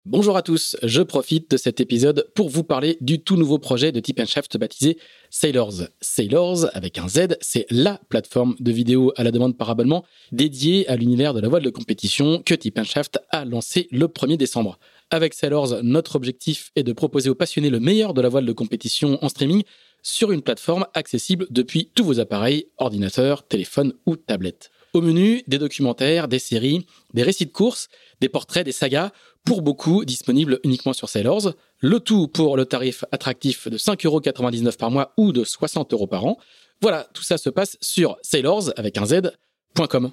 Bonjour à tous, je profite de cet épisode pour vous parler du tout nouveau projet de Tip & Shaft baptisé Sailors. Sailors, avec un Z, c'est la plateforme de vidéo à la demande par abonnement dédiée à l'univers de la voile de compétition que Tip & Shaft a lancé le 1er décembre. Avec Sailors, notre objectif est de proposer aux passionnés le meilleur de la voile de compétition en streaming sur une plateforme accessible depuis tous vos appareils, ordinateurs, téléphones ou tablettes. Au menu, des documentaires, des séries, des récits de courses, des portraits, des sagas, pour beaucoup disponibles uniquement sur Sailors. Le tout pour le tarif attractif de 5,99€ par mois ou de 60€ par an. Voilà, tout ça se passe sur sailors, avec un Z.com.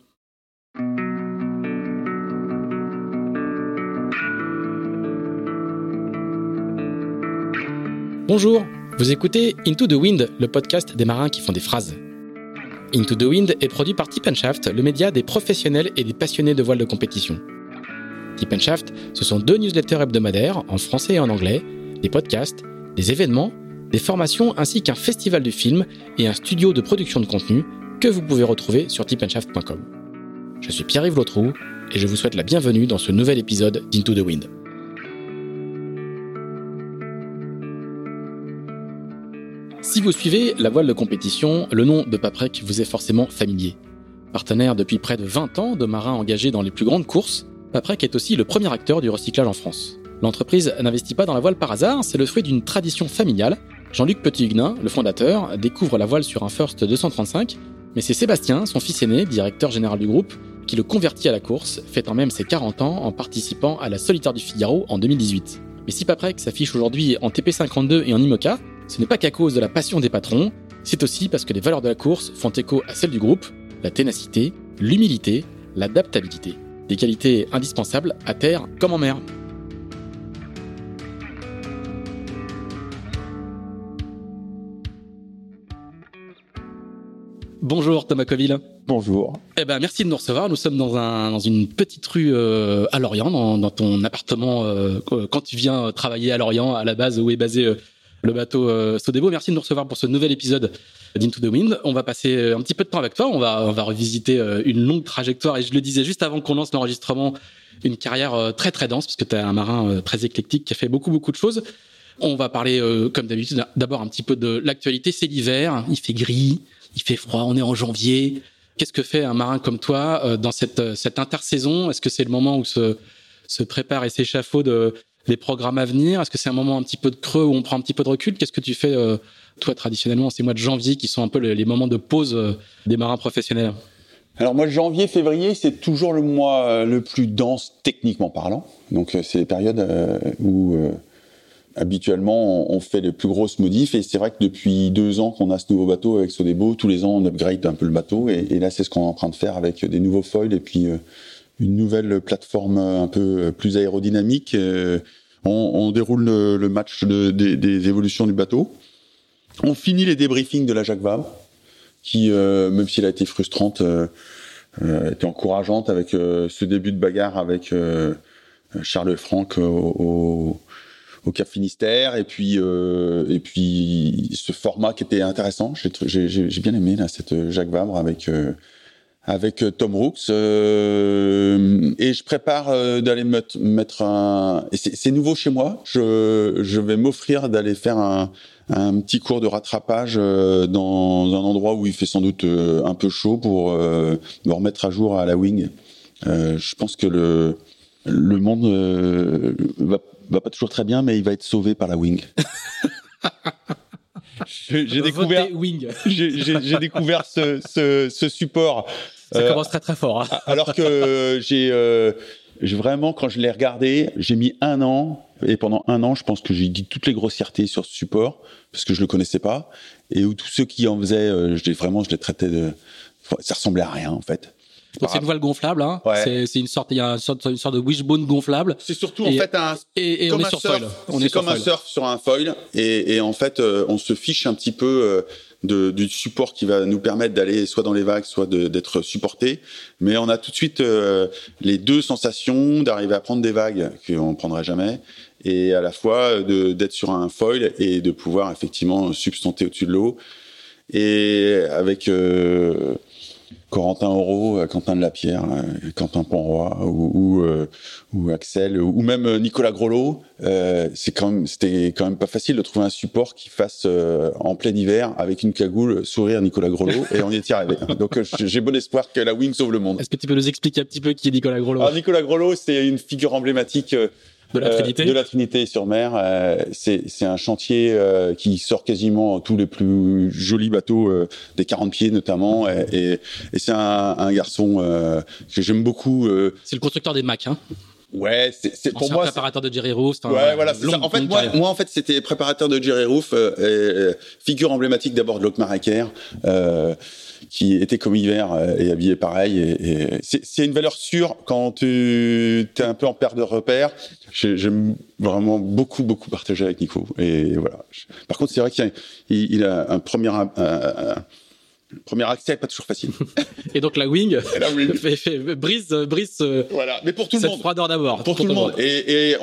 Bonjour, vous écoutez Into the Wind, le podcast des marins qui font des phrases. Into the Wind est produit par Tip & Shaft, le média des professionnels et des passionnés de voile de compétition. Tip & Shaft, ce sont 2 newsletters hebdomadaires, en français et en anglais, des podcasts, des événements, des formations ainsi qu'un festival du film et un studio de production de contenu que vous pouvez retrouver sur tipandshaft.com. Je suis Pierre-Yves Lautroux et je vous souhaite la bienvenue dans ce nouvel épisode d'Into the Wind. Si vous suivez la voile de compétition, le nom de Paprec vous est forcément familier. Partenaire depuis près de 20 ans de marins engagés dans les plus grandes courses, Paprec est aussi le premier acteur du recyclage en France. L'entreprise n'investit pas dans la voile par hasard, c'est le fruit d'une tradition familiale. Jean-Luc Petit-Huguenin, le fondateur, découvre la voile sur un First 235, mais c'est Sébastien, son fils aîné, directeur général du groupe, qui le convertit à la course, fêtant même ses 40 ans en participant à la Solitaire du Figaro en 2018. Mais si Paprec s'affiche aujourd'hui en TP52 et en IMOCA, ce n'est pas qu'à cause de la passion des patrons, c'est aussi parce que les valeurs de la course font écho à celles du groupe, la ténacité, l'humilité, l'adaptabilité. Des qualités indispensables à terre comme en mer. Bonjour Thomas Coville. Bonjour. Merci de nous recevoir. Nous sommes dans une petite rue à Lorient, dans ton appartement quand tu viens travailler à Lorient, à la base où est basé le bateau Sodebo. Merci de nous recevoir pour ce nouvel épisode d'Into the Wind. On va passer un petit peu de temps avec toi. On va revisiter une longue trajectoire. Et je le disais juste avant qu'on lance l'enregistrement, une carrière très très dense, parce que tu es un marin très éclectique qui a fait beaucoup de choses. On va parler, comme d'habitude, d'abord un petit peu de l'actualité. C'est l'hiver, il fait gris, il fait froid, on est en janvier. Qu'est-ce que fait un marin comme toi dans cette intersaison ? Est-ce que c'est le moment où se prépare et s'échafaude les programmes à venir? Est-ce que c'est un moment un petit peu de creux où on prend un petit peu de recul? Qu'est-ce que tu fais, toi, traditionnellement, ces mois de janvier qui sont un peu les moments de pause des marins professionnels? Alors moi, janvier, février, c'est toujours le mois le plus dense techniquement parlant. Donc c'est les périodes où habituellement on fait les plus grosses modifs. Et c'est vrai que depuis 2 ans qu'on a ce nouveau bateau avec Sodebo, tous les ans on upgrade un peu le bateau. Et là, c'est ce qu'on est en train de faire avec des nouveaux foils et puis une nouvelle plateforme un peu plus aérodynamique. On déroule le match des évolutions du bateau. On finit les débriefings de la Jacques Vabre, qui, même s'il a été frustrante, était encourageante avec ce début de bagarre avec Charles Franck au Cap Finistère, et puis ce format qui était intéressant. J'ai bien aimé là cette Jacques Vabre avec Tom Rooks, et je prépare d'aller mettre un. Et c'est nouveau chez moi. Je vais m'offrir d'aller faire un petit cours de rattrapage dans un endroit où il fait sans doute un peu chaud pour me remettre à jour à la wing. Je pense que le monde va pas toujours très bien, mais il va être sauvé par la wing. J'ai découvert ce support. Ça commence très très fort. Hein. Alors que j'ai vraiment, quand je l'ai regardé, j'ai mis 1 an, et pendant 1 an, je pense que j'ai dit toutes les grossièretés sur ce support, parce que je le connaissais pas, et où tous ceux qui en faisaient, je les traitais ça ressemblait à rien, en fait. Donc c'est une voile gonflable, hein. Ouais. Il y a une sorte de wishbone gonflable. C'est surtout en fait et on est sur foil. C'est comme un surf sur un foil, et en fait on se fiche un petit peu du support qui va nous permettre d'aller soit dans les vagues, soit d'être supporté. Mais on a tout de suite les 2 sensations d'arriver à prendre des vagues qu'on prendrait jamais, et à la fois d'être sur un foil et de pouvoir effectivement substanter au-dessus de l'eau. Et avec Corentin Auro, Quentin de la Pierre, Quentin Ponroy ou Axel ou même Nicolas Grelot. C'était quand même pas facile de trouver un support qui fasse en plein hiver avec une cagoule sourire Nicolas Grelot et on y est arrivé. Donc j'ai bon espoir que la Wing sauve le monde. Est-ce que tu peux nous expliquer un petit peu qui est Nicolas Grelot? Alors Nicolas Grelot, c'est une figure emblématique de la Trinité-sur-Mer. C'est un chantier qui sort quasiment tous les plus jolis bateaux des 40 pieds notamment. Et c'est un garçon que j'aime beaucoup. C'est le constructeur des Mac, hein. Ouais, c'est pour moi préparateur de Jerry Roof. Ouais, voilà, c'est ça. En fait, moi, en fait, c'était préparateur de Jerry Roof, figure emblématique d'abord de Lockmar Ecker, qui était comme hiver et habillé pareil. Et c'est une valeur sûre quand tu es un peu en perte de repère. J'aime vraiment beaucoup partager avec Nico. Et voilà. Par contre, c'est vrai qu'il a un premier accès, pas toujours facile. Et donc la Wing, brise. Voilà, mais pour tout le monde. Cette froideur d'abord. Pour tout le monde. Et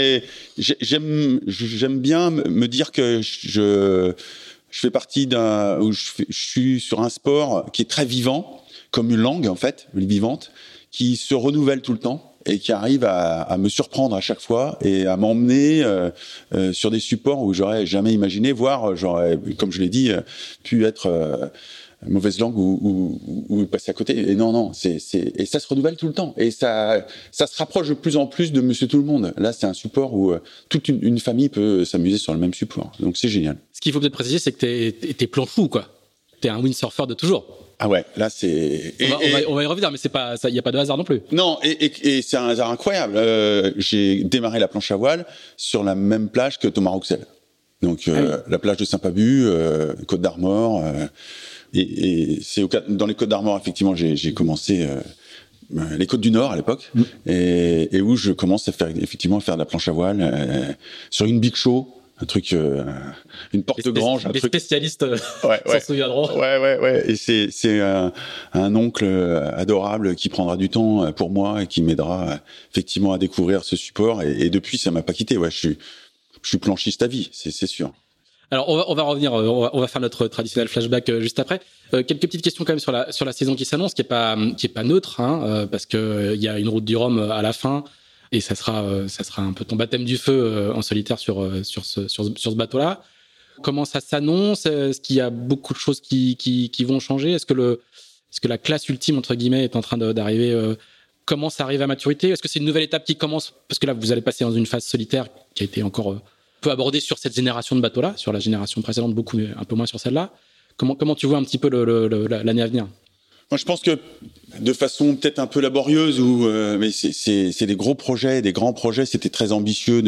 j'aime bien me dire que je fais partie je suis sur un sport qui est très vivant, comme une langue en fait, vivante, qui se renouvelle tout le temps et qui arrive à me surprendre à chaque fois et à m'emmener sur des supports où j'aurais jamais imaginé, voire j'aurais, comme je l'ai dit, pu être mauvaise langue ou passer à côté. Et non, et ça se renouvelle tout le temps. Et ça se rapproche de plus en plus de Monsieur Tout le Monde. Là, c'est un support où toute une famille peut s'amuser sur le même support. Donc, c'est génial. Ce qu'il faut peut-être préciser, c'est que t'es planchou, quoi. T'es un windsurfer de toujours. Ah ouais, là, c'est... On va y revenir, mais il n'y a pas de hasard non plus. Non, et c'est un hasard incroyable. J'ai démarré la planche à voile sur la même plage que Thomas Rouxel. Donc, la plage de Saint-Pabu, Côte d'Armor... Et c'est dans les Côtes d'Armor, effectivement, j'ai commencé les Côtes du Nord à l'époque, et où je commence à faire de la planche à voile sur une Big Show, un truc, une porte-grange, un truc spécialiste s'en souviendront. Ouais. Et c'est un oncle adorable qui prendra du temps pour moi et qui m'aidera effectivement à découvrir ce support. Et depuis, ça m'a pas quitté. Ouais, je suis planchiste à vie, c'est sûr. Alors on va revenir, on va faire notre traditionnel flashback juste après. Quelques petites questions quand même sur la saison qui s'annonce, qui est pas neutre, hein, parce que il y a une route du Rhum à la fin et ça sera un peu ton baptême du feu en solitaire sur ce bateau-là. Comment ça s'annonce? Est-ce qu'il y a beaucoup de choses qui vont changer? Est-ce que la classe ultime entre guillemets est en train d'arriver? Comment ça arrive à maturité? Est-ce que c'est une nouvelle étape qui commence? Parce que là vous allez passer dans une phase solitaire qui a été encore peu abordé sur cette génération de bateaux-là, sur la génération précédente, beaucoup, mais un peu moins sur celle-là. Comment tu vois un petit peu l'année à venir? Moi, je pense que de façon peut-être un peu laborieuse, mais c'est des gros projets, des grands projets. C'était très ambitieux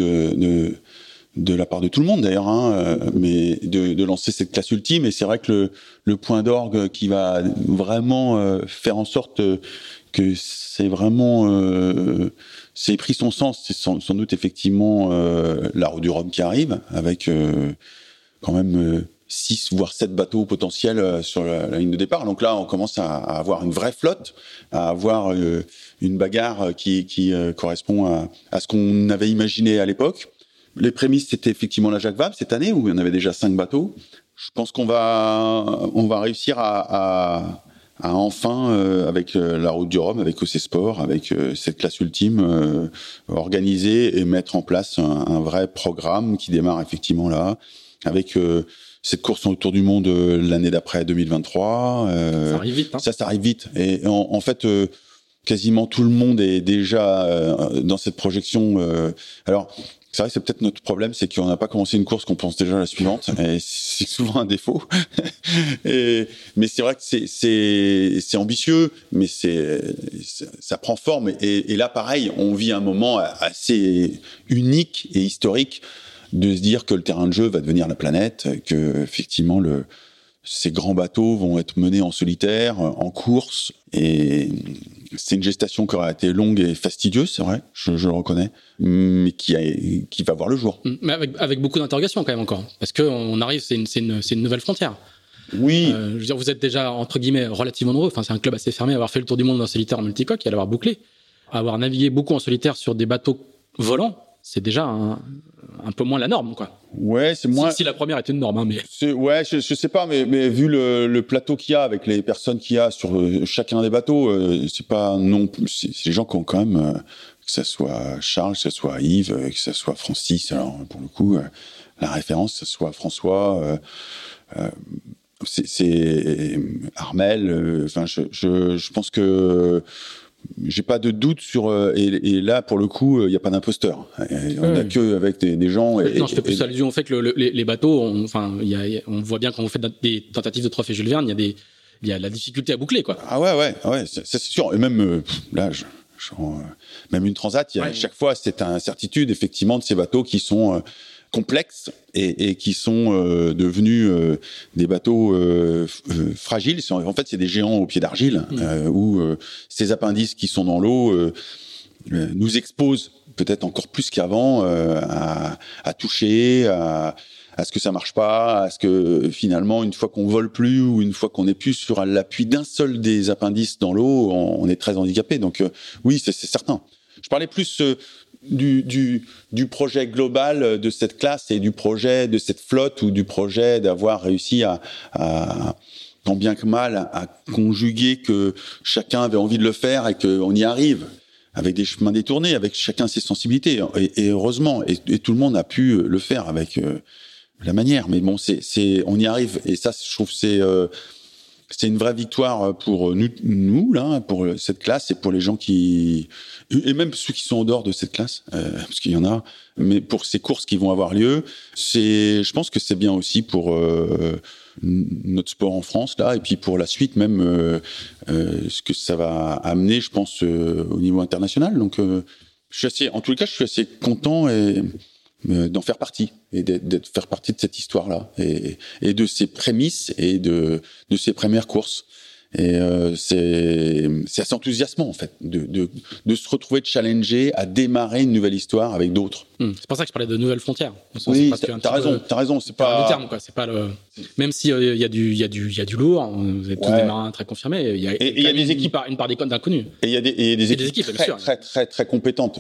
de la part de tout le monde d'ailleurs, hein, mais de lancer cette classe ultime. Et c'est vrai que le point d'orgue qui va vraiment faire en sorte que c'est vraiment c'est pris son sens, c'est sans doute effectivement la route du Rhum qui arrive, avec quand même 6 voire 7 bateaux potentiels sur la ligne de départ. Donc là, on commence à avoir une vraie flotte, à avoir une bagarre qui correspond à ce qu'on avait imaginé à l'époque. Les prémices, c'était effectivement la Jacques Vabre cette année, où il y en avait déjà 5 bateaux. Je pense qu'on va réussir à enfin, avec la route du Rhum, avec OC Sport, avec cette classe ultime, organiser et mettre en place un vrai programme qui démarre effectivement là, avec cette course autour du monde l'année d'après 2023. Ça arrive vite. Hein. Ça arrive vite. Et en fait, quasiment tout le monde est déjà dans cette projection. Alors, c'est vrai que c'est peut-être notre problème, c'est qu'on n'a pas commencé une course qu'on pense déjà à la suivante, et c'est souvent un défaut. Mais c'est vrai que c'est ambitieux, mais ça prend forme. Et là, pareil, on vit un moment assez unique et historique de se dire que le terrain de jeu va devenir la planète, que effectivement ces grands bateaux vont être menés en solitaire, en course, et c'est une gestation qui aura été longue et fastidieuse, c'est vrai, je le reconnais, mais qui va voir le jour. Mais avec beaucoup d'interrogations quand même encore, parce que on arrive, c'est une nouvelle frontière. Oui. Je veux dire, vous êtes déjà entre guillemets relativement nombreux. Enfin, c'est un club assez fermé, avoir fait le tour du monde en solitaire en multicoque et à l'avoir bouclé, avoir navigué beaucoup en solitaire sur des bateaux volants, c'est déjà un un peu moins la norme, quoi. Ouais, c'est moins. Si la première était une norme, hein, mais. Je sais pas, mais vu le plateau qu'il y a avec les personnes qu'il y a sur chacun des bateaux, c'est pas non plus. C'est les gens qui ont quand même, que ça soit Charles, que ça soit Yves, que ça soit Francis. Alors pour le coup, la référence, que ça soit François. C'est Armel. Enfin, je pense que j'ai pas de doute sur et là pour le coup il y a pas d'imposteur. On a que avec des gens. Non, je fais plus allusion au fait que les bateaux, on voit bien quand vous faites des tentatives de trophée Jules Verne, il y a la difficulté à boucler, quoi. Ah ouais, ça c'est sûr. Et même là, même une transat, chaque fois c'est une incertitude effectivement de ces bateaux qui sont complexes et qui sont devenus des bateaux fragiles. En fait, c'est des géants au pied d'argile où ces appendices qui sont dans l'eau nous exposent peut-être encore plus qu'avant à toucher, à ce que ça marche pas, à ce que finalement une fois qu'on vole plus ou une fois qu'on n'est plus sur l'appui d'un seul des appendices dans l'eau, on est très handicapé. Donc oui, c'est certain. Je parlais plus du projet global de cette classe et du projet de cette flotte ou du projet d'avoir réussi à tant bien que mal à conjuguer que chacun avait envie de le faire et qu'on y arrive avec des chemins détournés, avec chacun ses sensibilités et heureusement et tout le monde a pu le faire avec la manière. Mais bon, on y arrive et ça, je trouve c'est une vraie victoire pour nous là, pour cette classe et pour les gens et même ceux qui sont en dehors de cette classe, parce qu'il y en a. Mais pour ces courses qui vont avoir lieu, je pense que c'est bien aussi pour notre sport en France là, et puis pour la suite même ce que ça va amener, je pense au niveau international. Donc, en tous les cas, je suis assez content d'en faire partie et d'être faire partie de cette histoire-là et de ses prémices et de ses premières courses. Et c'est assez enthousiasmant en fait de se retrouver challenger à démarrer une nouvelle histoire avec d'autres. C'est pour ça que je parlais de nouvelles frontières. Oui, t'as raison. C'est pas le terme, quoi. C'est pas le. Même si il y a du lourd, vous êtes tous des marins très confirmés. Il y a des équipes, une part d'inconnus. Et il y a des équipes bien sûr. très compétentes.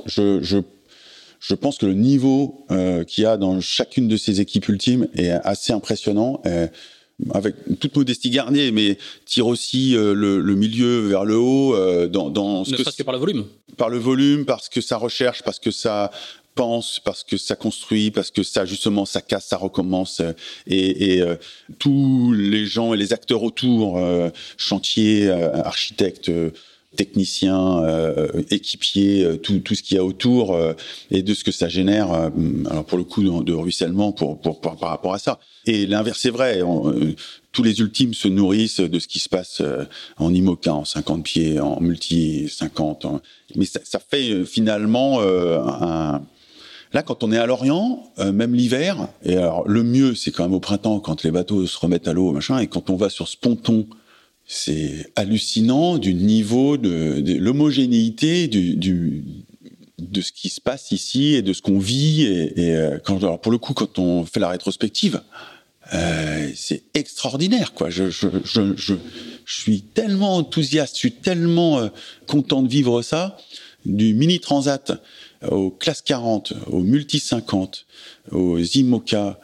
Je pense que le niveau qu'il y a dans chacune de ces équipes ultimes est assez impressionnant. Avec toute modestie gardée, mais tire aussi le milieu vers le haut dans ce ne serait-ce que par le volume. Par le volume, parce que ça recherche, parce que ça pense, parce que ça construit, parce que ça justement ça casse, ça recommence et tous les gens et les acteurs autour, chantiers, architectes, techniciens, équipiers, tout ce qu'il y a autour et de ce que ça génère. Alors pour le coup de ruissellement par rapport à ça. Et l'inverse est vrai. Tous les ultimes se nourrissent de ce qui se passe en IMOCA, en 50 pieds, en multi 50. Mais ça fait finalement Là, quand on est à Lorient, même l'hiver, et alors le mieux, c'est quand même au printemps, quand les bateaux se remettent à l'eau, machin, et quand on va sur ce ponton, c'est hallucinant du niveau de l'homogénéité de ce qui se passe ici et de ce qu'on vit. Alors pour le coup, quand on fait la rétrospective, c'est extraordinaire, quoi. Je suis tellement enthousiaste, je suis tellement content de vivre ça, du mini transat aux classes 40, aux multi 50, aux IMOCA,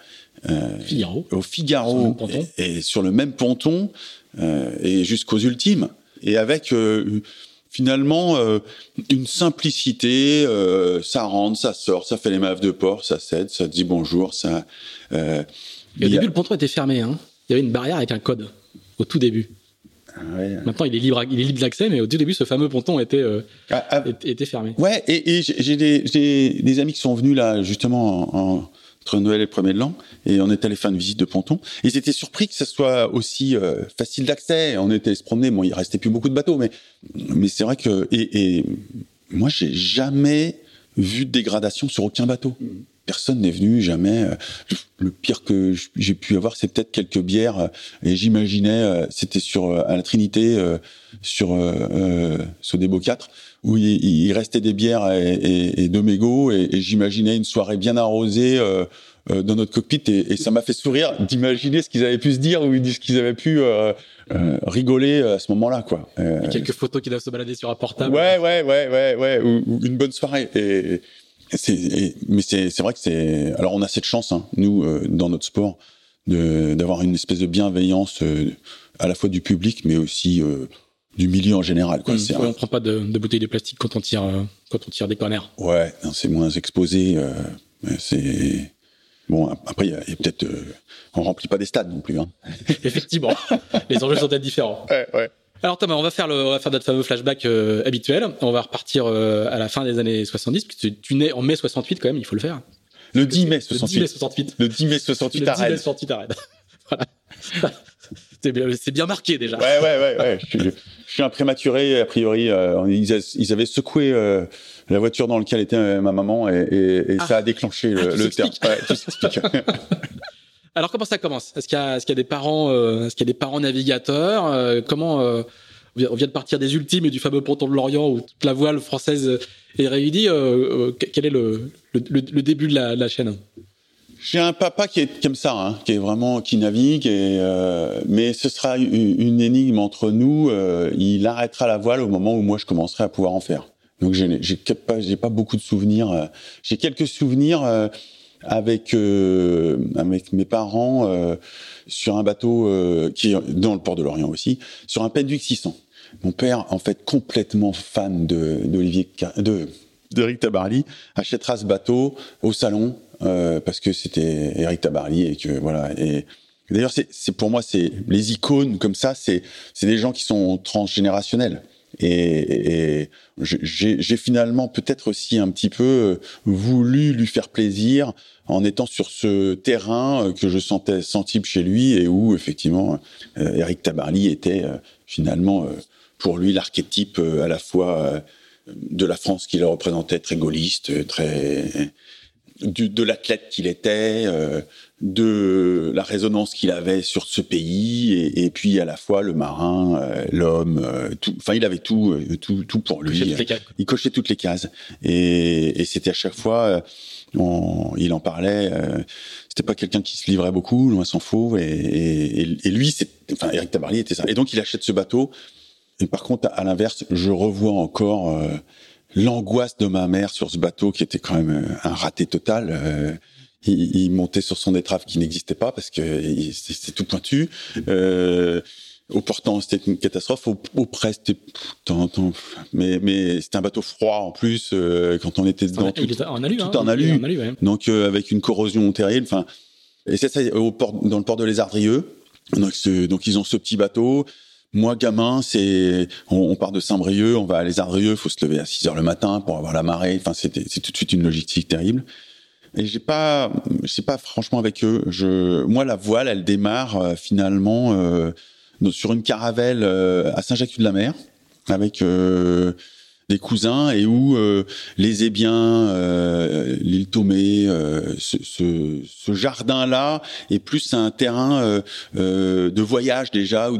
au Figaro, et sur le même ponton, et jusqu'aux ultimes, et avec finalement une simplicité, ça rentre, ça sort, ça fait les maves de port, ça cède, ça dit bonjour, ça. Et au début, le ponton était fermé, hein. Il y avait une barrière avec un code au tout début. Ouais. Maintenant, il est libre d'accès, mais au tout début, ce fameux ponton était fermé. Ouais, et j'ai des amis qui sont venus là justement entre Noël et le 1er de l'an, et on est allé faire une visite de ponton. Et ils étaient surpris que ça soit aussi facile d'accès. On était allé se promener. Bon, il restait plus beaucoup de bateaux, mais c'est vrai que et moi, j'ai jamais vu de dégradation sur aucun bateau. Personne n'est venu, jamais. Le pire que j'ai pu avoir, c'est peut-être quelques bières. Et j'imaginais, c'était à la Trinité, sur Sodebo 4, où il restait des bières et deux mégots. Et j'imaginais une soirée bien arrosée dans notre cockpit. Et ça m'a fait sourire d'imaginer ce qu'ils avaient pu se dire ou ce qu'ils avaient pu rigoler à ce moment-là, quoi. Quelques photos qui doivent se balader sur un portable. Ouais. Ou une bonne soirée. Mais c'est vrai que alors on a cette chance, hein, nous, dans notre sport, d'avoir une espèce de bienveillance à la fois du public, mais aussi du milieu en général, quoi. On prend pas de bouteilles de plastique quand on tire des corners. Ouais, non, c'est moins exposé. C'est bon. Après, il y a peut-être, on remplit pas des stades non plus, hein. Effectivement, les enjeux sont peut-être différents. Ouais. Alors Thomas, on va faire notre fameux flashback habituel. On va repartir à la fin des années 70, parce que tu nais en mai 68 quand même, il faut le faire. Le 10 mai 68. Le 10 mai 68 à Rennes. Le 10 mai 68 à Rennes. Voilà. C'est bien marqué déjà. Ouais. Je suis un prématuré, a priori. Ils avaient secoué la voiture dans laquelle était ma maman et ça a déclenché le terme. Ouais, tout s'explique. Alors comment ça commence ? Est-ce qu'il y a des parents navigateurs ? Comment on vient de partir des Ultimes et du fameux ponton de l'Orient où toute la voile française est réunie. Quel est le début de la chaîne ? J'ai un papa qui est comme ça, hein, qui navigue, mais ce sera une énigme entre nous. Il arrêtera la voile au moment où moi je commencerai à pouvoir en faire. Donc j'ai pas beaucoup de souvenirs. J'ai quelques souvenirs avec mes parents sur un bateau qui est dans le port de l'Orient aussi, sur un Penduic 600. Mon père, en fait, complètement fan d'Éric Tabarly, achètera ce bateau au salon parce que c'était Éric Tabarly et que voilà. Et d'ailleurs, c'est pour moi, c'est les icônes comme ça, c'est des gens qui sont transgénérationnels. Et j'ai finalement peut-être aussi un petit peu voulu lui faire plaisir en étant sur ce terrain que je sentais sensible chez lui et où effectivement Éric Tabarly était finalement pour lui l'archétype à la fois de la France qu'il représentait, très gaulliste, très de l'athlète qu'il était, de la résonance qu'il avait sur ce pays, et puis à la fois le marin, l'homme, tout. Enfin, il avait tout pour lui. Il cochait toutes les cases. Et c'était à chaque fois, il en parlait. C'était pas quelqu'un qui se livrait beaucoup, loin s'en faut. Et lui, Éric Tabarly était ça. Et donc, il achète ce bateau. Et par contre, à l'inverse, je revois encore l'angoisse de ma mère sur ce bateau qui était quand même un raté total. Il montait sur son étrave qui n'existait pas parce que c'était tout pointu. Au portant, c'était une catastrophe. Au près, c'était mais c'était un bateau froid en plus quand on était dedans. Il en alu, tout en alu. Ouais. Donc avec une corrosion terrible. Enfin, et c'est ça dans le port de Les Ardrieux. Donc ils ont ce petit bateau. Moi, gamin, on part de Saint-Brieuc, on va à Les Ardrieux, faut se lever à 6h le matin pour avoir la marée. Enfin, c'est tout de suite une logistique terrible. Et je sais pas franchement avec eux. Moi, la voile, elle démarre finalement sur une caravelle à Saint-Jacques-de-la-Mer avec des cousins et où les Ébiens, l'île Thomé, ce jardin-là est plus un terrain de voyage déjà, où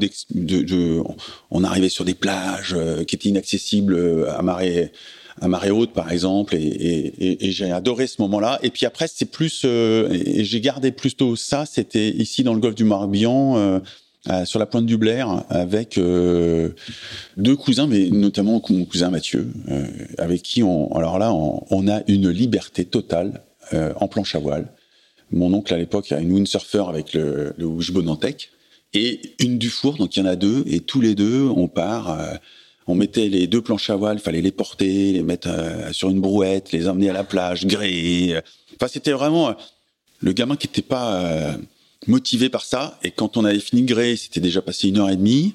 on arrivait sur des plages qui étaient inaccessibles à marée haute par exemple, et j'ai adoré ce moment-là. Et puis après c'est plus et j'ai gardé plutôt ça, c'était ici dans le golfe du Morbihan. Sur la pointe du Blair, avec deux cousins, mais notamment mon cousin Mathieu, avec qui on a une liberté totale en planche à voile. Mon oncle à l'époque a une windsurfer avec le wishbone en tech et une Dufour, donc il y en a deux, et tous les deux on part. On mettait les deux planches à voile, il fallait les porter, les mettre sur une brouette, les emmener à la plage, gréer. Enfin, c'était vraiment le gamin qui n'était pas motivé par ça. Et quand on avait fini de gréer, c'était déjà passé 1h30.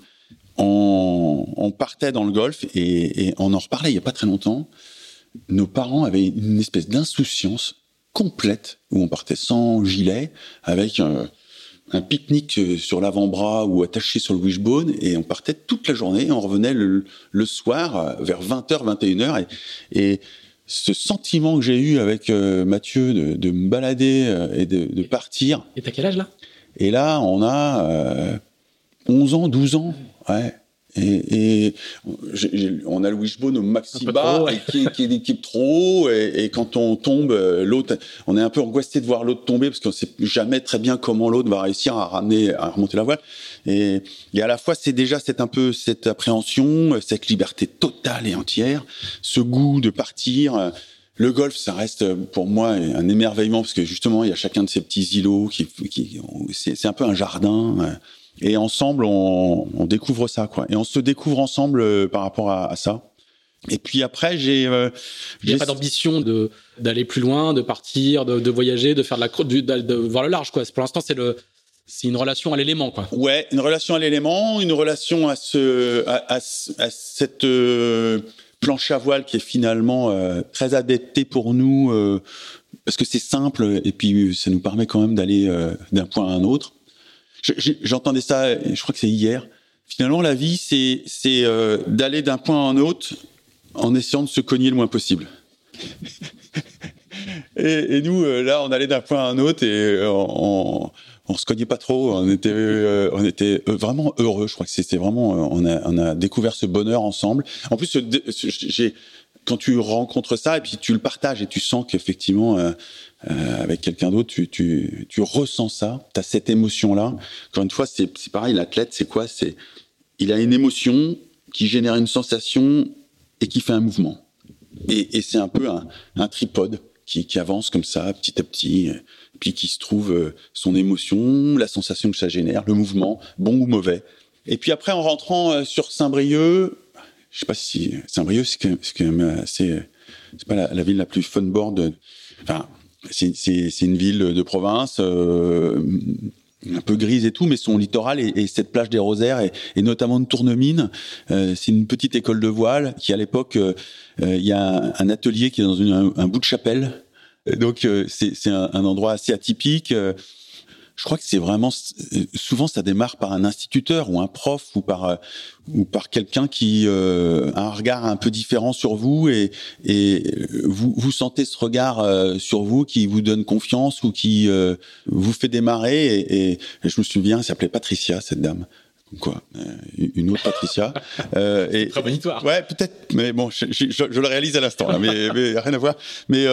On partait dans le golfe et on en reparlait il n'y a pas très longtemps. Nos parents avaient une espèce d'insouciance complète où on partait sans gilet, avec un pique-nique sur l'avant-bras ou attaché sur le wishbone, et on partait toute la journée et on revenait le soir vers 20h, 21h. Et ce sentiment que j'ai eu avec Mathieu de me balader et de partir. Et t'as quel âge là ? Et là, on a 11 ans, 12 ans. Ouais. Et on a le wishbone au maxi bas, trop, ouais. qui est trop haut, et quand on tombe, l'autre, on est un peu angoissé de voir l'autre tomber parce qu'on sait jamais très bien comment l'autre va réussir à remonter la voile. Et à la fois, c'est déjà cette appréhension, cette liberté totale et entière, ce goût de partir. Le golf, ça reste pour moi un émerveillement parce que justement, il y a chacun de ces petits îlots c'est un peu un jardin. Et ensemble, on découvre ça, quoi. Et on se découvre ensemble par rapport à ça. Et puis après, il n'y a pas d'ambition d'aller plus loin, de partir, de voyager, de faire de voir le large, quoi. Pour l'instant, c'est une relation à l'élément, quoi. Ouais, une relation à l'élément, une relation à cette planche à voile qui est finalement très adaptée pour nous parce que c'est simple et puis ça nous permet quand même d'aller d'un point à un autre. J'entendais ça, je crois que c'est hier. Finalement, la vie, c'est d'aller d'un point à un autre en essayant de se cogner le moins possible. et nous, là, on allait d'un point à un autre et on se cognait pas trop. On était vraiment heureux. Je crois que c'était vraiment, on a découvert ce bonheur ensemble. En plus, quand tu rencontres ça et puis tu le partages et tu sens qu'effectivement, avec quelqu'un d'autre, tu ressens ça. T'as cette émotion-là. Encore une fois, c'est pareil. L'athlète, c'est quoi? Il a une émotion qui génère une sensation et qui fait un mouvement. Et c'est un peu un tripode qui avance comme ça, petit à petit, puis qui se trouve son émotion, la sensation que ça génère, le mouvement, bon ou mauvais. Et puis après, en rentrant sur Saint-Brieuc, je sais pas si Saint-Brieuc, c'est pas la ville la plus funboard. Enfin, c'est une ville de province. Un peu grise et tout, mais son littoral et cette plage des Rosaires et notamment de Tournemine, c'est une petite école de voile qui à l'époque, il y a un atelier qui est dans un bout de chapelle, donc c'est un endroit assez atypique. Je crois que c'est vraiment souvent ça démarre par un instituteur ou un prof ou par quelqu'un qui a un regard un peu différent sur vous et vous sentez ce regard sur vous qui vous donne confiance ou qui vous fait démarrer et je me souviens, elle s'appelait Patricia, cette dame. Quoi, une autre Patricia. Et très bonne histoire. Ouais, peut-être, mais bon, je le réalise à l'instant, là, mais rien à voir. Mais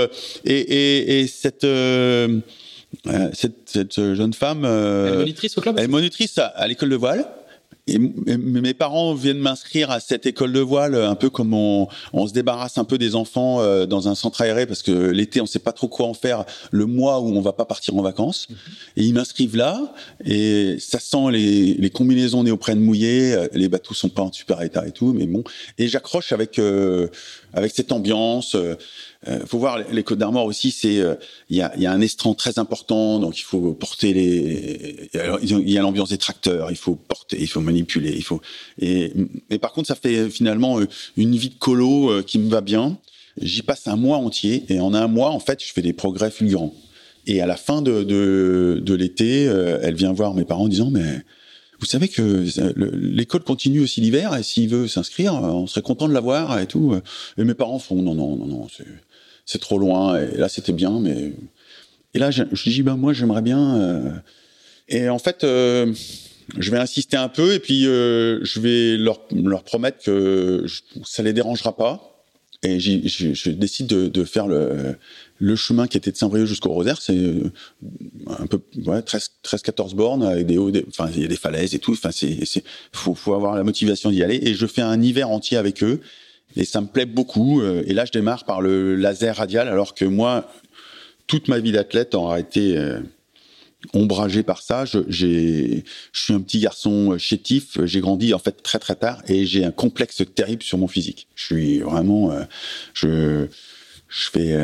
cette jeune femme, elle est monitrice au club. Elle est monitrice à l'école de voile. Et mes parents viennent m'inscrire à cette école de voile, un peu comme on se débarrasse un peu des enfants dans un centre aéré parce que l'été on sait pas trop quoi en faire le mois où on va pas partir en vacances. Et ils m'inscrivent là et ça sent les combinaisons néoprène mouillées, les bateaux sont pas en super état et tout, mais bon. Et j'accroche avec cette ambiance. Faut voir les Côtes d'Armor aussi, il y a un estran très important, donc il faut porter il y a l'ambiance des tracteurs, il faut porter, il faut manipuler, et par contre ça fait finalement une vie de colo qui me va bien. J'y passe un mois entier et en un mois en fait je fais des progrès fulgurants. Et à la fin de l'été, elle vient voir mes parents en disant mais vous savez que l'école continue aussi l'hiver et s'il veut s'inscrire, on serait content de l'avoir et tout. Et mes parents font non, c'est trop loin. Et là, c'était bien, mais et là, je dis moi, j'aimerais bien. Et en fait, je vais insister un peu et puis je vais leur promettre que ça les dérangera pas. Et je décide de faire le chemin qui était de Saint-Brieuc jusqu'au Rosaire. C'est un peu 13-14 bornes avec enfin il y a des falaises et tout. Enfin faut avoir la motivation d'y aller. Et je fais un hiver entier avec eux. Et ça me plaît beaucoup. Et là, je démarre par le laser radial, alors que moi, toute ma vie d'athlète aura été ombragée par ça. Je suis un petit garçon chétif. J'ai grandi en fait très très tard et j'ai un complexe terrible sur mon physique. Je suis vraiment, je fais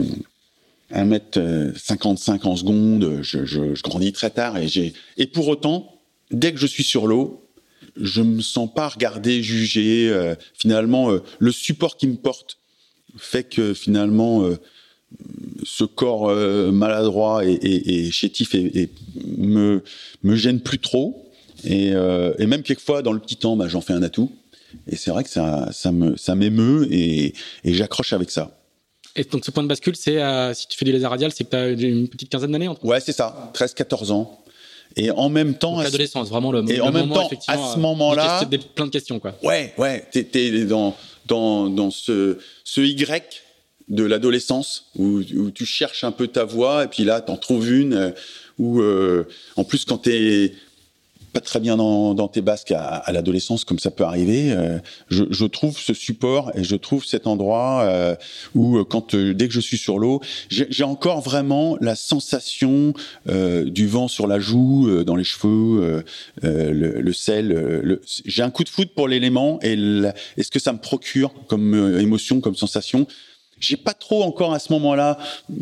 1m55 en seconde. Je grandis très tard et pour autant, dès que je suis sur l'eau, je me sens pas regardé, jugé. Finalement, le support qui me porte fait que finalement, ce corps maladroit et chétif me gêne plus trop. Et même quelquefois, dans le petit temps, j'en fais un atout. Et c'est vrai que ça m'émeut et j'accroche avec ça. Et donc, ce point de bascule, c'est si tu fais du laser radial, c'est que tu as une petite quinzaine d'années entre. Ouais, c'est ça, 13-14 ans. Et en même temps, l'adolescence, vraiment le et en même moment, temps, à ce moment-là, plein de questions, quoi. Ouais, t'es dans ce Y de l'adolescence où tu cherches un peu ta voie et puis là t'en trouves une où en plus quand t'es pas très bien dans tes basques à l'adolescence, comme ça peut arriver, je trouve ce support et je trouve cet endroit où dès que je suis sur l'eau, j'ai encore vraiment la sensation du vent sur la joue, dans les cheveux, le sel. J'ai un coup de foudre pour l'élément et ce que ça me procure comme émotion, comme sensation. J'ai pas trop encore à ce moment-là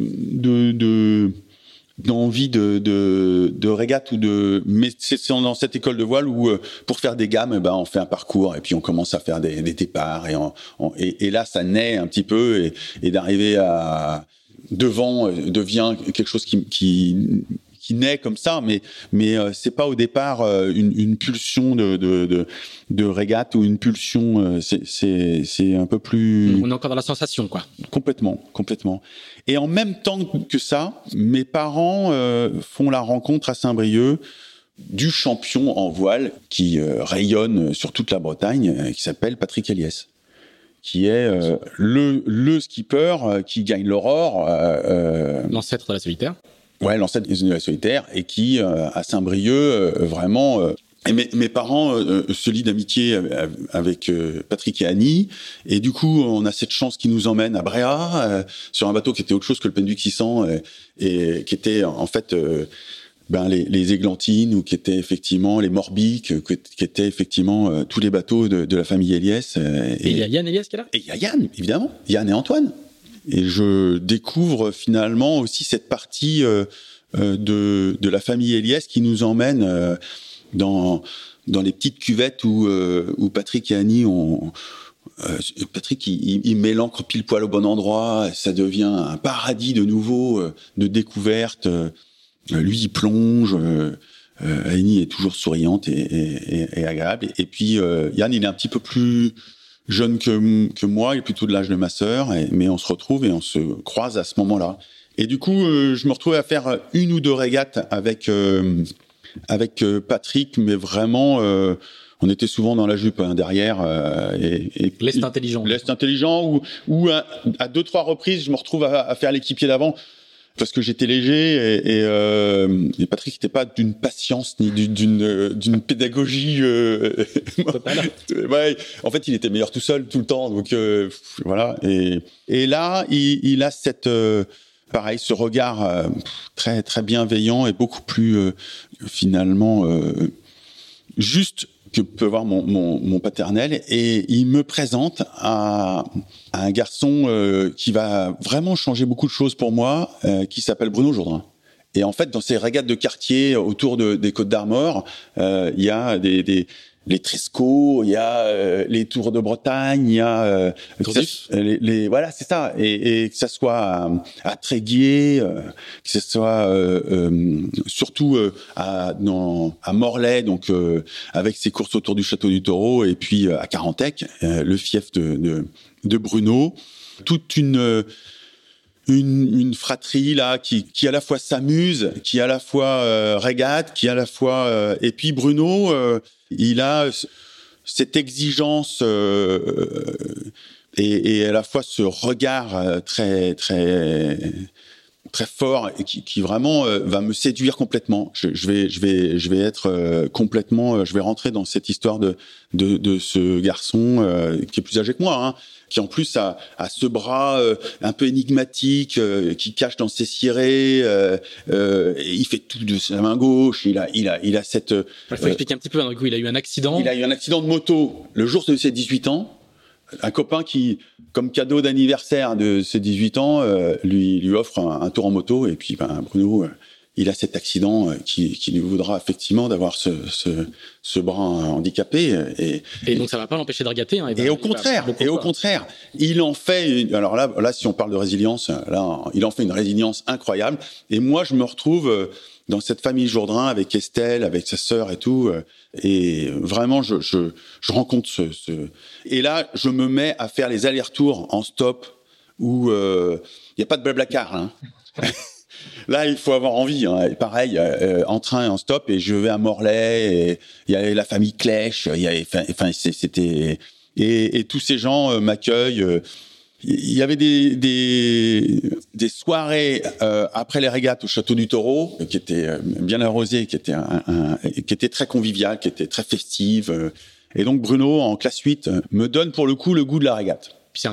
d'envie de régate mais c'est dans cette école de voile où pour faire des gammes, on fait un parcours et puis on commence à faire des départs et là ça naît un petit peu et d'arriver à devant devient quelque chose qui naît comme ça, mais c'est pas au départ une pulsion de régate ou une pulsion, c'est un peu plus. On est encore dans la sensation, quoi. Complètement. Et en même temps que ça, mes parents font la rencontre à Saint-Brieuc du champion en voile qui rayonne sur toute la Bretagne, qui s'appelle Patrick Eliès, qui est le skipper qui gagne l'Aurore. L'ancêtre de la solitaire. Ouais, l'ancêtre de la solitaire, et qui, à Saint-Brieuc, vraiment... Et mes parents se lient d'amitié avec Patrick et Annie, et du coup, on a cette chance qui nous emmène à Bréa, sur un bateau qui était autre chose que le Penduic 600, et qui était, en fait... les églantines, ou qui étaient effectivement les morbiques, qui étaient effectivement tous les bateaux de la famille Eliès. Et il y a Yann Eliès qui est là ? Et il y a Yann, évidemment. Yann et Antoine. Et je découvre finalement aussi cette partie de la famille Eliès qui nous emmène dans les petites cuvettes où Patrick et Annie ont... Patrick, il met l'encre pile poil au bon endroit, ça devient un paradis de nouveau, de découverte. Lui, il plonge, Annie est toujours souriante et agréable. Et puis, Yann, il est un petit peu plus jeune que moi, il est plutôt de l'âge de ma sœur, mais on se retrouve et on se croise à ce moment-là. Et du coup, je me retrouvais à faire une ou deux régates avec Patrick, mais vraiment, on était souvent dans la jupe derrière. L'est intelligent. L'est intelligent, ou à 2-3 reprises, je me retrouve à faire l'équipier d'avant. Parce que j'étais léger et Patrick n'était pas d'une patience ni d'une pédagogie. Ouais, en fait, il était meilleur tout seul tout le temps. Donc voilà. Et là, il a cette pareil, ce regard très très bienveillant et beaucoup plus finalement juste que peut voir mon paternel, et il me présente à un garçon qui va vraiment changer beaucoup de choses pour moi, qui s'appelle Bruno Jourdain. Et en fait, dans ces régates de quartier autour des Côtes d'Armor, il y a les Tresco, il y a les Tours de Bretagne, il y a voilà, c'est ça, et que ça soit à Tréguier, que ce soit surtout à Morlaix, donc avec ses courses autour du château du Taureau, et puis à Carantec, le fief de Bruno, toute une fratrie là qui à la fois s'amuse, qui à la fois régate, qui à la fois et puis Bruno il a cette exigence et à la fois ce regard très très très fort et qui vraiment va me séduire complètement. Je vais être complètement, je vais rentrer dans cette histoire de ce garçon qui est plus âgé que moi, hein, qui en plus a ce bras un peu énigmatique qui cache dans ses cirés, et il fait tout de sa main gauche. Il a cette. Il faut expliquer un petit peu. Il a eu un accident. Il a eu un accident de moto le jour de ses 18 ans. Un copain qui, comme cadeau d'anniversaire de ses 18 ans, lui offre un tour en moto. Et puis, Bruno, il a cet accident qui lui voudra effectivement d'avoir ce bras handicapé. Et donc, ça va pas l'empêcher de regatter. Hein, et au contraire, il en fait. Alors là, si on parle de résilience, là, il en fait une résilience incroyable. Et moi, je me retrouve dans cette famille Jourdain avec Estelle, avec sa sœur et tout, et vraiment je rencontre et là je me mets à faire les allers-retours en stop où il y a pas de blablacar, hein. Là il faut avoir envie, hein. Et pareil en train et en stop, et je vais à Morlaix, et il y a la famille Clèche, c'était et tous ces gens m'accueillent. il y avait des soirées après les régates au Château du Taureau qui étaient bien arrosées, qui étaient très conviviales, qui étaient très festives. Et donc Bruno, en classe 8, me donne pour le coup le goût de la régate.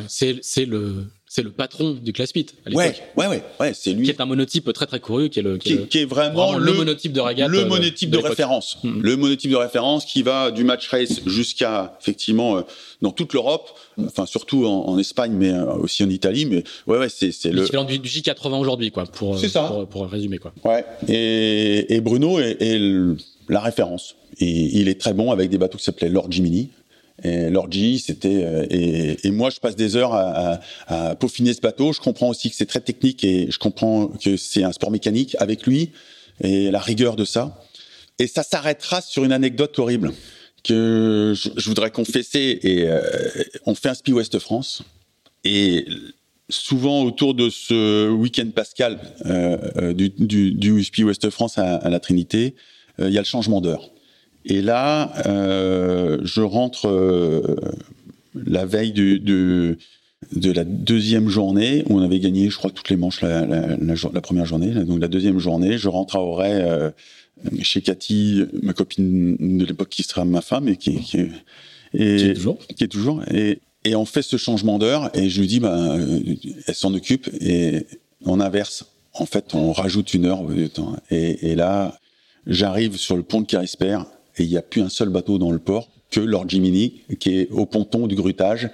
C'est le patron du Class 8 à l'époque. Ouais, c'est lui. Qui est un monotype très très couru, qui est vraiment le monotype de régate. Le monotype de référence. Le monotype de référence qui va du match race jusqu'à, effectivement, dans toute l'Europe, enfin, surtout en Espagne, mais aussi en Italie. Mais c'est le. L'équivalent du J80 aujourd'hui, quoi, pour résumer, quoi. Ouais. Et Bruno est la référence. Et il est très bon avec des bateaux qui s'appelaient Lord Jiminy. Et Lord G, c'était et moi je passe des heures à peaufiner ce bateau. Je comprends aussi que c'est très technique et je comprends que c'est un sport mécanique avec lui et la rigueur de ça. Et ça s'arrêtera sur une anecdote horrible que je voudrais confesser. Et on fait un Spi Ouest France et souvent autour de ce week-end pascal du Spi Ouest France à la Trinité, il y a le changement d'heure. Et là, je rentre la veille de la deuxième journée où on avait gagné, je crois, toutes les manches la première journée. Donc la deuxième journée, je rentre à Auray chez Cathy, ma copine de l'époque qui sera ma femme et qui est toujours. Et on fait ce changement d'heure et je lui dis, elle s'en occupe et on inverse. En fait, on rajoute une heure de temps. Et là, j'arrive sur le pont de Carisper. Et il n'y a plus un seul bateau dans le port que Lord Jiminy, qui est au ponton du Grutage.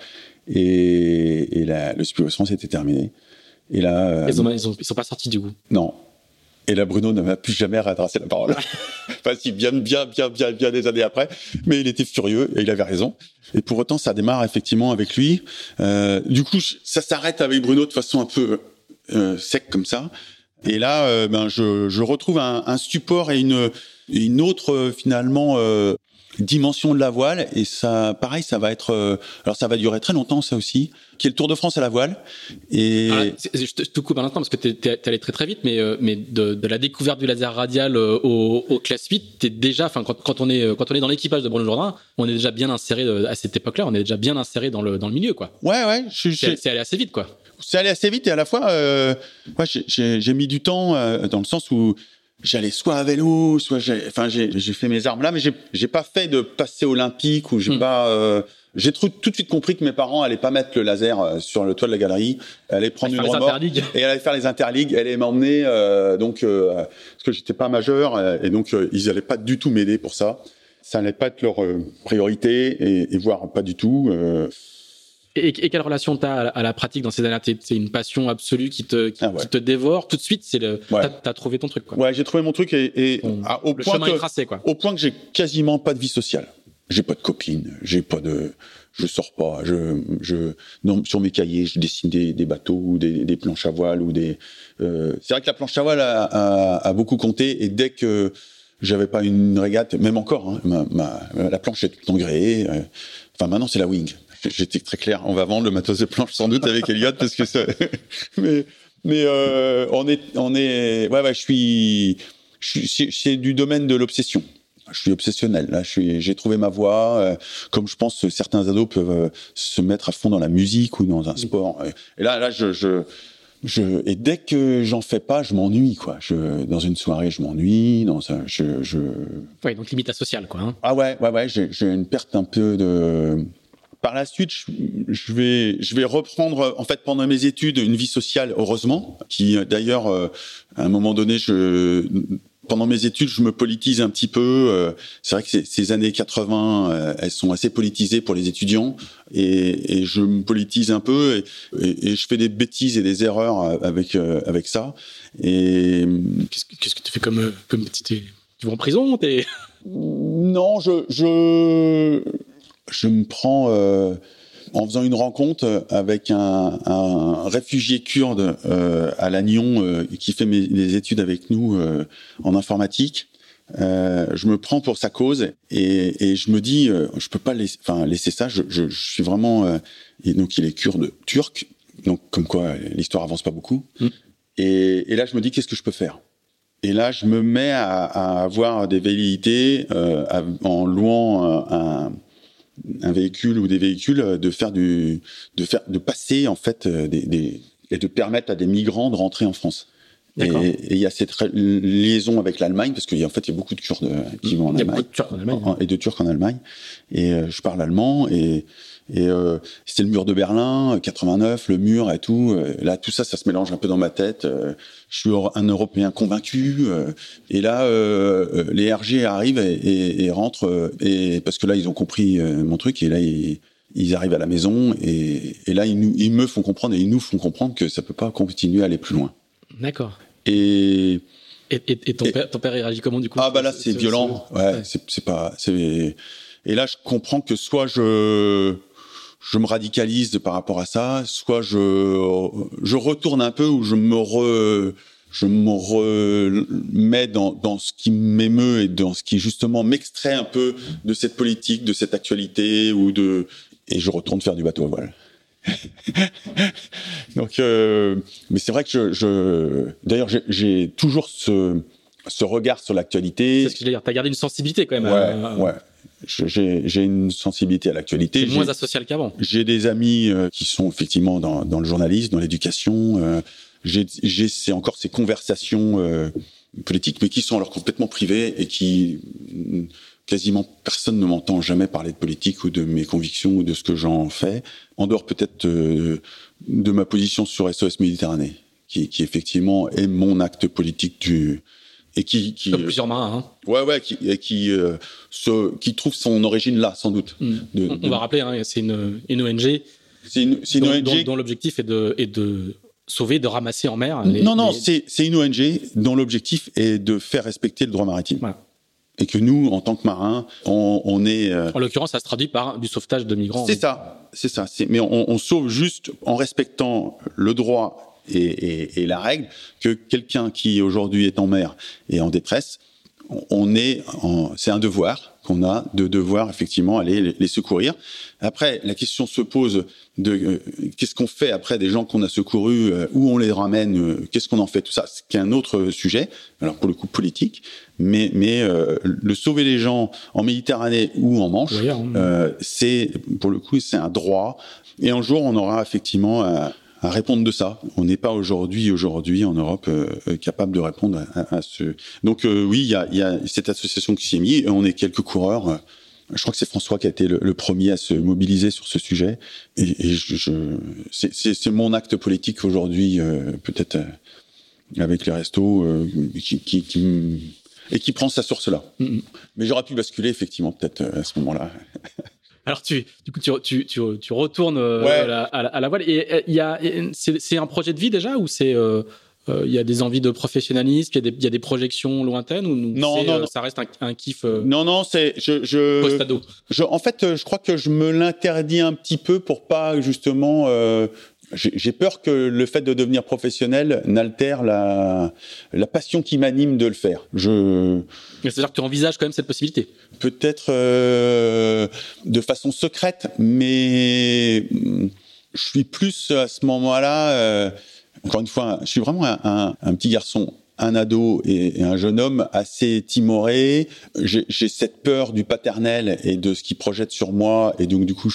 Et là, le Spi Ouest France était terminé. Et là, ils sont pas sortis du coup. Non. Et là, Bruno ne m'a plus jamais redressé la parole. Enfin, si, bien des années après. Mais il était furieux et il avait raison. Et pour autant, ça démarre effectivement avec lui. Du coup, ça s'arrête avec Bruno de façon un peu sec comme ça. Et là, je retrouve un support et une autre finalement dimension de la voile. Et ça, pareil, ça va être. Alors ça va durer très longtemps, ça aussi. Qui est le Tour de France à la voile. Et je te coupe un instant parce que t'es allé très très vite, mais de la découverte du laser radial au Class 8, t'es déjà, enfin quand on est dans l'équipage de Bruno Jourdain, on est déjà bien inséré à cette époque-là, on est déjà bien inséré dans le milieu, quoi. Ouais. C'est allé assez vite, quoi. C'est allé assez vite et à la fois, j'ai mis du temps dans le sens où j'allais soit à vélo, soit j'ai fait mes armes là, mais j'ai pas fait de passé olympique ou j'ai pas. J'ai tout de suite compris que mes parents allaient pas mettre le laser sur le toit de la galerie, allaient prendre une remorque et allaient faire les interligues, allaient m'emmener parce que j'étais pas majeur et donc ils allaient pas du tout m'aider pour ça. Ça allait pas être leur priorité et voire pas du tout. Et quelle relation t'as à la pratique dans ces années-là? C'est une passion absolue qui te dévore tout de suite. T'as trouvé ton truc, quoi. Ouais, j'ai trouvé mon truc au point chemin est tracé, quoi. Au point que j'ai quasiment pas de vie sociale. J'ai pas de copine, je sors pas. Non, sur mes cahiers, je dessine des bateaux ou des planches à voile ou c'est vrai que la planche à voile a beaucoup compté et dès que j'avais pas une régate, même encore, la planche est tout le temps gréée. Enfin, maintenant c'est la wing. J'étais très clair. On va vendre le matos de planche sans doute avec Elliott parce que ça. mais on est. Ouais. C'est du domaine de l'obsession. Je suis obsessionnel. Là, j'ai trouvé ma voie. Comme je pense que certains ados peuvent se mettre à fond dans la musique ou dans un sport. Et là, et dès que j'en fais pas, je m'ennuie, quoi. Dans une soirée, je m'ennuie. Ouais, donc limite à social, quoi. Hein. Ah ouais. J'ai une perte un peu de. Par la suite, je vais reprendre, en fait, pendant mes études, une vie sociale, heureusement, qui, d'ailleurs, à un moment donné, pendant mes études, je me politise un petit peu. C'est vrai que ces années 80, elles sont assez politisées pour les étudiants, et je me politise un peu, et je fais des bêtises et des erreurs avec ça. Et qu'est-ce que tu fais comme tu vas en prison, t'es... Non, je me prends en faisant une rencontre avec un réfugié kurde à Lannion qui fait des études avec nous en informatique. Je me prends pour sa cause et je me dis je peux pas laisser ça. Je suis vraiment et donc il est kurde turc, donc comme quoi l'histoire avance pas beaucoup. Et là je me dis qu'est-ce que je peux faire. Et là je me mets à avoir des velléités en louant un véhicule ou des véhicules, de passer en fait et de permettre à des migrants de rentrer en France. Et il y a cette liaison avec l'Allemagne, parce qu'il y a beaucoup de Kurdes qui vont en Allemagne. Il y a beaucoup de Turcs en Allemagne. Et de Turcs en Allemagne. Et je parle allemand, et c'était le mur de Berlin, 89, le mur et tout. Là, tout ça se mélange un peu dans ma tête. Je suis un Européen convaincu. Et là, les RG arrivent et rentrent, parce que là, ils ont compris mon truc, et là, ils arrivent à la maison, et là, ils me font comprendre, et ils nous font comprendre que ça peut pas continuer à aller plus loin. D'accord. Et ton père, il réagit comment, du coup? Ah, bah là, c'est violent. Ouais. Et là, je comprends que soit je me radicalise par rapport à ça, soit je retourne un peu, ou je me remets dans ce qui m'émeut, et dans ce qui, justement, m'extrait un peu de cette politique, de cette actualité, et je retourne faire du bateau à voile. Donc, mais c'est vrai que d'ailleurs, j'ai toujours ce regard sur l'actualité. C'est ce que je veux dire. T'as gardé une sensibilité quand même. Ouais. J'ai une sensibilité à l'actualité. C'est moins asocial qu'avant. J'ai des amis qui sont effectivement dans le journalisme, dans l'éducation. C'est encore ces conversations politiques, mais qui sont alors complètement privées, et qui quasiment personne ne m'entend jamais parler de politique ou de mes convictions ou de ce que j'en fais, en dehors peut-être de ma position sur SOS Méditerranée, qui effectivement est mon acte politique et qui comme plusieurs marins, hein. qui trouve son origine là, sans doute. On va rappeler, hein, c'est une ONG. C'est une ONG dont l'objectif est de sauver, de ramasser en mer. C'est une ONG dont l'objectif est de faire respecter le droit maritime. Voilà. Et que nous, en tant que marins, on est... En l'occurrence, ça se traduit par du sauvetage de migrants. C'est ça. Mais on sauve juste en respectant le droit et la règle, que quelqu'un qui aujourd'hui est en mer et en détresse, c'est un devoir qu'on a de devoir effectivement aller les secourir. Après, la question se pose de qu'est-ce qu'on fait après des gens qu'on a secourus, où on les ramène, qu'est-ce qu'on en fait, tout ça, c'est un autre sujet, alors pour le coup politique, mais le sauver les gens en Méditerranée ou en Manche, c'est pour le coup c'est un droit, et un jour on aura effectivement à répondre de ça. On n'est pas aujourd'hui en Europe capable de répondre à ce. Donc oui, il y a cette association qui s'y est mise. On est quelques coureurs. Je crois que c'est François qui a été le premier à se mobiliser sur ce sujet. Et c'est mon acte politique aujourd'hui, peut-être avec les restos, qui prend sa source là. Mm-hmm. Mais j'aurais pu basculer effectivement peut-être à ce moment-là. Alors tu retournes à la voile, et c'est un projet de vie déjà, ou c'est il y a des envies de professionnalisme, il y a des projections lointaines, ou non, ça reste un kiff non, c'est post-ado. En fait, je crois que je me l'interdis un petit peu pour pas justement j'ai peur que le fait de devenir professionnel n'altère la passion qui m'anime de le faire. C'est-à-dire que tu envisages quand même cette possibilité. Peut-être de façon secrète, mais je suis plus à ce moment-là. Encore une fois, je suis vraiment un petit garçon, un ado et un jeune homme assez timoré. J'ai cette peur du paternel et de ce qu'il projette sur moi, et donc du coup,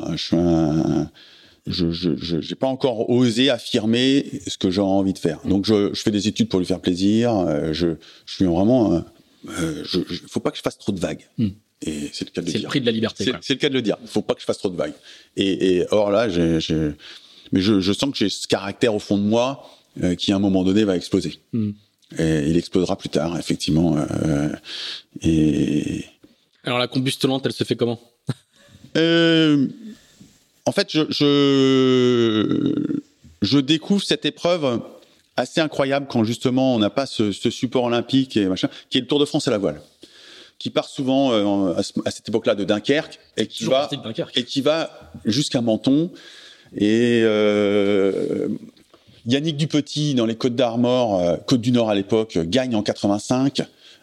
j'ai pas encore osé affirmer ce que j'ai envie de faire. Donc je fais des études pour lui faire plaisir. Je suis vraiment. Faut pas que je fasse trop de vagues. Et c'est le cas de le dire. C'est le prix de la liberté. C'est le cas de le dire. Faut pas que je fasse trop de vagues. Et or là, mais je sens que j'ai ce caractère au fond de moi qui à un moment donné va exploser. Et il explosera plus tard, effectivement. Alors la combustion lente, elle se fait comment? En fait, je découvre cette épreuve assez incroyable quand justement on n'a pas ce support olympique et machin, qui est le Tour de France à la voile, qui part souvent à cette époque-là de Dunkerque et qui va jusqu'à Menton. Et Yannick Dupetit dans les Côtes d'Armor, Côte du Nord à l'époque, gagne en 85.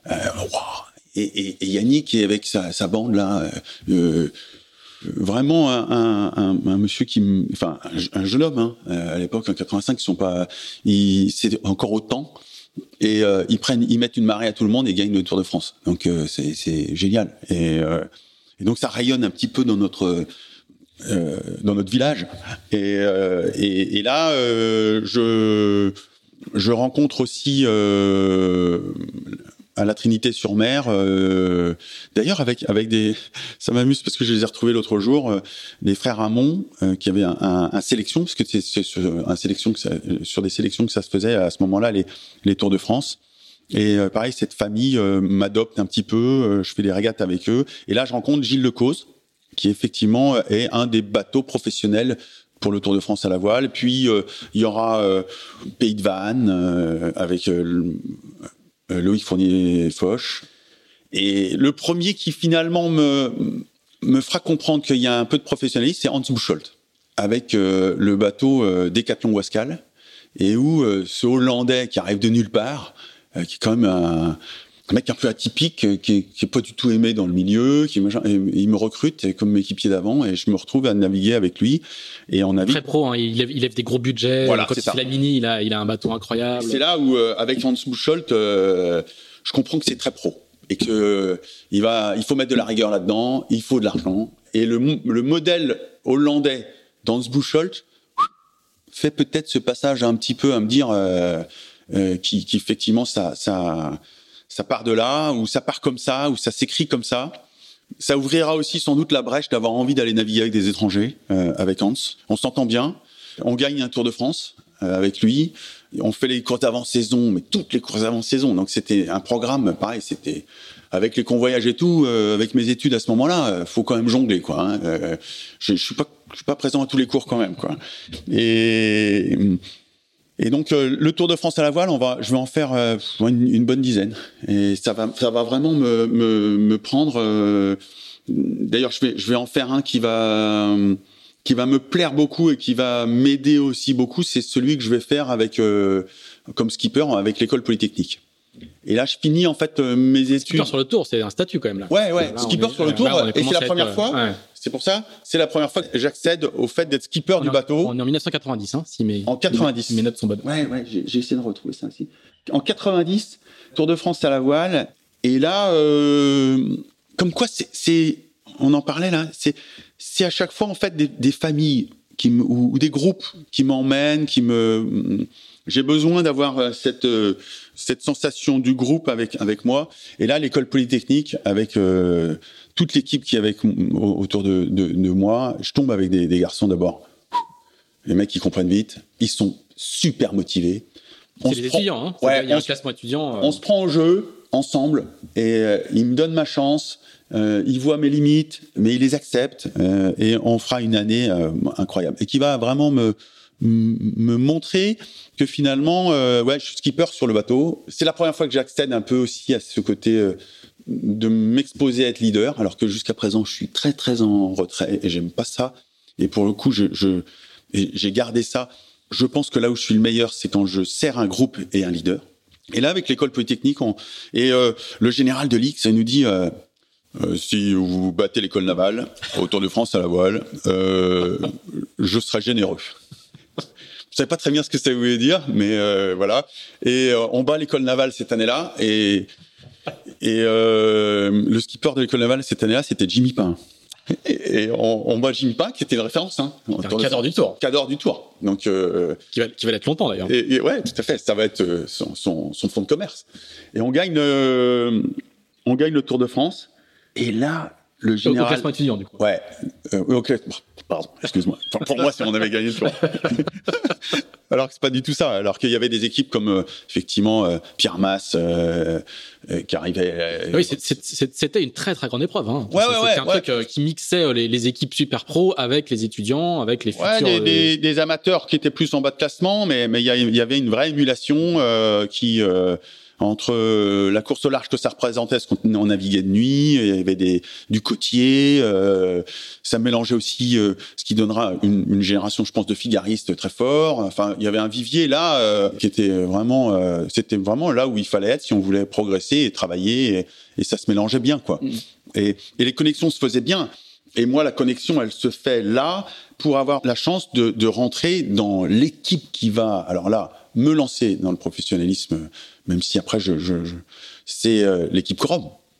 Et Yannick est avec sa bande là. Vraiment un monsieur un jeune homme à l'époque en 85, c'est encore autant, et ils mettent une marée à tout le monde et gagnent le Tour de France. Donc c'est génial. Et Et donc ça rayonne un petit peu dans notre village. Et là, je rencontre aussi à la Trinité-sur-Mer, d'ailleurs avec des, ça m'amuse parce que je les ai retrouvés l'autre jour, les frères Hamon qui avaient un sélection, parce que c'est sur des sélections que ça se faisait à ce moment-là, les Tours de France. Et pareil, cette famille m'adopte un petit peu, je fais des régates avec eux, et là je rencontre Gilles Lecause, qui effectivement est un des bateaux professionnels pour le Tour de France à la voile. Puis il y aura Pays de Vannes avec Loïc Fournier-Foch. Et le premier qui finalement me fera comprendre qu'il y a un peu de professionnalisme, c'est Hans Buchholz, avec le bateau Décathlon Wascal, et où ce Hollandais qui arrive de nulle part, qui est quand même un mec un peu atypique, qui est pas du tout aimé dans le milieu, il me recrute comme équipier d'avant, et je me retrouve à naviguer avec lui. Et on navigue. Très pro, hein, il lève des gros budgets. Voilà, quand il fait la mini, il a un bateau incroyable. C'est là où, avec Hans Buchholz, je comprends que c'est très pro. Et que il faut mettre de la rigueur là-dedans, il faut de l'argent. Et le modèle hollandais d'Hans Buchholz fait peut-être ce passage un petit peu à me dire, qui effectivement, ça part de là, ou ça part comme ça, ou ça s'écrit comme ça. Ça ouvrira aussi sans doute la brèche d'avoir envie d'aller naviguer avec des étrangers, avec Hans. On s'entend bien. On gagne un Tour de France avec lui. On fait les courses d'avant-saison, mais toutes les courses d'avant-saison. Donc c'était un programme, pareil, c'était avec les convoyages et tout, avec mes études à ce moment-là, faut quand même jongler, quoi. Hein. Je suis pas présent à tous les cours quand même, quoi. Et donc le Tour de France à la voile, je vais en faire une bonne dizaine, et ça va vraiment me prendre. D'ailleurs, je vais en faire un qui va me plaire beaucoup et qui va m'aider aussi beaucoup. C'est celui que je vais faire avec comme skipper avec l'école polytechnique. Et là, je finis en fait mes études. Skipper sur le Tour, c'est un statut quand même là. Ouais. Là, skipper sur le Tour, et c'est la première fois. Ouais. C'est pour ça, c'est la première fois que j'accède au fait d'être skipper du bateau. On est en 1990, hein, en 90. Si mes notes sont bonnes. Ouais, j'ai essayé de retrouver ça aussi. En 90, Tour de France à la voile. Et là, comme quoi, on en parlait là, c'est à chaque fois en fait des familles ou des groupes qui m'emmènent, j'ai besoin d'avoir cette sensation du groupe avec moi. Et là, l'école polytechnique, avec toute l'équipe qui est autour de moi, je tombe avec des garçons d'abord. Les mecs, ils comprennent vite. Ils sont super motivés. C'est les étudiants, hein. Ouais, il y a un classement étudiant. On se prend au jeu ensemble, et ils me donnent ma chance. Ils voient mes limites, mais ils les acceptent, et on fera une année incroyable, et qui va vraiment me montrer que finalement, je suis skipper sur le bateau. C'est la première fois que j'accède un peu aussi à ce côté de m'exposer à être leader, alors que jusqu'à présent, je suis très très en retrait et j'aime pas ça. Et pour le coup, j'ai gardé ça. Je pense que là où je suis le meilleur, c'est quand je sers un groupe et un leader. Et là, avec l'école polytechnique, le général de l'X nous dit. Si vous battez l'école navale au Tour de France à la voile, je serai généreux. Je savais pas très bien ce que ça voulait dire, mais voilà. Et on bat l'école navale cette année-là, et le skipper de l'école navale cette année-là, c'était Jimmy Pain. Et on bat Jimmy Pain, qui était une référence, hein. Un cadre du Tour. Cadre du Tour. Donc qui va l'être longtemps d'ailleurs. Et ouais, tout à fait. Ça va être son fonds de commerce. Et on gagne le Tour de France. Et là, le général... Au classement étudiant, du coup. Ouais. Pardon, excuse-moi. Enfin, pour moi, si on avait gagné le Tour. Alors que c'est pas du tout ça. Alors qu'il y avait des équipes comme, effectivement, Pierre Mas, qui arrivait... Oui, c'était une très, très grande épreuve. Hein. C'était un truc qui mixait les équipes super pro avec les étudiants, avec les futurs... Ouais, des amateurs qui étaient plus en bas de classement, mais il y avait une vraie émulation entre la course au large que ça représentait, parce qu'on naviguait de nuit, il y avait du côtier, ça mélangeait aussi ce qui donnera une génération, je pense, de figaristes très forts. Enfin, il y avait un vivier là qui était vraiment, c'était vraiment là où il fallait être si on voulait progresser et travailler, et ça se mélangeait bien, quoi. Et les connexions se faisaient bien. Et moi, la connexion, elle se fait là pour avoir la chance de rentrer dans l'équipe qui va, alors là, me lancer dans le professionnalisme, même si après c'est l'équipe Corom.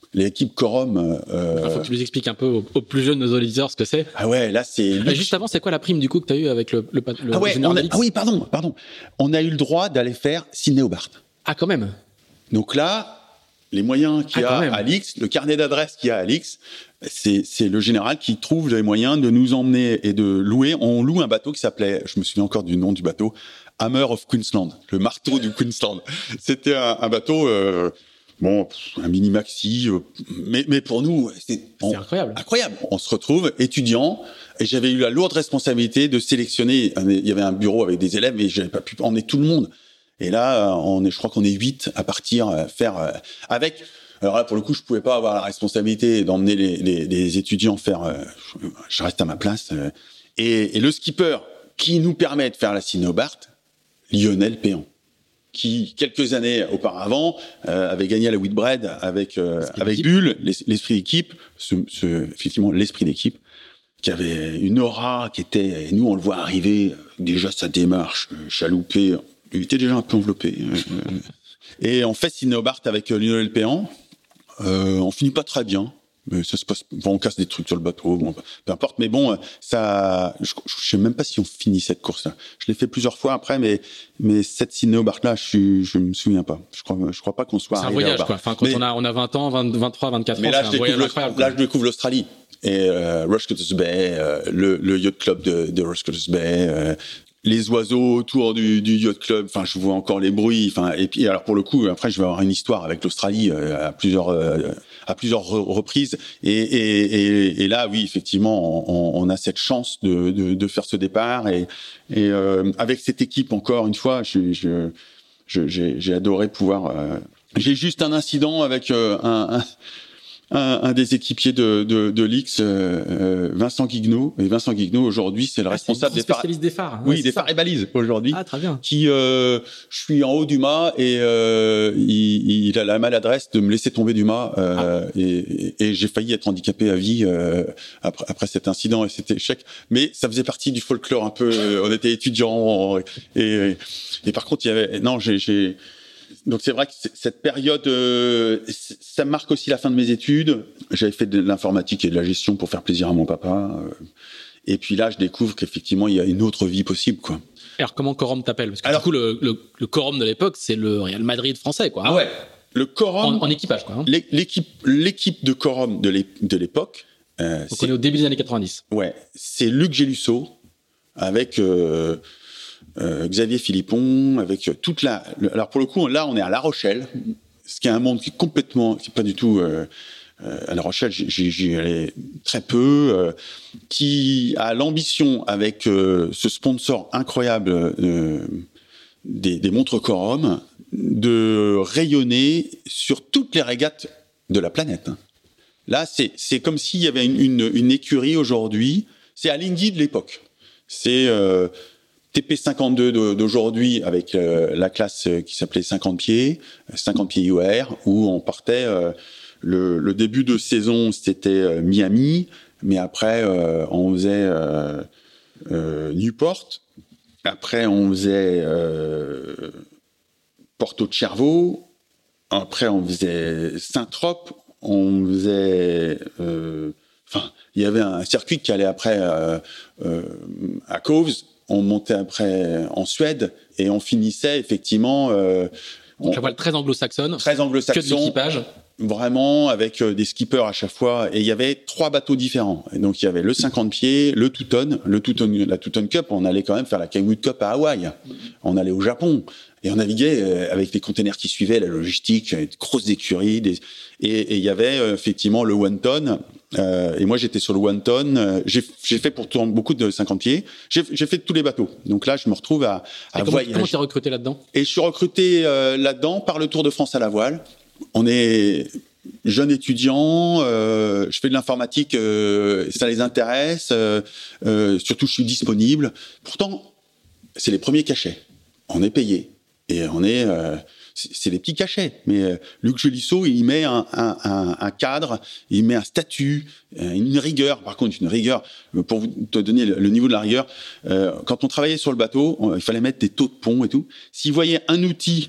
l'équipe Corum. Il faut que tu nous expliques un peu aux plus jeunes de nos auditeurs ce que c'est. Ah ouais, là c'est. Juste avant, c'est quoi la prime du coup que tu as eu avec le oui, pardon. On a eu le droit d'aller faire Sydney Hobart. Ah, quand même. Donc là, les moyens qu'il y a à l'X, le carnet d'adresses qu'il y a à l'X, c'est le général qui trouve les moyens de nous emmener et de louer. On loue un bateau qui s'appelait, je me souviens encore du nom du bateau, Hammer of Queensland, le marteau du Queensland. C'était un bateau, un mini maxi, mais pour nous, c'est incroyable. Incroyable. On se retrouve étudiants et j'avais eu la lourde responsabilité de sélectionner. Il y avait un bureau avec des élèves et j'avais pas pu emmener tout le monde. Et là, je crois qu'on est 8 à partir faire avec. Alors là, pour le coup, je pouvais pas avoir la responsabilité d'emmener les étudiants faire. Je reste à ma place. Et le skipper qui nous permet de faire la Sydney Hobart, Lionel Péan, qui quelques années auparavant avait gagné à la Whitbread avec Bull, l'esprit d'équipe, effectivement l'esprit d'équipe, qui avait une aura qui était. Et nous, on le voit arriver déjà sa démarche, chaloupé. Il était déjà un peu enveloppé. Et on fait Sydney Hobart avec Lionel Péan. On finit pas très bien. Mais ça se passe. On casse des trucs sur le bateau. Bon, peu importe. Mais bon, ça. Je sais même pas si on finit cette course-là. Je l'ai fait plusieurs fois après, mais cette Sydney Hobart-là, je me souviens pas. Je crois pas qu'on soit. C'est un voyage, quoi. Enfin, quand on a 20 ans, 23, 24 ans, c'est un voyage incroyable. Là, je découvre l'Australie. Et Rushcutters Bay, le yacht club de Rushcutters Bay. Les oiseaux autour du yacht club, enfin je vois encore les bruits, enfin et puis alors pour le coup après je vais avoir une histoire avec l'Australie à plusieurs reprises et là oui effectivement on a cette chance de faire ce départ et avec cette équipe encore une fois j'ai adoré pouvoir j'ai juste un incident avec un des équipiers de l'X, Vincent Guignot. Et Vincent Guignot, aujourd'hui, c'est le responsable des spécialiste des phares. Oui, des phares et balises, aujourd'hui. Ah, très bien. Qui, je suis en haut du mât et il a la maladresse de me laisser tomber du mât. Et j'ai failli être handicapé à vie après cet incident et cet échec. Mais ça faisait partie du folklore un peu. On était étudiants. Et par contre, il y avait... Non, Donc c'est vrai que cette période, ça marque aussi la fin de mes études. J'avais fait de l'informatique et de la gestion pour faire plaisir à mon papa. Et puis là, je découvre qu'effectivement, il y a une autre vie possible, quoi. Alors comment Corum t'appelle? Parce que du coup, le Corum de l'époque, c'est le Real Madrid français, quoi. Ah ouais. Le Corum en équipage, quoi. Hein. L'équipe de Corum de l'époque. Donc on est au début des années 90. Ouais. C'est Luc Gélusso avec. Xavier Philippon, avec toute la... Alors pour le coup, là, on est à La Rochelle, ce qui est un monde qui est complètement... qui est pas du tout... à La Rochelle, j'y allais très peu, qui a l'ambition, avec ce sponsor incroyable des montres Corum, de rayonner sur toutes les régates de la planète. Là, c'est comme s'il y avait une écurie aujourd'hui. C'est Alinghi de l'époque. C'est... TP52 d'aujourd'hui avec la classe qui s'appelait 50 pieds UR, où on partait, le début de saison c'était Miami, mais après on faisait Newport, après on faisait Porto de Cervo, après on faisait Saint-Trope, on faisait... il y avait un circuit qui allait après à Coves. On montait après en Suède et on finissait effectivement. Donc la voile très anglo-saxonne. Très anglo-saxon. Que de l'équipage. Vraiment avec des skippers à chaque fois. Et il y avait 3 bateaux différents. Et donc il y avait le 50 pieds, la Touton Cup. On allait quand même faire la Kaiwood Cup à Hawaï. On allait au Japon. Et on naviguait avec les containers qui suivaient, la logistique, une grosse écurie. Et il y avait effectivement le one ton. Et moi, j'étais sur le one ton. J'ai fait pourtant beaucoup de 50 pieds. J'ai fait tous les bateaux. Donc là, je me retrouve à voyager. Comment tu es recruté là-dedans? Et je suis recruté là-dedans par le Tour de France à la voile. On est jeune étudiant, je fais de l'informatique, ça les intéresse. Surtout, je suis disponible. Pourtant, c'est les premiers cachets. On est payé. Et on est... c'est des petits cachets, mais Luc Gélusso, il met un cadre, il met un statut, une rigueur. Par contre, une rigueur, pour vous te donner le niveau de la rigueur, quand on travaillait sur le bateau, il fallait mettre des taux de pont et tout. S'il voyait un outil qui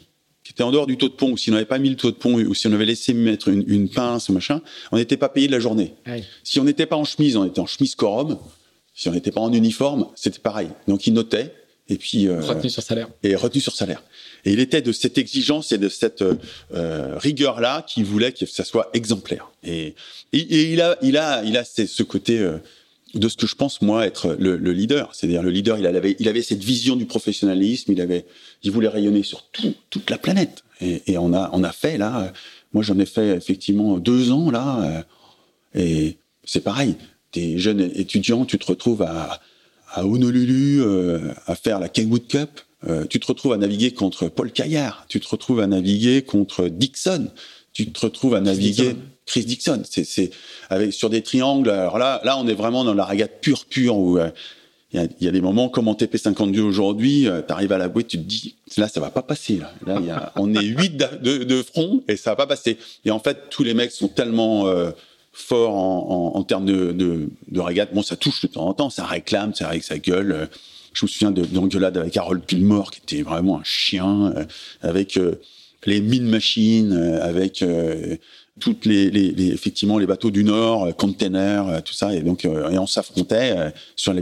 qui était en dehors du taux de pont, ou si on n'avait pas mis le taux de pont, ou si on avait laissé mettre une pince, machin, on n'était pas payé de la journée. Oui. Si on n'était pas en chemise, on était en chemise quorum. Si on n'était pas en uniforme, c'était pareil. Donc il notait, et puis retenu sur salaire. Et retenu sur salaire. Et il était de cette exigence et de cette rigueur-là qu'il voulait que ça soit exemplaire. Et il a ce côté de ce que je pense moi être le leader. C'est-à-dire le leader, il avait cette vision du professionnalisme. Il voulait rayonner sur toute la planète. Et on a fait là. Moi, j'en ai fait effectivement 2 ans là. Et c'est pareil. T'es jeune étudiant, tu te retrouves à Honolulu à faire la Kenwood Cup. Tu te retrouves à naviguer contre Paul Caillard. Tu te retrouves à naviguer contre Dixon. Tu te retrouves à naviguer Chris Dixon. C'est sur des triangles. Alors là, on est vraiment dans la régate pure où il y a des moments comme en TP52 aujourd'hui. T'arrives à la bouée, tu te dis là, ça va pas passer. Là, on est 8 de front et ça va pas passer. Et en fait, tous les mecs sont tellement fort en termes de régate. Bon, ça touche de temps en temps, ça réclame, ça avec sa gueule. Je me souviens d'engueulade avec Harold Pillmore, qui était vraiment un chien, avec les mine machines, avec toutes effectivement les bateaux du Nord, containers, tout ça. Et donc, et on s'affrontait sur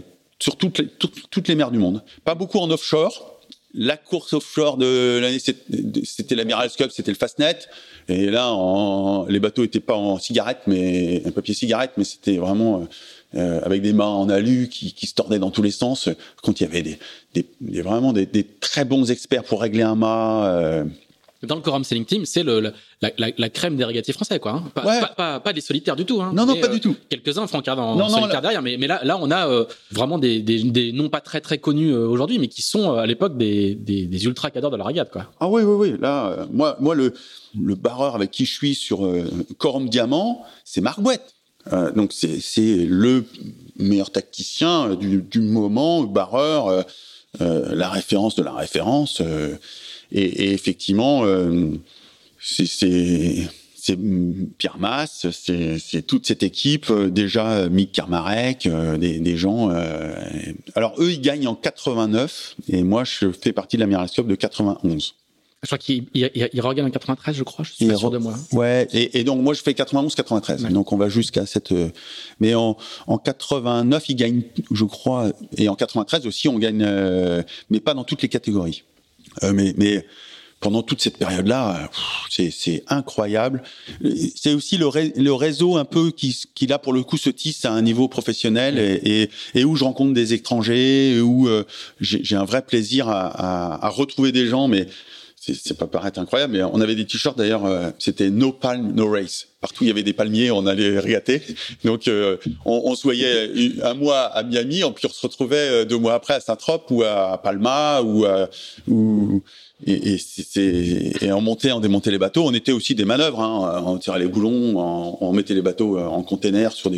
toutes les mers du monde. Pas beaucoup en offshore. La course offshore de l'année, c'était l'Amiral's Cup, c'était le Fastnet. Et là, les bateaux étaient pas en cigarette, mais un papier cigarette, mais c'était vraiment avec des mâts en alu qui se tordaient dans tous les sens. Quand il y avait vraiment des très bons experts pour régler un mât. Dans le Quorum Sailing Team, c'est la crème des régatiers français, quoi. Pas des solitaires du tout. Hein. Non, pas du tout. Quelques-uns font en solitaire derrière, mais là, on a vraiment des noms pas très très connus aujourd'hui, mais qui sont à l'époque des ultra cadors de la régate, quoi. Ah oui. Là, moi le barreur avec qui je suis sur Quorum Diamant, c'est Marc Bouette. Donc c'est le meilleur tacticien du moment, barreur, la référence de la référence. Et effectivement, c'est Pierre Masse, c'est toute cette équipe, déjà Mick Karmarek, des gens. Alors eux, ils gagnent en 89, et moi, je fais partie de l'Amiral's Cup de 91. Je crois qu'il regagne en 93, je crois. Je suis pas sûr de moi. Ouais. Et donc moi, je fais 91-93. Ouais. Donc on va jusqu'à cette. Mais en 89, ils gagnent, je crois, et en 93 aussi, on gagne, mais pas dans toutes les catégories. Mais pendant toute cette période-là, c'est incroyable. C'est aussi le réseau un peu qui là pour le coup se tisse à un niveau professionnel et où je rencontre des étrangers, où j'ai un vrai plaisir à retrouver des gens, mais c'est pas paraître incroyable, mais on avait des t-shirts d'ailleurs, c'était No Palm, No Race. Partout il y avait des palmiers, on allait régater. Donc on se voyait un mois à Miami, puis on se retrouvait 2 mois après à Saint-Tropez ou à Palma et on montait, on démontait les bateaux. On était aussi des manœuvres, hein. On tirait les boulons, on mettait les bateaux en container sur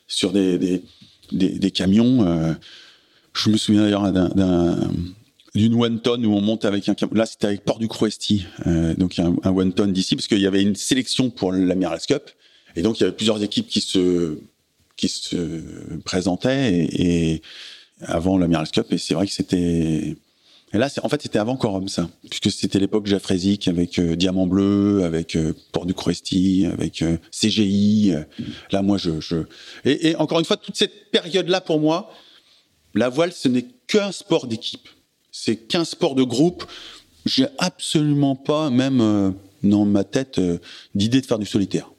des camions. Je me souviens d'ailleurs d'une one ton où on monte avec là c'était avec Port du Crouesty, donc un one ton d'ici, parce qu'il y avait une sélection pour l'Amiral's Cup, et donc il y avait plusieurs équipes qui se présentaient et avant l'Amiral's Cup, et c'est vrai que c'était. Et là, c'était avant Quorum, ça, puisque c'était l'époque Jafresic avec Diamant Bleu, avec Port du Crouesty, avec CGI. Là, moi, et encore une fois, toute cette période-là, pour moi, la voile, ce n'est qu'un sport d'équipe. C'est qu'un sport de groupe. J'ai absolument pas, même dans ma tête, d'idée de faire du solitaire.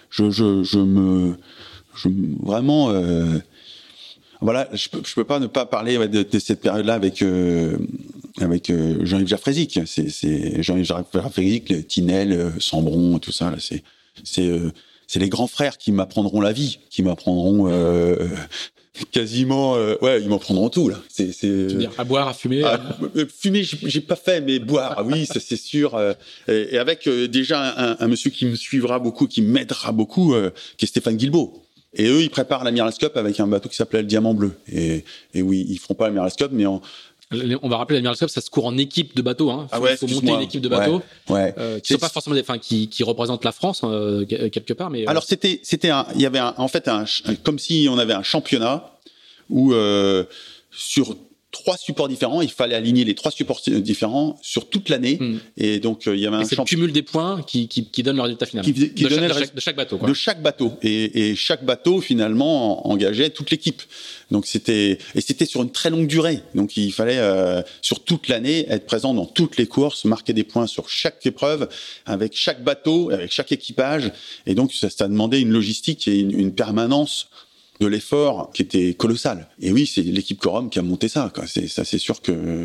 Vraiment. Voilà, je peux pas ne pas parler de cette période-là avec Jean-Yves Jafresic. C'est Jean-Yves Jafresic, Tinel, Sambron, tout ça. Là, c'est les grands frères qui m'apprendront la vie, qui m'apprendront quasiment. Ils m'apprendront tout là. Tu veux dire à boire, à fumer. Fumer, j'ai pas fait, mais boire, oui, ça c'est sûr. Et avec déjà un monsieur qui me suivra beaucoup, qui m'aidera beaucoup, qui est Stéphane Guilbeault. Et eux, ils préparent l'Amiral's Cup avec un bateau qui s'appelait le Diamant Bleu. Et oui, ils feront pas l'Amiral's Cup, mais on va rappeler l'Amiral's Cup, ça se court en équipe de bateaux. Hein. Il faut monter une équipe de bateaux qui sont pas forcément qui représentent la France quelque part. Mais alors il y avait comme si on avait un championnat où sur 3 supports différents. Il fallait aligner les 3 supports différents sur toute l'année. Et donc, il y avait c'est le cumul des points qui donne le résultat final. De chaque bateau, quoi. De chaque bateau. Et chaque bateau, finalement, engageait toute l'équipe. Donc, c'était sur une très longue durée. Donc, il fallait, sur toute l'année, être présent dans toutes les courses, marquer des points sur chaque épreuve, avec chaque bateau, avec chaque équipage. Et donc, ça demandait une logistique et une permanence de l'effort qui était colossal. Et oui, c'est l'équipe Corum qui a monté ça, quoi. C'est sûr que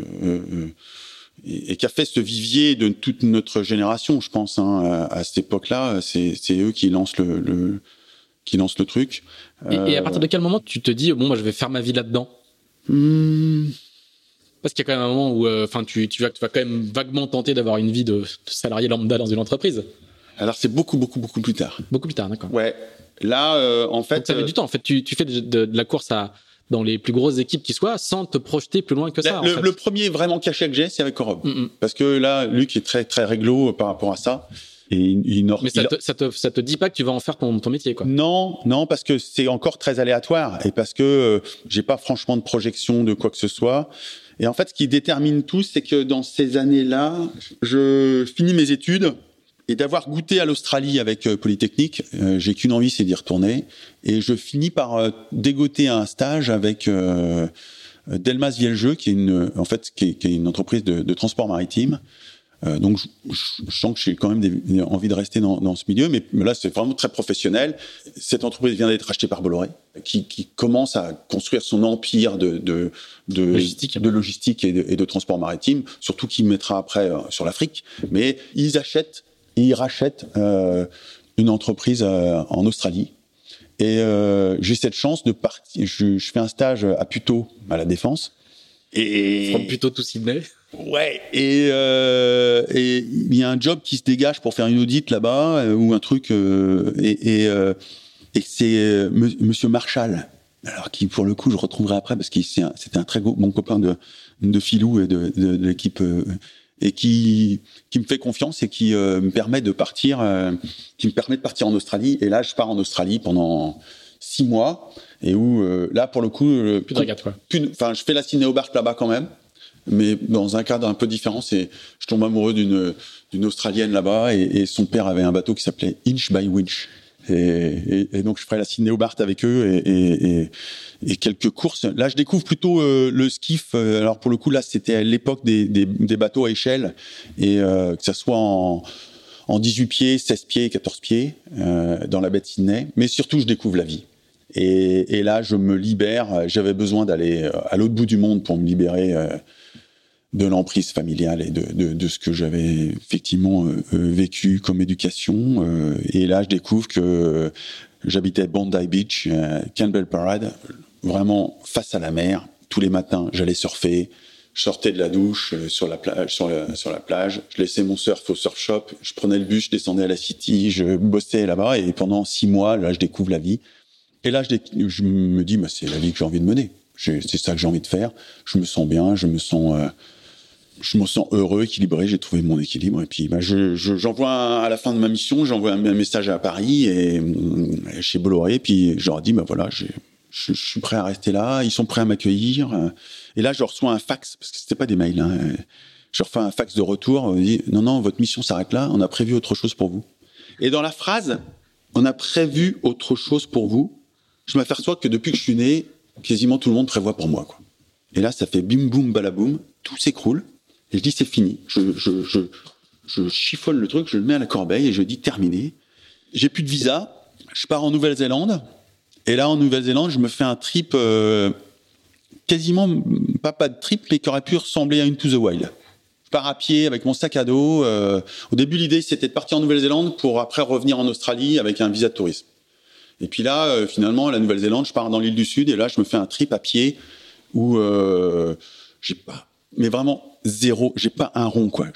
et qui a fait ce vivier de toute notre génération, je pense, hein, à cette époque-là. C'est eux qui lancent le truc. Et à partir de quel moment tu te dis bon, moi, je vais faire ma vie là-dedans? Parce qu'il y a quand même un moment où, tu vas quand même vaguement tenter d'avoir une vie de salarié lambda dans une entreprise. Alors c'est beaucoup plus tard. Beaucoup plus tard, d'accord. Ouais. Là, en fait, donc ça fait du temps. En fait, tu fais de la course dans les plus grosses équipes qui soient, sans te projeter plus loin que ça. Le premier vraiment cachet que j'ai, c'est avec Corum. Parce que là, Luc est très très réglo par rapport à ça. Mais ça te dit pas que tu vas en faire ton métier, quoi. Non, parce que c'est encore très aléatoire et parce que j'ai pas franchement de projection de quoi que ce soit. Et en fait, ce qui détermine tout, c'est que dans ces années-là, je finis mes études. Et d'avoir goûté à l'Australie avec Polytechnique, j'ai qu'une envie, c'est d'y retourner. Et je finis par dégoter un stage avec Delmas Vieljeux, qui est une entreprise de transport maritime. Donc, je sens que j'ai quand même envie de rester dans ce milieu, mais là, c'est vraiment très professionnel. Cette entreprise vient d'être rachetée par Bolloré, qui commence à construire son empire de logistique et de transport maritime, surtout qu'il mettra après sur l'Afrique. Mais ils rachètent une entreprise en Australie. Et j'ai cette chance de partir. Je fais un stage à Puteaux, à la Défense. From Puteaux to Sydney. Ouais. Et il y a un job qui se dégage pour faire une audit là-bas ou un truc. Et c'est Monsieur Marshall. Alors qui, pour le coup, je retrouverai après parce que c'était un très bon copain de Philou et de l'équipe. Et qui me fait confiance et qui me permet de partir en Australie. Et là, je pars en Australie pendant 6 mois et où là, pour le coup, plus de régate, quoi. Je fais la Sydney Hobart là-bas quand même, mais dans un cadre un peu différent. Je tombe amoureux d'une Australienne là-bas et son père avait un bateau qui s'appelait Inch by Winch. Et donc je ferai la Sydney Hobart avec eux et quelques courses. Là, je découvre plutôt le skiff. Alors pour le coup, là, c'était à l'époque des bateaux à échelle et que ça soit en 18 pieds, 16 pieds, 14 pieds dans la baie de Sydney. Mais surtout, je découvre la vie. Et là, je me libère. J'avais besoin d'aller à l'autre bout du monde pour me libérer de l'emprise familiale et de ce que j'avais effectivement vécu comme éducation. Et là, je découvre que j'habitais Bondi Beach, Campbell Parade, vraiment face à la mer. Tous les matins, j'allais surfer. Je sortais de la douche sur la plage, sur la plage. Je laissais mon surf au surf shop. Je prenais le bus, je descendais à la City. Je bossais là-bas et pendant 6 mois, là, je découvre la vie. Et là, je me dis, c'est la vie que j'ai envie de mener. C'est ça que j'ai envie de faire. Je me sens bien, je me sens heureux, équilibré, j'ai trouvé mon équilibre. Et puis, j'envoie à la fin de ma mission, j'envoie un message à Paris et chez Bolloré. Puis, je leur dis, voilà, je suis prêt à rester là. Ils sont prêts à m'accueillir. Et là, je reçois un fax, parce que c'était pas des mails, hein. Je reçois un fax de retour. On me dit, non, votre mission s'arrête là. On a prévu autre chose pour vous. Et dans la phrase, on a prévu autre chose pour vous. Je m'aperçois que depuis que je suis né, quasiment tout le monde prévoit pour moi, quoi. Et là, ça fait bim, boum, balaboum. Tout s'écroule. Et je dis, c'est fini. Je chiffonne le truc, je le mets à la corbeille et je dis, terminé. J'ai plus de visa. Je pars en Nouvelle-Zélande. Et là, en Nouvelle-Zélande, je me fais un trip, quasiment, pas de trip, mais qui aurait pu ressembler à une To the Wild. Je pars à pied avec mon sac à dos. Au début, l'idée, c'était de partir en Nouvelle-Zélande pour après revenir en Australie avec un visa de tourisme. Et puis là, finalement, la Nouvelle-Zélande, je pars dans l'île du Sud et là, je me fais un trip à pied où j'ai pas, mais vraiment zéro, j'ai pas un rond, quoi.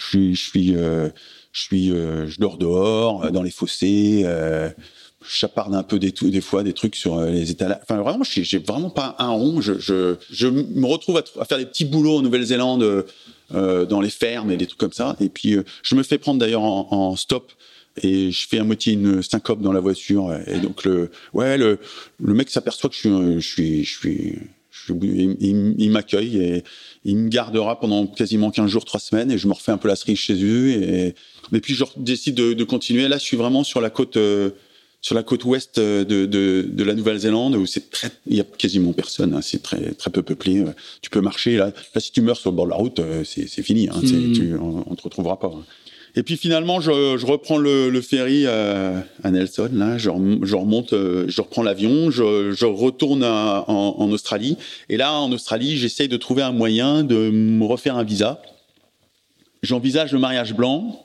Je dors dehors, dans les fossés, je chaparde un peu des fois des trucs sur les étalages. Enfin, vraiment, j'ai vraiment pas un rond. Je me retrouve à faire des petits boulots en Nouvelle-Zélande, dans les fermes et des trucs comme ça. Et puis, je me fais prendre d'ailleurs en stop. Et je fais à moitié une syncope dans la voiture. Et donc le mec s'aperçoit que je Il m'accueille et il me gardera pendant quasiment 15 jours, 3 semaines, et je me refais un peu la cerise chez eux. Et puis je décide de continuer. Là, je suis vraiment sur la côte ouest de la Nouvelle-Zélande, où il y a quasiment personne, hein, c'est très très peu peuplé. Tu peux marcher là, si tu meurs sur le bord de la route, c'est fini, hein, on te retrouvera pas. Hein. Et puis finalement, je reprends le ferry à Nelson. Là, je remonte, je reprends l'avion, je retourne en Australie. Et là, en Australie, j'essaye de trouver un moyen de me refaire un visa. J'envisage le mariage blanc.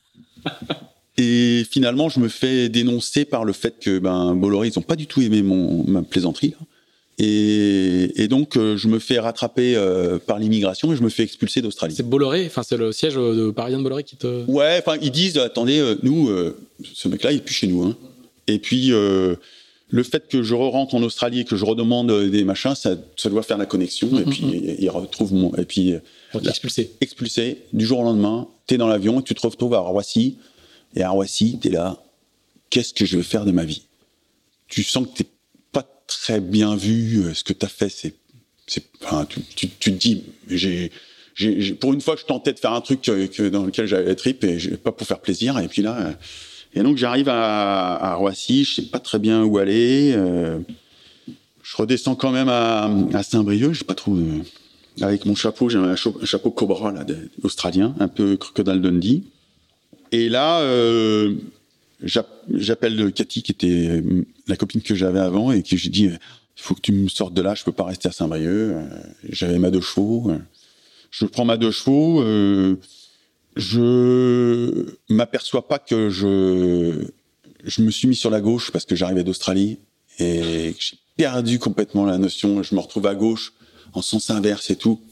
Et finalement, je me fais dénoncer par le fait que Bolloré, ils n'ont pas du tout aimé ma plaisanterie. Là. Et donc, je me fais rattraper par l'immigration et je me fais expulser d'Australie. C'est Bolloré, c'est le siège parisien de Bolloré qui te... Ouais, ils disent, attendez, nous, ce mec-là, il est plus chez nous. Hein. Et puis, le fait que je rentre en Australie et que je redemande des machins, ça doit faire la connexion. Et puis, il retrouve mon... Et puis, expulsé, du jour au lendemain, t'es dans l'avion et tu te retrouves à Roissy. Et à Roissy, t'es là, qu'est-ce que je vais faire de ma vie ? Tu sens que t'es pas très bien vu, ce que t'as fait, tu te dis, pour une fois, je tentais de faire un truc dans lequel j'avais la tripe, et pas pour faire plaisir, et puis là, et donc j'arrive à Roissy, je sais pas très bien où aller, je redescends quand même à Saint-Brieuc, je sais pas trop, avec mon chapeau, j'ai un chapeau Cobra, là, australien, un peu Crocodile Dundee. Et là, j'appelle Cathy, qui était la copine que j'avais avant, et qui j'ai dit, il faut que tu me sortes de là, je peux pas rester à Saint-Brieuc. J'avais ma 2 chevaux. Je prends ma 2 chevaux. Je m'aperçois pas que je me suis mis sur la gauche parce que j'arrivais d'Australie et j'ai perdu complètement la notion. Je me retrouve à gauche en sens inverse et tout.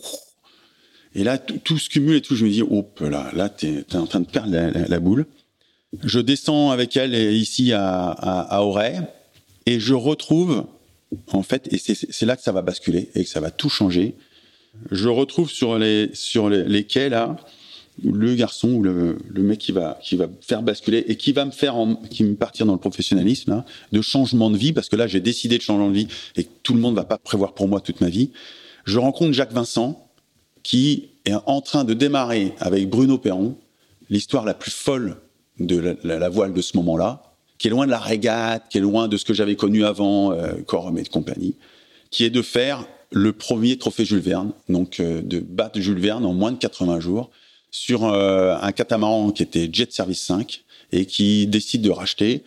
Et là, tout se cumule et tout. Je me dis, là, t'es en train de perdre la boule. Je descends avec elle ici à Auray et je retrouve, en fait, et c'est là que ça va basculer et que ça va tout changer. Je retrouve sur les quais là, le garçon ou le mec qui va faire basculer et qui va me partir dans le professionnalisme là, de changement de vie, parce que là, j'ai décidé de changer de vie et que tout le monde va pas prévoir pour moi toute ma vie. Je rencontre Jacques Vincent, qui est en train de démarrer avec Bruno Perron l'histoire la plus folle de la voile de ce moment-là, qui est loin de la régate, qui est loin de ce que j'avais connu avant, Corum et compagnie, qui est de faire le premier trophée Jules Verne, donc de battre Jules Verne en moins de 80 jours sur un catamaran qui était Jet Service 5 et qui décide de racheter,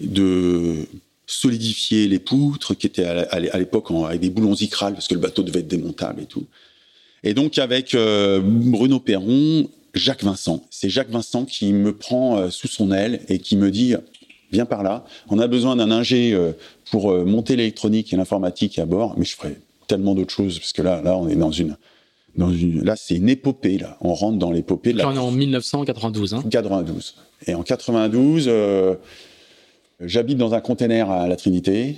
de solidifier les poutres qui étaient à l'époque avec des boulons Icral parce que le bateau devait être démontable et tout. Et donc avec Bruno Perron, Jacques Vincent. C'est Jacques Vincent qui me prend sous son aile et qui me dit « Viens par là, on a besoin d'un ingé pour monter l'électronique et l'informatique à bord, mais je ferai tellement d'autres choses, parce que là on est dans une là c'est une épopée, là. On rentre dans l'épopée. Là on est en 1992. Hein. 92. Et en 92, j'habite dans un container à la Trinité.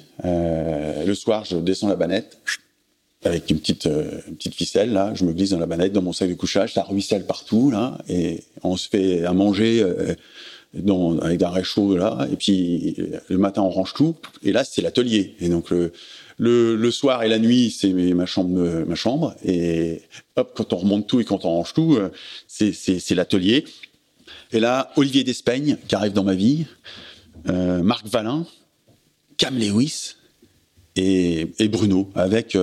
Le soir, je descends la banette avec une petite ficelle, là, je me glisse dans la banette, dans mon sac de couchage, ça ruisselle partout, là, et on se fait à manger avec un réchaud, là, et puis le matin, on range tout, et là, c'est l'atelier. Et donc, le soir et la nuit, c'est ma chambre, et hop, quand on remonte tout et quand on range tout, c'est l'atelier. Et là, Olivier Despeigne, qui arrive dans ma vie, Marc Valin, Cam Lewis et Bruno, avec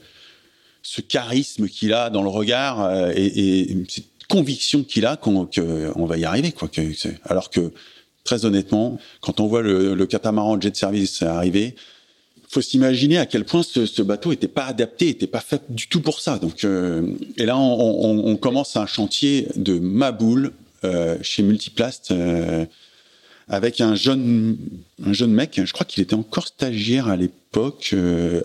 ce charisme qu'il a dans le regard et cette conviction qu'il a qu'on va y arriver, quoi. Alors que, très honnêtement, quand on voit le catamaran Jet Service arriver, faut s'imaginer à quel point ce bateau n'était pas adapté, n'était pas fait du tout pour ça. Donc, et là, on commence un chantier de Maboule chez Multiplast avec un jeune mec, je crois qu'il était encore stagiaire à l'époque,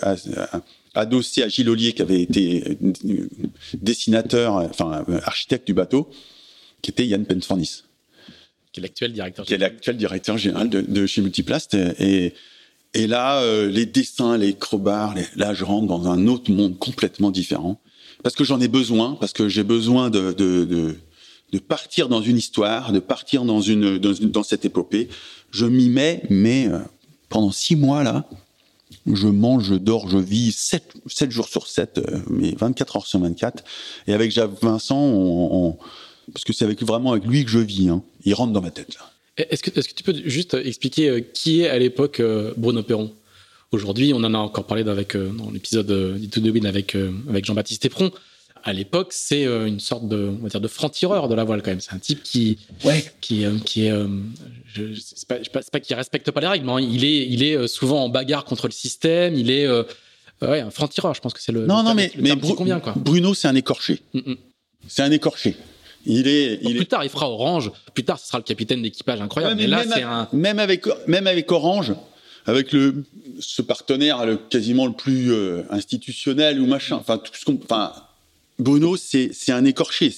adossé à Gilles Ollier, qui avait été dessinateur, enfin architecte du bateau, qui était Yann Pensfornis. Qui est l'actuel directeur général de chez Multiplast. Et là, les dessins, les crobards, là, je rentre dans un autre monde complètement différent. Parce que j'en ai besoin, parce que j'ai besoin de partir dans une histoire, de partir dans cette épopée. Je m'y mets, mais pendant 6 mois, là, Je mange, je dors, je vis 7 jours sur 7, mais 24 heures sur 24. Et avec Jacques Vincent, parce que c'est vraiment avec lui que je vis. Hein. Il rentre dans ma tête, là. Est-ce que tu peux juste expliquer qui est à l'époque Bruno Perron ? Aujourd'hui, on en a encore parlé dans l'épisode d'Ito de Win avec Jean-Baptiste Éperon. À l'époque, c'est une sorte de franc-tireur de la voile quand même. C'est un type qui c'est pas qu'il respecte pas les règles, mais il est souvent en bagarre contre le système. Il est un franc-tireur. Je pense que c'est le terme qui convient, quoi. Bruno, c'est un écorché. C'est un écorché. Plus tard, il fera Orange. Plus tard, ce sera le capitaine d'équipage incroyable. Ouais, mais là, même avec Orange, avec ce partenaire quasiment le plus institutionnel ou machin. Enfin, Bruno, c'est un écorché.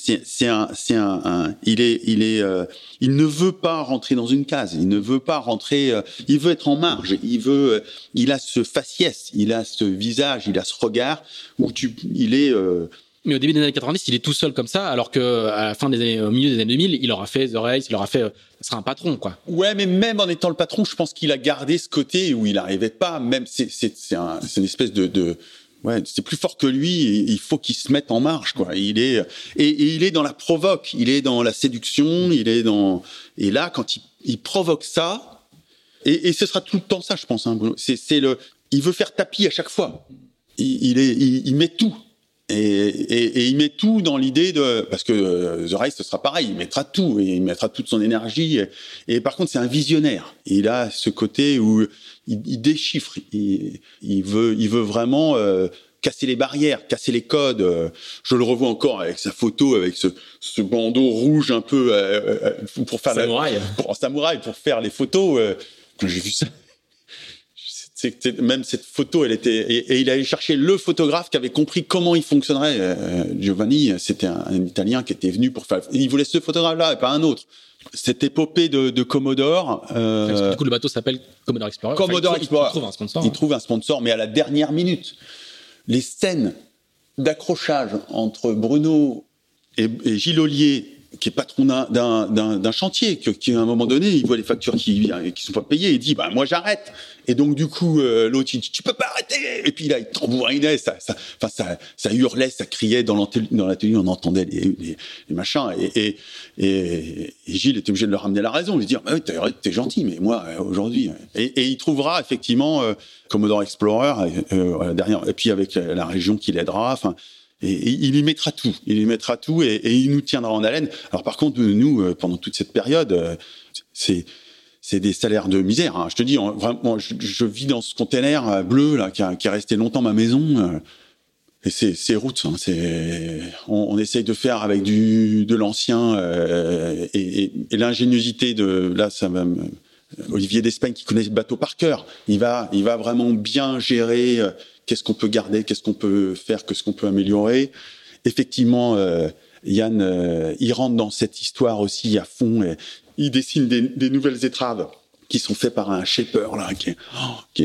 Il ne veut pas rentrer dans une case. Il ne veut pas rentrer. Il veut être en marge. Il a ce faciès. Il a ce visage. Il a ce regard où Mais au début des années 90, il est tout seul comme ça, alors au milieu des années 2000, il aura fait The Race, ça sera un patron, quoi. Ouais, mais même en étant le patron, je pense qu'il a gardé ce côté où il n'arrivait pas. Même c'est une espèce ouais, c'est plus fort que lui. Il faut qu'il se mette en marche, quoi. Il est dans la provoque, il est dans la séduction, et là, quand il provoque ça, et ce sera tout le temps ça, je pense. Hein, Bruno. Il veut faire tapis à chaque fois. Il met tout. Et il met tout dans l'idée parce que The Race, ce sera pareil, il mettra tout, et il mettra toute son énergie, et par contre c'est un visionnaire, il a ce côté où il déchiffre, il veut vraiment casser les barrières, casser les codes. Je le revois encore avec sa photo, avec ce bandeau rouge un peu pour faire samouraï, pour faire les photos. Quand j'ai vu ça, même cette photo, elle était, et il allait chercher le photographe qui avait compris comment il fonctionnerait. Giovanni, c'était un Italien qui était venu il voulait ce photographe-là et pas un autre. Cette épopée de Commodore. Parce que du coup, le bateau s'appelle Commodore Explorer. Explorer. Il trouve un sponsor. Il trouve un sponsor, mais à la dernière minute. Les scènes d'accrochage entre Bruno et Gilles Ollier, qui est patron d'un chantier, qui à un moment donné, il voit les factures qui sont pas payées, il dit moi j'arrête. Et donc du coup l'autre il dit tu peux pas arrêter. Et puis là il tambourinait, ça hurlait, ça criait dans l'atelier, on entendait les machins. Et Gilles était obligé de leur ramener la raison, lui dire oui, t'es gentil, mais moi aujourd'hui. Et il trouvera effectivement Commodore Explorer derrière, et puis avec la région qui l'aidera. Enfin. Et il y mettra tout. Et il nous tiendra en haleine. Alors par contre, nous, pendant toute cette période, c'est des salaires de misère. Hein. Je te dis, vraiment, je vis dans ce container bleu là, qui est resté longtemps ma maison. Et c'est route. Hein. On essaye de faire avec de l'ancien et l'ingéniosité là, ça va. Olivier Despagne qui connaît le bateau par cœur. Il va vraiment bien gérer. Qu'est-ce qu'on peut garder, qu'est-ce qu'on peut faire, qu'est-ce qu'on peut améliorer. Effectivement, Yann, il rentre dans cette histoire aussi à fond. Et il dessine des nouvelles étraves qui sont faites par un shaper là, qui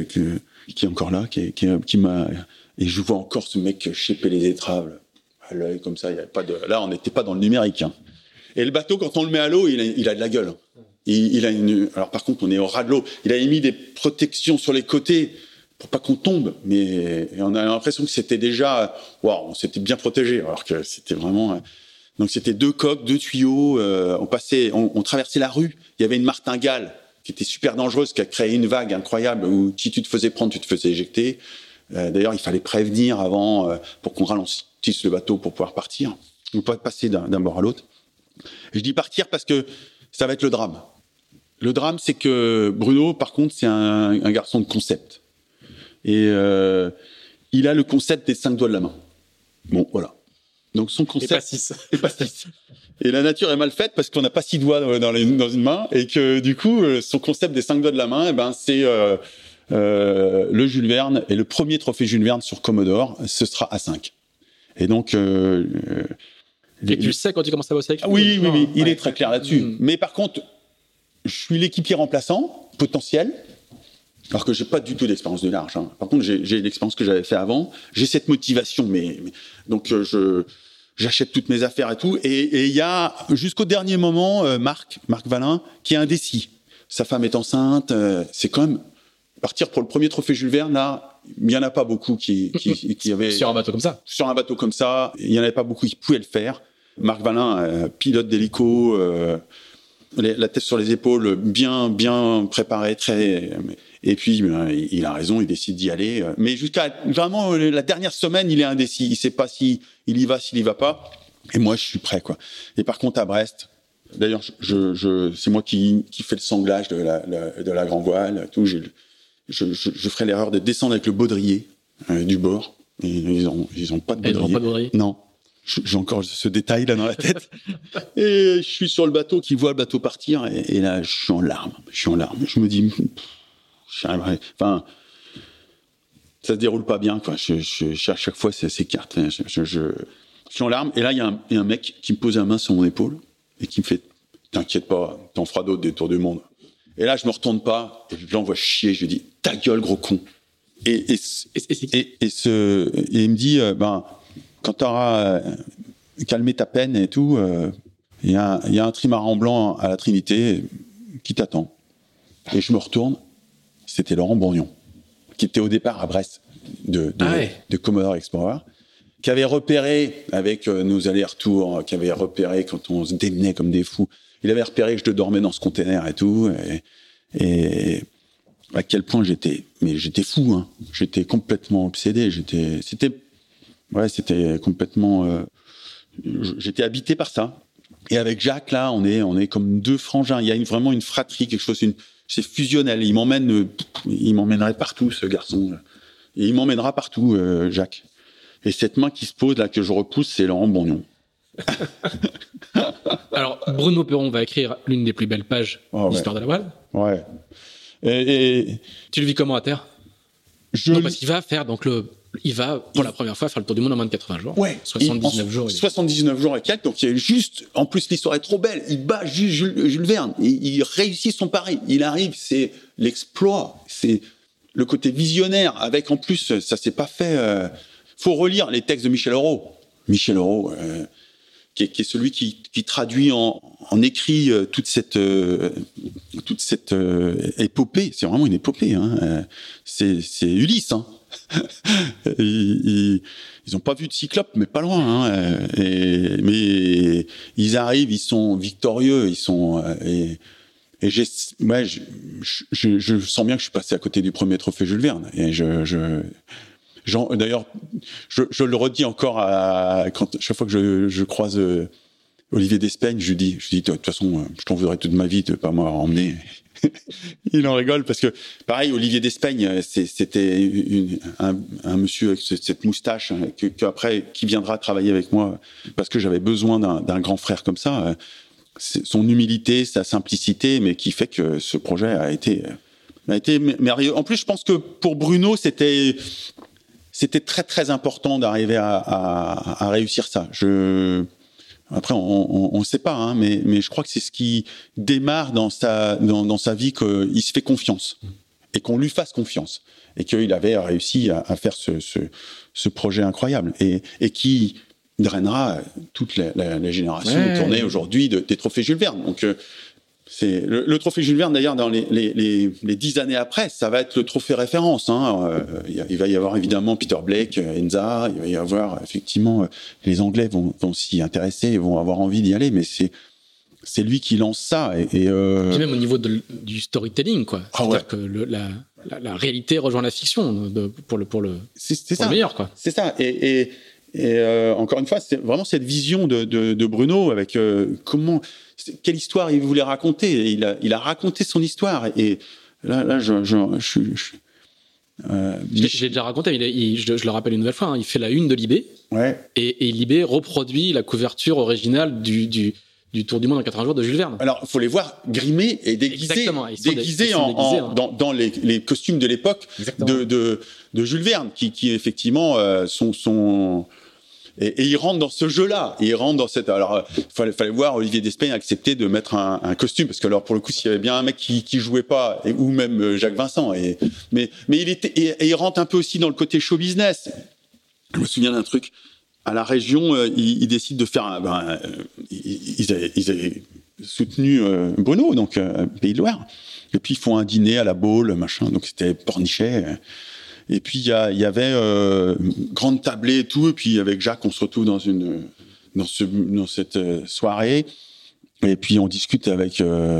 est encore là, qui m'a. Et je vois encore ce mec shaper les étraves à l'œil comme ça. Il y avait pas là, on n'était pas dans le numérique. Hein. Et le bateau, quand on le met à l'eau, il a de la gueule. Alors par contre, on est au ras de l'eau. Il a mis des protections sur les côtés. Pour pas qu'on tombe, mais on a l'impression que c'était déjà, on s'était bien protégé, alors que c'était vraiment. Donc c'était 2 coques, 2 tuyaux. On traversait la rue. Il y avait une martingale qui était super dangereuse, qui a créé une vague incroyable où si tu te faisais prendre, tu te faisais éjecter. D'ailleurs, il fallait prévenir avant pour qu'on ralentisse le bateau pour pouvoir partir, ou pas passer d'un bord à l'autre. Et je dis partir parce que ça va être le drame. Le drame, c'est que Bruno, par contre, c'est un garçon de concept. Et il a le concept des 5 doigts de la main. Bon, voilà. Donc son concept. Et pas 6. Et la nature est mal faite parce qu'on n'a pas 6 doigts dans une main, et que du coup, son concept des 5 doigts de la main, c'est le Jules Verne, et le premier trophée Jules Verne sur Commodore, ce sera à 5. Et donc. Et tu le sais quand tu commences à bosser avec lui. Oui, il est très clair là-dessus. Mais par contre, je suis l'équipier remplaçant potentiel. Alors que j'ai pas du tout d'expérience de large. Hein. Par contre, j'ai l'expérience que j'avais fait avant. J'ai cette motivation, donc j'achète toutes mes affaires et tout. Et il y a jusqu'au dernier moment Marc Valin qui est indécis. Sa femme est enceinte. C'est quand même partir pour le premier trophée Jules Verne, là, il n'y en a pas beaucoup qui avaient... Sur un bateau comme ça. Sur un bateau comme ça, il n'y en avait pas beaucoup qui pouvaient le faire. Marc Valin, pilote d'hélico, la tête sur les épaules, bien préparé, et puis il a raison, il décide d'y aller. Mais jusqu'à vraiment la dernière semaine, il est indécis. Il sait pas s'il y va, s'il y va pas. Et moi, je suis prêt, quoi. Et par contre, à Brest, d'ailleurs, c'est moi qui fais le sanglage de la grand voile. Tout. Je ferai l'erreur de descendre avec le baudrier du bord. Et ils ont pas de baudrier. Ils n'ont pas de baudrier. Non. J'ai encore ce détail là dans la tête. Et je suis sur le bateau, qui voit le bateau partir, et là, je suis en larmes. Je me dis, enfin, ça se déroule pas bien, quoi. À chaque fois, c'est cartes. Je suis en larmes, et là, il y a un mec qui me pose la main sur mon épaule et qui me fait, t'inquiète pas, t'en feras d'autres des tours du monde. Et là, je me retourne pas, et je l'envoie chier. Je lui dis, ta gueule, gros con. Et il me dit, quand tu auras calmé ta peine et tout, il y a un trimaran blanc à la Trinité qui t'attend. Et je me retourne, c'était Laurent Bourgnon, qui était au départ à Brest de Commodore Explorer, qui avait repéré avec nos allers-retours, qui avait repéré quand on se démenait comme des fous. Il avait repéré que je dormais dans ce container et tout, et à quel point j'étais fou, hein. J'étais complètement obsédé. C'était complètement. J'étais habité par ça. Et avec Jacques, là, on est comme deux frangins. Il y a vraiment une fratrie, quelque chose. C'est fusionnel. Il m'emmènerait partout, ce garçon. Et il m'emmènera partout, Jacques. Et cette main qui se pose là, que je repousse, c'est Laurent Bourgnon. Alors, Bruno Perron va écrire l'une des plus belles pages de l'histoire de la voile. Ouais. Et tu le vis comment à terre? Non, parce qu'il va faire il va pour la première fois faire le tour du monde en moins de 80 jours. Ouais. 79 jours. 79 jours et quelques. Donc il y a juste, en plus l'histoire est trop belle. Il bat Jules Verne. Il réussit son pari. Il arrive, c'est l'exploit. C'est le côté visionnaire. Avec en plus, ça s'est pas fait. Faut relire les textes de Michel Aurault. Michel Aurault, qui est celui qui traduit en écrit toute cette épopée. C'est vraiment une épopée, hein. C'est Ulysse, hein. Ils ont pas vu de Cyclope, mais pas loin, hein. Mais ils arrivent, ils sont victorieux, ils sont je sens bien que je suis passé à côté du premier trophée Jules Verne. Et d'ailleurs, je le redis encore chaque fois que je croise Olivier Despeigne, je lui dis, de toute façon, je t'en voudrais toute ma vie de pas m'avoir emmené. Il en rigole parce que, pareil, Olivier Despeigne, c'était un monsieur avec cette moustache, hein, qui viendra travailler avec moi parce que j'avais besoin d'un grand frère comme ça. Son humilité, sa simplicité, mais qui fait que ce projet a été merveilleux. En plus, je pense que pour Bruno, c'était très très important d'arriver à réussir ça. Après, on ne sait pas, hein, mais je crois que c'est ce qui démarre dans sa vie, qu'il se fait confiance et qu'on lui fasse confiance et qu'il avait réussi à faire ce projet incroyable et qui drainera toute la génération tournée aujourd'hui des trophées Jules Verne. Donc c'est le trophée Jules Verne, d'ailleurs, dans les 10 années après, ça va être le trophée référence, hein. Il va y avoir évidemment Peter Blake, Enza, il va y avoir effectivement, les Anglais vont s'y intéresser, vont avoir envie d'y aller, mais c'est lui qui lance ça. Et même au niveau du storytelling, quoi. C'est-à-dire que la réalité rejoint la fiction pour le meilleur, quoi. C'est ça. Et encore une fois, c'est vraiment cette vision de Bruno avec quelle histoire il voulait raconter. Il a raconté son histoire. Et là, j'ai déjà raconté. Je le rappelle une nouvelle fois. Hein, il fait la une de Libé. Ouais. Et Libé reproduit la couverture originale du Tour du Monde en 80 jours de Jules Verne. Alors, il faut les voir grimés et déguisés dans les costumes de l'époque de Jules Verne, qui effectivement sont et il rentre dans ce jeu-là. Il rentre dans cette. Alors, fallait voir Olivier Despeigne accepter de mettre un costume, parce que alors pour le coup, s'il y avait bien un mec qui jouait pas, ou même Jacques Vincent, mais il rentre un peu aussi dans le côté show business. Je me souviens d'un truc. À la région, ils décident de faire ils avaient soutenu Bruno, donc Pays de Loire. Et puis ils font un dîner à la Baule, machin. Donc c'était Pornichet. Et puis il y avait une grande tablée et tout. Et puis avec Jacques, on se retrouve dans cette soirée. Et puis on discute avec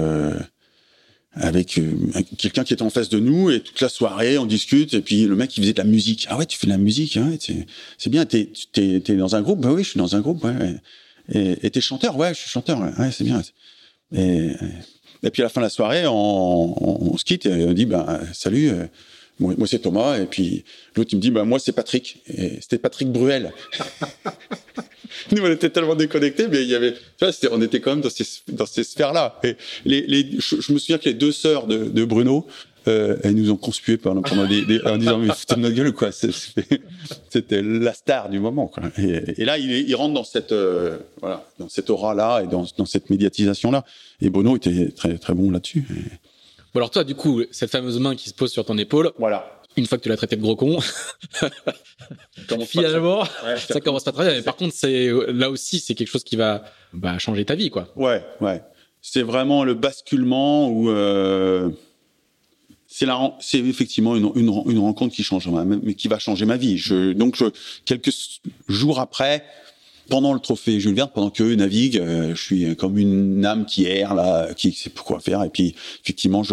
quelqu'un qui était en face de nous, et toute la soirée on discute. Et puis le mec il faisait de la musique. Ah ouais, tu fais de la musique, hein, c'est bien. T'es dans un groupe? Bah oui, je suis dans un groupe. Ouais. Et t'es chanteur? Ouais, je suis chanteur. Ouais, c'est bien. Et puis à la fin de la soirée, on se quitte et on dit salut. Moi c'est Thomas, et puis l'autre il me dit moi c'est Patrick, et c'était Patrick Bruel. Nous on était tellement déconnectés, mais il y avait, tu vois, on était quand même dans ces sphères-là. Et je me souviens que les deux sœurs de Bruno, elles nous ont conspué pendant en disant mais foutez de notre gueule quoi. C'était la star du moment quoi. Et là il rentre dans cette dans cette aura-là et dans cette médiatisation-là. Et Bruno était très très bon là-dessus. Bon alors toi, du coup, cette fameuse main qui se pose sur ton épaule, voilà. Une fois que tu l'as traité de gros con, finalement, ça commence pas très bien. Mais par contre, là aussi, c'est quelque chose qui va changer ta vie, quoi. Ouais. C'est vraiment le basculement où c'est effectivement une rencontre qui change, mais qui va changer ma vie. Donc quelques jours après, pendant le trophée Jules Verne, pendant qu'eux naviguent, je suis comme une âme qui erre là, qui sait pourquoi faire. Et puis effectivement,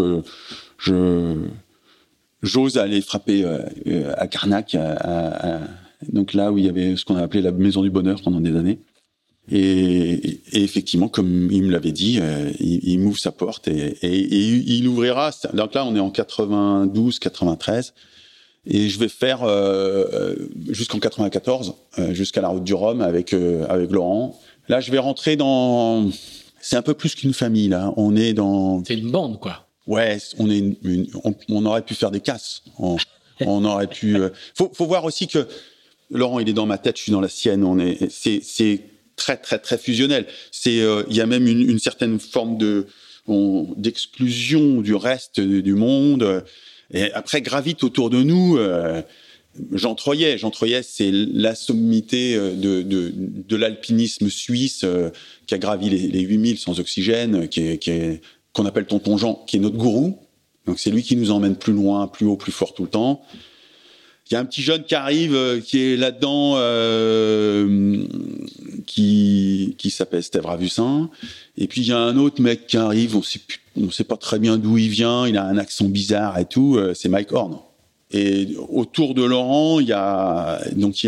j'ose aller frapper à Carnac, donc là où il y avait ce qu'on a appelé la Maison du Bonheur pendant des années. Et effectivement, comme il me l'avait dit, il m'ouvre sa porte et il ouvrira. Donc là, on est en 92, 93. Et je vais faire jusqu'en 94, jusqu'à la route du Rhum avec Laurent. Là, je vais rentrer dans... C'est un peu plus qu'une famille, là. On est dans... C'est une bande, quoi. Ouais, on est on aurait pu faire des casses. On aurait pu... Faut voir aussi que Laurent, il est dans ma tête, je suis dans la sienne. C'est très, très, très fusionnel. Il y a même une certaine forme d'exclusion du reste du monde. Et après, gravite autour de nous, Jean Troyet. Jean Troyet, c'est la sommité de l'alpinisme suisse qui a gravi les 8000 sans oxygène, qu'on appelle Tonton Jean, qui est notre gourou. Donc c'est lui qui nous emmène plus loin, plus haut, plus fort tout le temps. Il y a un petit jeune qui arrive, qui est là-dedans, qui s'appelle Steve Ravussin. Et puis il y a un autre mec qui arrive, on sait pas très bien d'où il vient, il a un accent bizarre et tout, c'est Mike Horn. Et autour de Laurent, il y a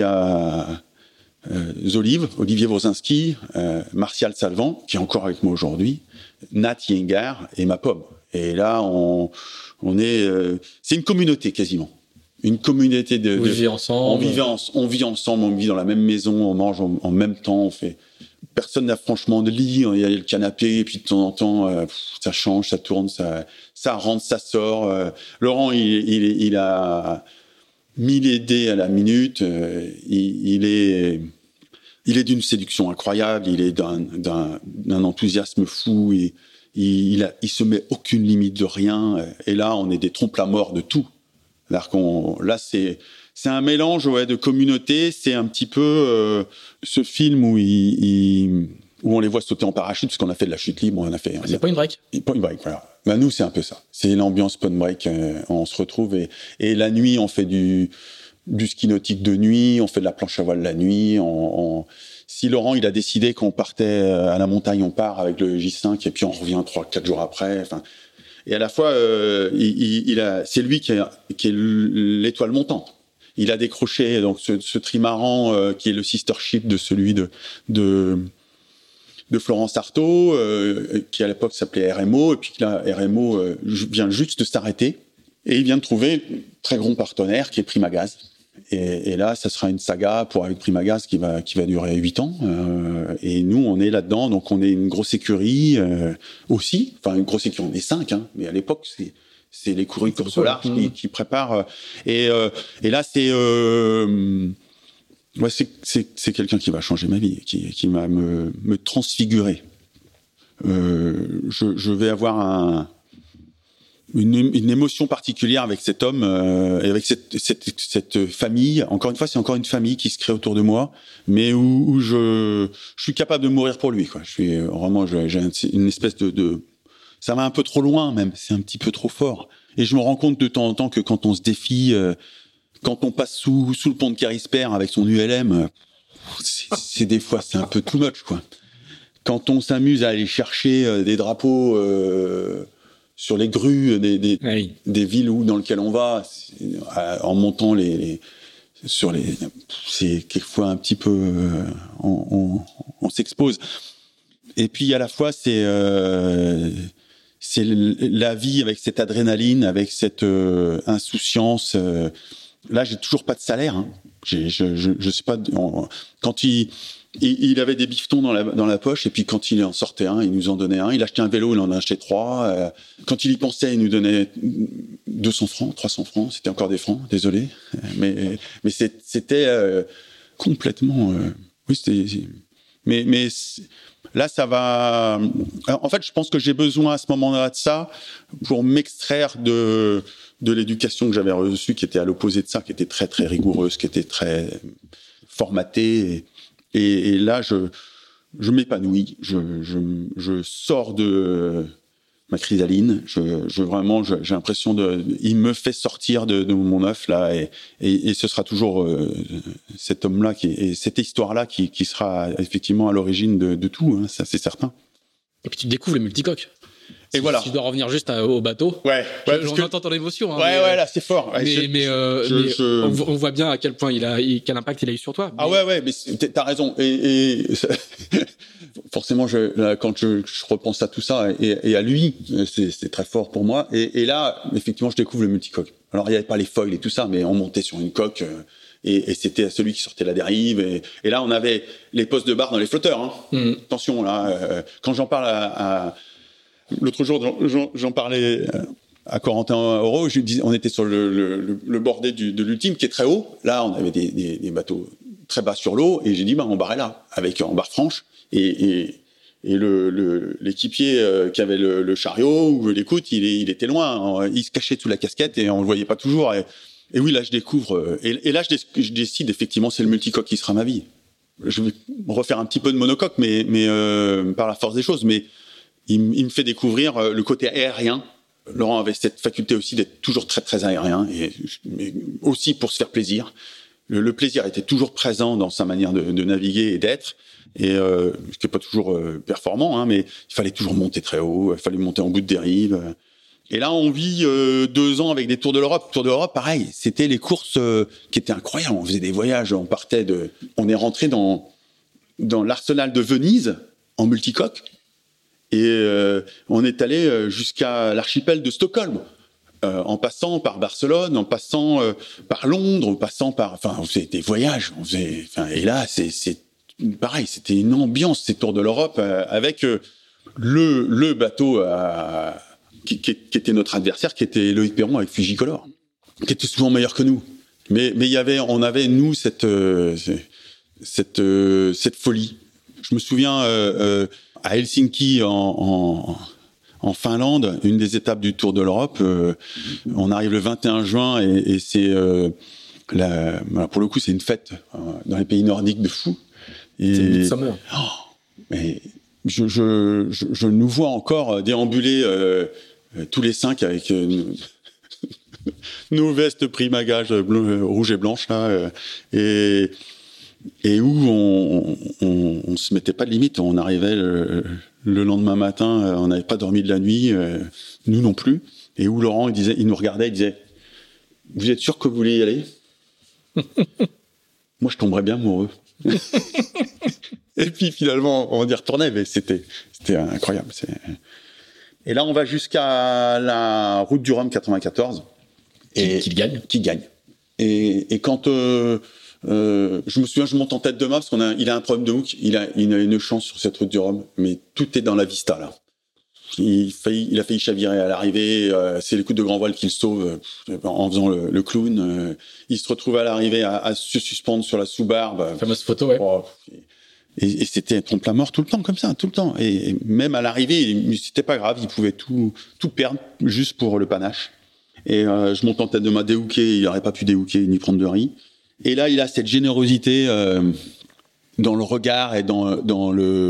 Olivier Wrosinski, Martial Salvant, qui est encore avec moi aujourd'hui, Nat Yengar et ma pomme. Et là, on est, c'est une communauté quasiment. Une communauté Vous vivez ensemble. On vit ensemble, on vit dans la même maison, on mange en même temps, personne n'a franchement de lit, il y a le canapé, et puis de temps en temps, ça change, ça tourne, ça rentre, ça sort. Laurent, il a 1000 dés à la minute, il est d'une séduction incroyable, il est d'un enthousiasme fou, il se met aucune limite de rien, et là, on est des trompe-la-mort de tout. Là, c'est un mélange de communauté. C'est un petit peu ce film où on les voit sauter en parachute, parce qu'on a fait de la chute libre. C'est Point Break. Point Break, voilà. Nous, c'est un peu ça. C'est l'ambiance Point Break. On se retrouve et la nuit, on fait du ski nautique de nuit, on fait de la planche à voile la nuit. Si Laurent, il a décidé qu'on partait à la montagne, on part avec le J5 et puis on revient 3-4 jours après. Et à la fois, c'est lui qui est l'étoile montante. Il a décroché donc ce trimaran qui est le sister ship de celui de Florence Artaud, qui à l'époque s'appelait RMO, et puis là, RMO vient juste de s'arrêter, et il vient de trouver un très gros partenaire qui est Primagaz. Et là, ça sera une saga avec Primagaz qui va durer 8 ans. Et nous, on est là-dedans, donc on est une grosse écurie aussi. Enfin, une grosse écurie, on est 5, hein, mais à l'époque, c'est l'écurie Course au Large qui prépare. Et là, c'est quelqu'un qui va changer ma vie, qui va me transfigurer. Je vais avoir une émotion particulière avec cet homme et avec cette famille. Encore une fois, c'est encore une famille qui se crée autour de moi, mais où je suis capable de mourir pour lui, quoi. Je suis vraiment, j'ai une espèce de ça va un peu trop loin même, c'est un petit peu trop fort. Et je me rends compte de temps en temps que quand on se défie, quand on passe sous le pont de Kérisper avec son ULM, c'est des fois c'est un peu too much quoi. Quand on s'amuse à aller chercher des drapeaux sur les grues des villes dans lesquelles on va, en montant c'est quelquefois un petit peu on s'expose. Et puis à la fois c'est la vie avec cette adrénaline, avec cette insouciance. Là, j'ai toujours pas de salaire. Hein. Je sais pas. Quand il avait des bifetons dans la poche, et puis quand il en sortait un, il nous en donnait un. Il achetait un vélo, il en achetait 3. Quand il y pensait, il nous donnait 200 francs, 300 francs. C'était encore des francs, désolé. Mais c'était complètement. Oui, c'était. Mais là, ça va. En fait, je pense que j'ai besoin à ce moment-là de ça pour m'extraire de l'éducation que j'avais reçue, qui était à l'opposé de ça, qui était très très rigoureuse, qui était très formatée. Et là, je m'épanouis. Je sors de ma chrysaline. Vraiment, j'ai l'impression il me fait sortir de mon œuf là, et ce sera toujours cet homme-là et cette histoire-là qui sera effectivement à l'origine de tout. Hein, ça, c'est certain. Et puis tu découvres le multicoque. Et voilà. Si tu dois revenir juste au bateau. Ouais. On entend ton émotion. Hein, ouais, là, c'est fort. Ouais, on voit bien à quel point quel impact il a eu sur toi. Ah ouais, mais t'as raison. Et forcément, quand je repense à tout ça et à lui, c'est très fort pour moi. Et là, effectivement, je découvre le multicoque. Alors, il n'y avait pas les foils et tout ça, mais on montait sur une coque. Et c'était celui qui sortait la dérive. Et là, on avait les postes de barre dans les flotteurs. Hein. Attention, là, quand j'en parle l'autre jour, j'en parlais à Corentin Auro, je lui disais, on était sur le bordé de l'Ultime, qui est très haut. Là, on avait des bateaux très bas sur l'eau, et j'ai dit, on barrait là, en barre franche. Et l'équipier qui avait le chariot ou l'écoute, il était loin. Il se cachait sous la casquette et on le voyait pas toujours. Et oui, là, je découvre. Et là, je décide, effectivement, c'est le multicoque qui sera ma vie. Je vais refaire un petit peu de monocoque, mais par la force des choses. Mais il me fait découvrir le côté aérien. Laurent avait cette faculté aussi d'être toujours très très aérien, mais aussi pour se faire plaisir. Le plaisir était toujours présent dans sa manière de naviguer et d'être, et ce qui n'est pas toujours performant, hein, mais il fallait toujours monter très haut, il fallait monter en bout de dérive. Et là, on vit 2 ans avec des Tours de l'Europe. Tours de l'Europe, pareil, c'était les courses qui étaient incroyables. On faisait des voyages, on est rentré dans l'arsenal de Venise en multicoque. Et on est allé jusqu'à l'archipel de Stockholm, en passant par Barcelone, en passant par Londres, en passant par... Enfin, on faisait des voyages. Et là, c'est pareil, c'était une ambiance, ces Tours de l'Europe, avec le bateau qui était notre adversaire, qui était Loïc Perron avec Fujicolor, qui était souvent meilleur que nous. Mais on avait, nous, cette folie. Je me souviens... à Helsinki, en Finlande, une des étapes du Tour de l'Europe, on arrive le 21 juin et c'est pour le coup c'est une fête dans les pays nordiques de fou. Et c'est Midsummer. Mais je nous vois encore déambuler tous les 5 avec nos vestes Primagage rouge et blanche là, et où on se mettait pas de limite. On arrivait le lendemain matin, on n'avait pas dormi de la nuit, nous non plus. Et où Laurent, il nous regardait, il disait, vous êtes sûr que vous voulez y aller? Moi, je tomberais bien amoureux. Et puis finalement, on y retournait, mais c'était incroyable. Et là, on va jusqu'à la route du Rhum 94. Qui gagne. Et quand je me souviens, je monte en tête de mât parce il a un problème de hook. Il a une chance sur cette route du Rhum, mais tout est dans la vista là. Il a failli chavirer à l'arrivée. C'est les coups de grand voile qu'il sauve en faisant le clown. Il se retrouve à l'arrivée à se suspendre sur la sous-barbe. Fameuse photo, ouais. Et c'était trompe la mort tout le temps comme ça, tout le temps. Et même à l'arrivée, c'était pas grave. Il pouvait tout perdre juste pour le panache. Et je monte en tête de mât déhooké. Il n'aurait pas pu déhooker ni prendre de riz. Et là, il a cette générosité dans le regard et dans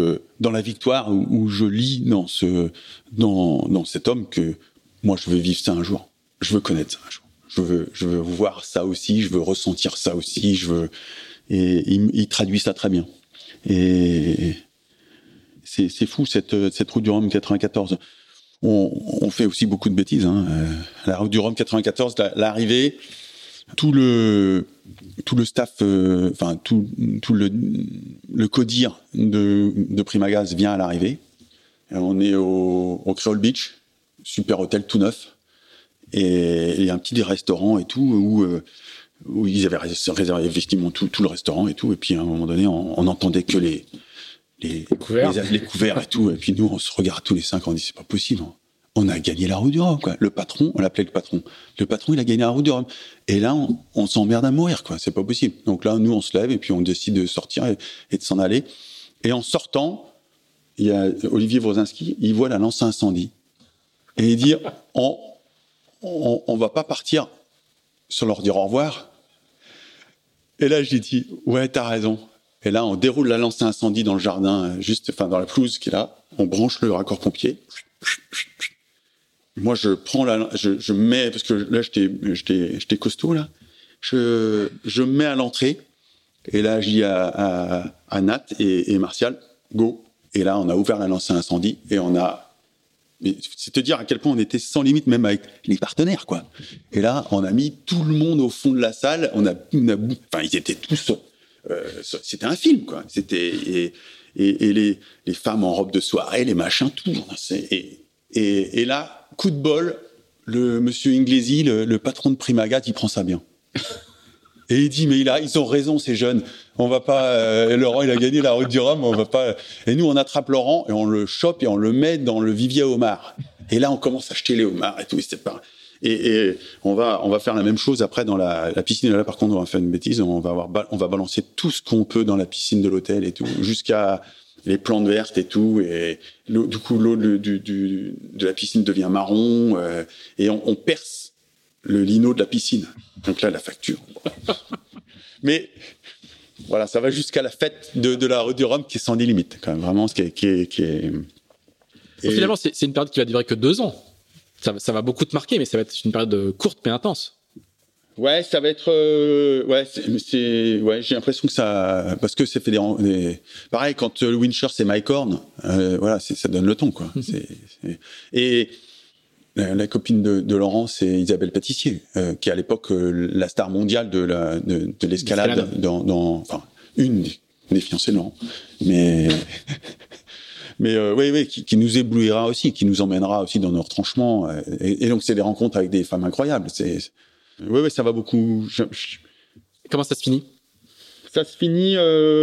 dans la victoire où je lis dans cet homme que moi je veux vivre ça un jour, je veux connaître ça un jour, je veux voir ça aussi, je veux ressentir ça aussi, et il traduit ça très bien. Et c'est fou cette route du Rhum 94. On fait aussi beaucoup de bêtises. La route du Rhum 94, l'arrivée, tout le staff, tout le codir de Primagaz vient à l'arrivée. On est au Creole Beach, super hôtel tout neuf, et il y a un petit restaurant et tout où ils avaient réservé effectivement tout le restaurant et tout. Et puis à un moment donné, on entendait que les couverts et tout. Et puis nous, on se regarde tous les 5 ans, on dit c'est pas possible. On a gagné la route du Rhum, quoi. Le patron, on l'appelait le patron. Le patron, il a gagné la route du Rhum. Et là, on s'emmerde à mourir, quoi. C'est pas possible. Donc là, nous, on se lève et puis on décide de sortir et de s'en aller. Et en sortant, il y a Olivier Wrosinski, il voit la lance à incendie. Et il dit, on va pas partir sans leur dire au revoir. Et là, j'ai dit, ouais, t'as raison. Et là, on déroule la lance à incendie dans le jardin, dans la pelouse qui est là. On branche le raccord pompier. Moi, je prends je mets, parce que là, j'étais costaud, là. Je mets à l'entrée. Et là, je dis à Nat et Martial, go. Et là, on a ouvert la lance à incendie et c'est te dire à quel point on était sans limite, même avec les partenaires, quoi. Et là, on a mis tout le monde au fond de la salle. Ils étaient tous. C'était un film, quoi. Et les femmes en robe de soirée, les machins, tout. Et là, coup de bol, le monsieur Inglesi, le patron de Primagaz, il prend ça bien. Et il dit, mais ils ont raison, ces jeunes. On va pas, Laurent, il a gagné la route du Rhum, on va pas. Et nous, on attrape Laurent et on le chope et on le met dans le vivier à homards. Et là, on commence à acheter les homards et tout. Et on va faire la même chose après dans la piscine. Et là, par contre, on va faire une bêtise. On va balancer tout ce qu'on peut dans la piscine de l'hôtel et tout, jusqu'à les plantes vertes et tout. Et du coup, l'eau de la piscine devient marron et on perce le lino de la piscine. Donc là, la facture. Mais voilà, ça va jusqu'à la fête de la route du Rhum qui est sans limite, quand même, vraiment, ce qui est... Finalement, c'est une période qui va durer que 2 ans. Ça va beaucoup te marquer, mais ça va être une période courte mais intense. Ouais, ça va être... j'ai l'impression que ça... Parce que ça fait pareil, quand le Wincher, c'est Mike Horn, voilà, ça donne le ton, quoi. Et la copine de Laurent, c'est Isabelle Pâtissier, qui est à l'époque la star mondiale de l'escalade, une des fiancées de Laurent. Mais oui, qui nous éblouira aussi, qui nous emmènera aussi dans nos retranchements. Et donc, c'est des rencontres avec des femmes incroyables. Oui, ça va beaucoup. Comment ça se finit ? Ça se finit...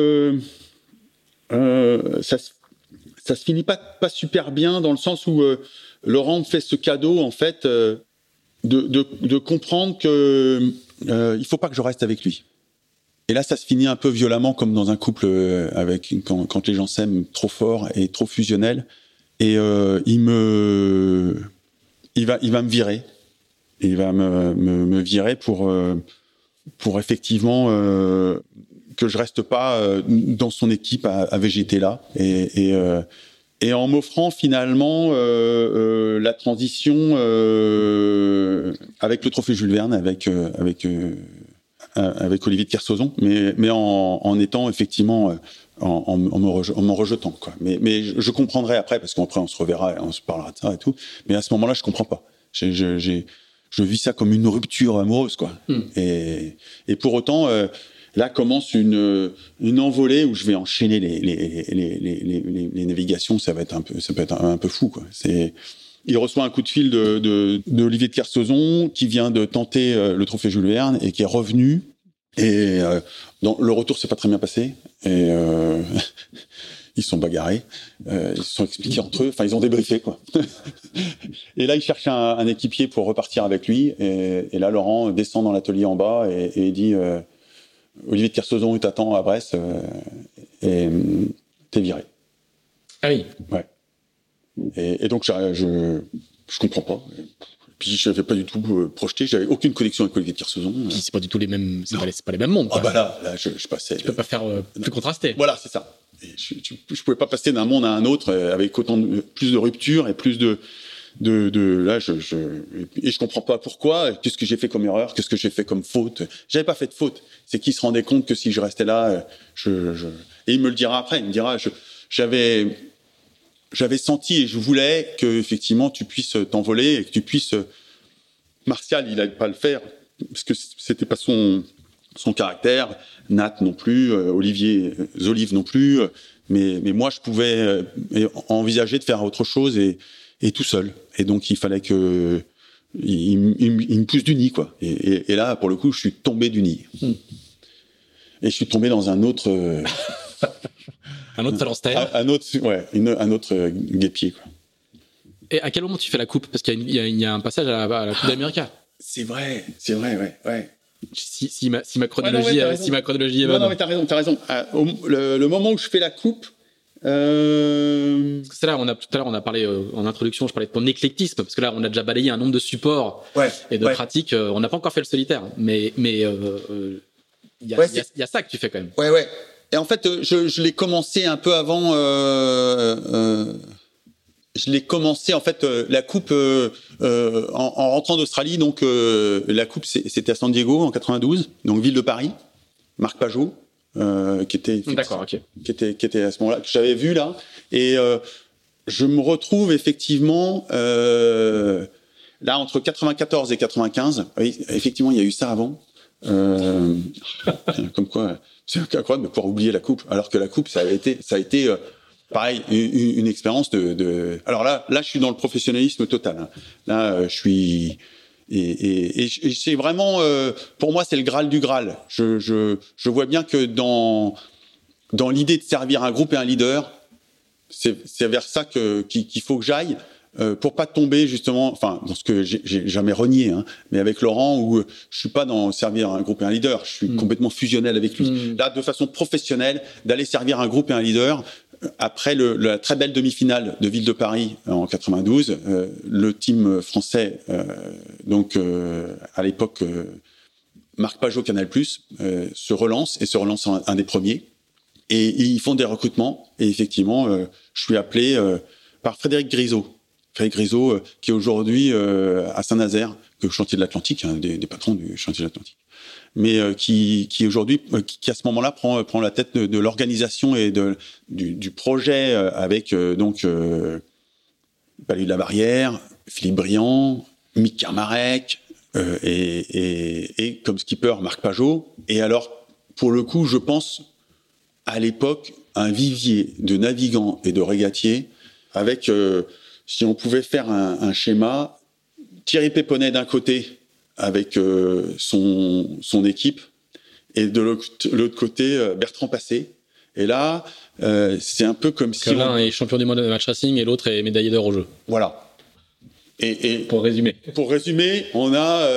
ça se finit pas super bien, dans le sens où Laurent me fait ce cadeau, en fait, de comprendre que il faut pas que je reste avec lui. Et là, ça se finit un peu violemment, comme dans un couple quand les gens s'aiment trop fort et trop fusionnels. Et il va me virer. Il va me virer pour effectivement que je reste pas dans son équipe à végéter là. Et en m'offrant finalement la transition avec le trophée Jules Verne, avec Olivier de Kersauzon, mais en étant effectivement en me rejetant, quoi. Mais je comprendrai après, parce qu'après on se reverra et on se parlera de ça et tout. Mais à ce moment-là, je comprends pas. Je vis ça comme une rupture amoureuse, quoi. Et pour autant, là commence une envolée où je vais enchaîner les navigations. Ça peut être un peu fou, quoi. Il reçoit un coup de fil de Olivier de Kersauzon, qui vient de tenter le trophée Jules Verne et qui est revenu. Et le retour s'est pas très bien passé. Et ils se sont bagarrés, ils se sont expliqués entre eux, enfin ils ont débriefé, quoi. Et là, il cherche un équipier pour repartir avec lui. Et là, Laurent descend dans l'atelier en bas et il dit Olivier de Kersauzon, il t'attend à Brest et t'es viré. Ah oui. Ouais. Et donc je comprends pas. Puis je n'avais pas du tout projeté, j'avais aucune connexion avec Olivier de Kersauzon. Puis c'est pas du tout les mêmes, c'est pas les mêmes mondes, quoi. Ah bah là je passais. Tu peux pas faire plus contrasté. Voilà, c'est ça. je pouvais pas passer d'un monde à un autre avec plus de ruptures et plus de là, et je comprends pas pourquoi. Qu'est-ce que j'ai fait comme erreur? Qu'est-ce que j'ai fait comme faute? J'avais pas fait de faute. C'est qu'il se rendait compte que si je restais là, et il me le dira après. Il me dira, j'avais senti et je voulais que effectivement tu puisses t'envoler et que tu puisses. Martial, il n'allait pas le faire parce que c'était pas son caractère. Nat non plus, Olivier Zolive non plus. Mais moi, je pouvais envisager de faire autre chose et tout seul. Et donc, il fallait que il me pousse du nid, quoi. Et là, pour le coup, je suis tombé du nid. Et je suis tombé dans un autre... un autre phalanstère. Un autre guêpier, quoi. Et à quel moment tu fais la coupe? Parce qu'il y a un passage à la Coupe d'Amérique. C'est vrai, ouais. Si ma chronologie est bonne. Non, mais t'as raison. Le moment où je fais la coupe... Parce que c'est là, tout à l'heure, on a parlé en introduction, je parlais de ton éclectisme, parce que là, on a déjà balayé un nombre de supports et de pratiques. On n'a pas encore fait le solitaire, mais il y a ça que tu fais quand même. Ouais. Et en fait, je l'ai commencé un peu avant. Je l'ai commencé en fait la coupe en rentrant d'Australie. Donc la coupe, c'était à San Diego en 92, donc ville de Paris. Marc Pajot. Qui était à ce moment-là, que j'avais vu là, et je me retrouve effectivement là entre 94 et 95. Oui, effectivement, il y a eu ça avant. Comme quoi, c'est incroyable de pouvoir oublier la coupe, alors que la coupe, ça a été pareil, une expérience de. Alors là, je suis dans le professionnalisme total. Hein. Là, je suis. Et c'est vraiment, pour moi, c'est le Graal du Graal. Je vois bien que dans l'idée de servir un groupe et un leader, c'est vers ça qu'il faut que j'aille, pour pas tomber justement, enfin, dans ce que j'ai jamais renié, hein, mais avec Laurent, où je suis pas dans servir un groupe et un leader, je suis complètement fusionnel avec lui. Là, de façon professionnelle, d'aller servir un groupe et un leader. Après la très belle demi-finale de Ville de Paris en 92, le team français, à l'époque Marc Pajot Canal+, se relance un des premiers, et ils font des recrutements, et effectivement je suis appelé par Frédéric Grisot, qui est aujourd'hui à Saint-Nazaire, que Chantier de l'Atlantique, un des patrons du Chantier de l'Atlantique, mais qui aujourd'hui, qui à ce moment-là prend la tête de l'organisation et du projet avec Palais de la Barrière, Philippe Briand, Mick Kermarek et comme skipper Marc Pajot. Et alors, pour le coup, je pense à l'époque un vivier de navigants et de régatiers avec, si on pouvait faire un schéma, Thierry Péponnet d'un côté, avec son équipe, et de l'autre côté Bertrand Passé. Et là, c'est un peu comme si l'un est champion du monde de match racing et l'autre est médaillé d'or au jeu. Voilà. Et pour résumer, on a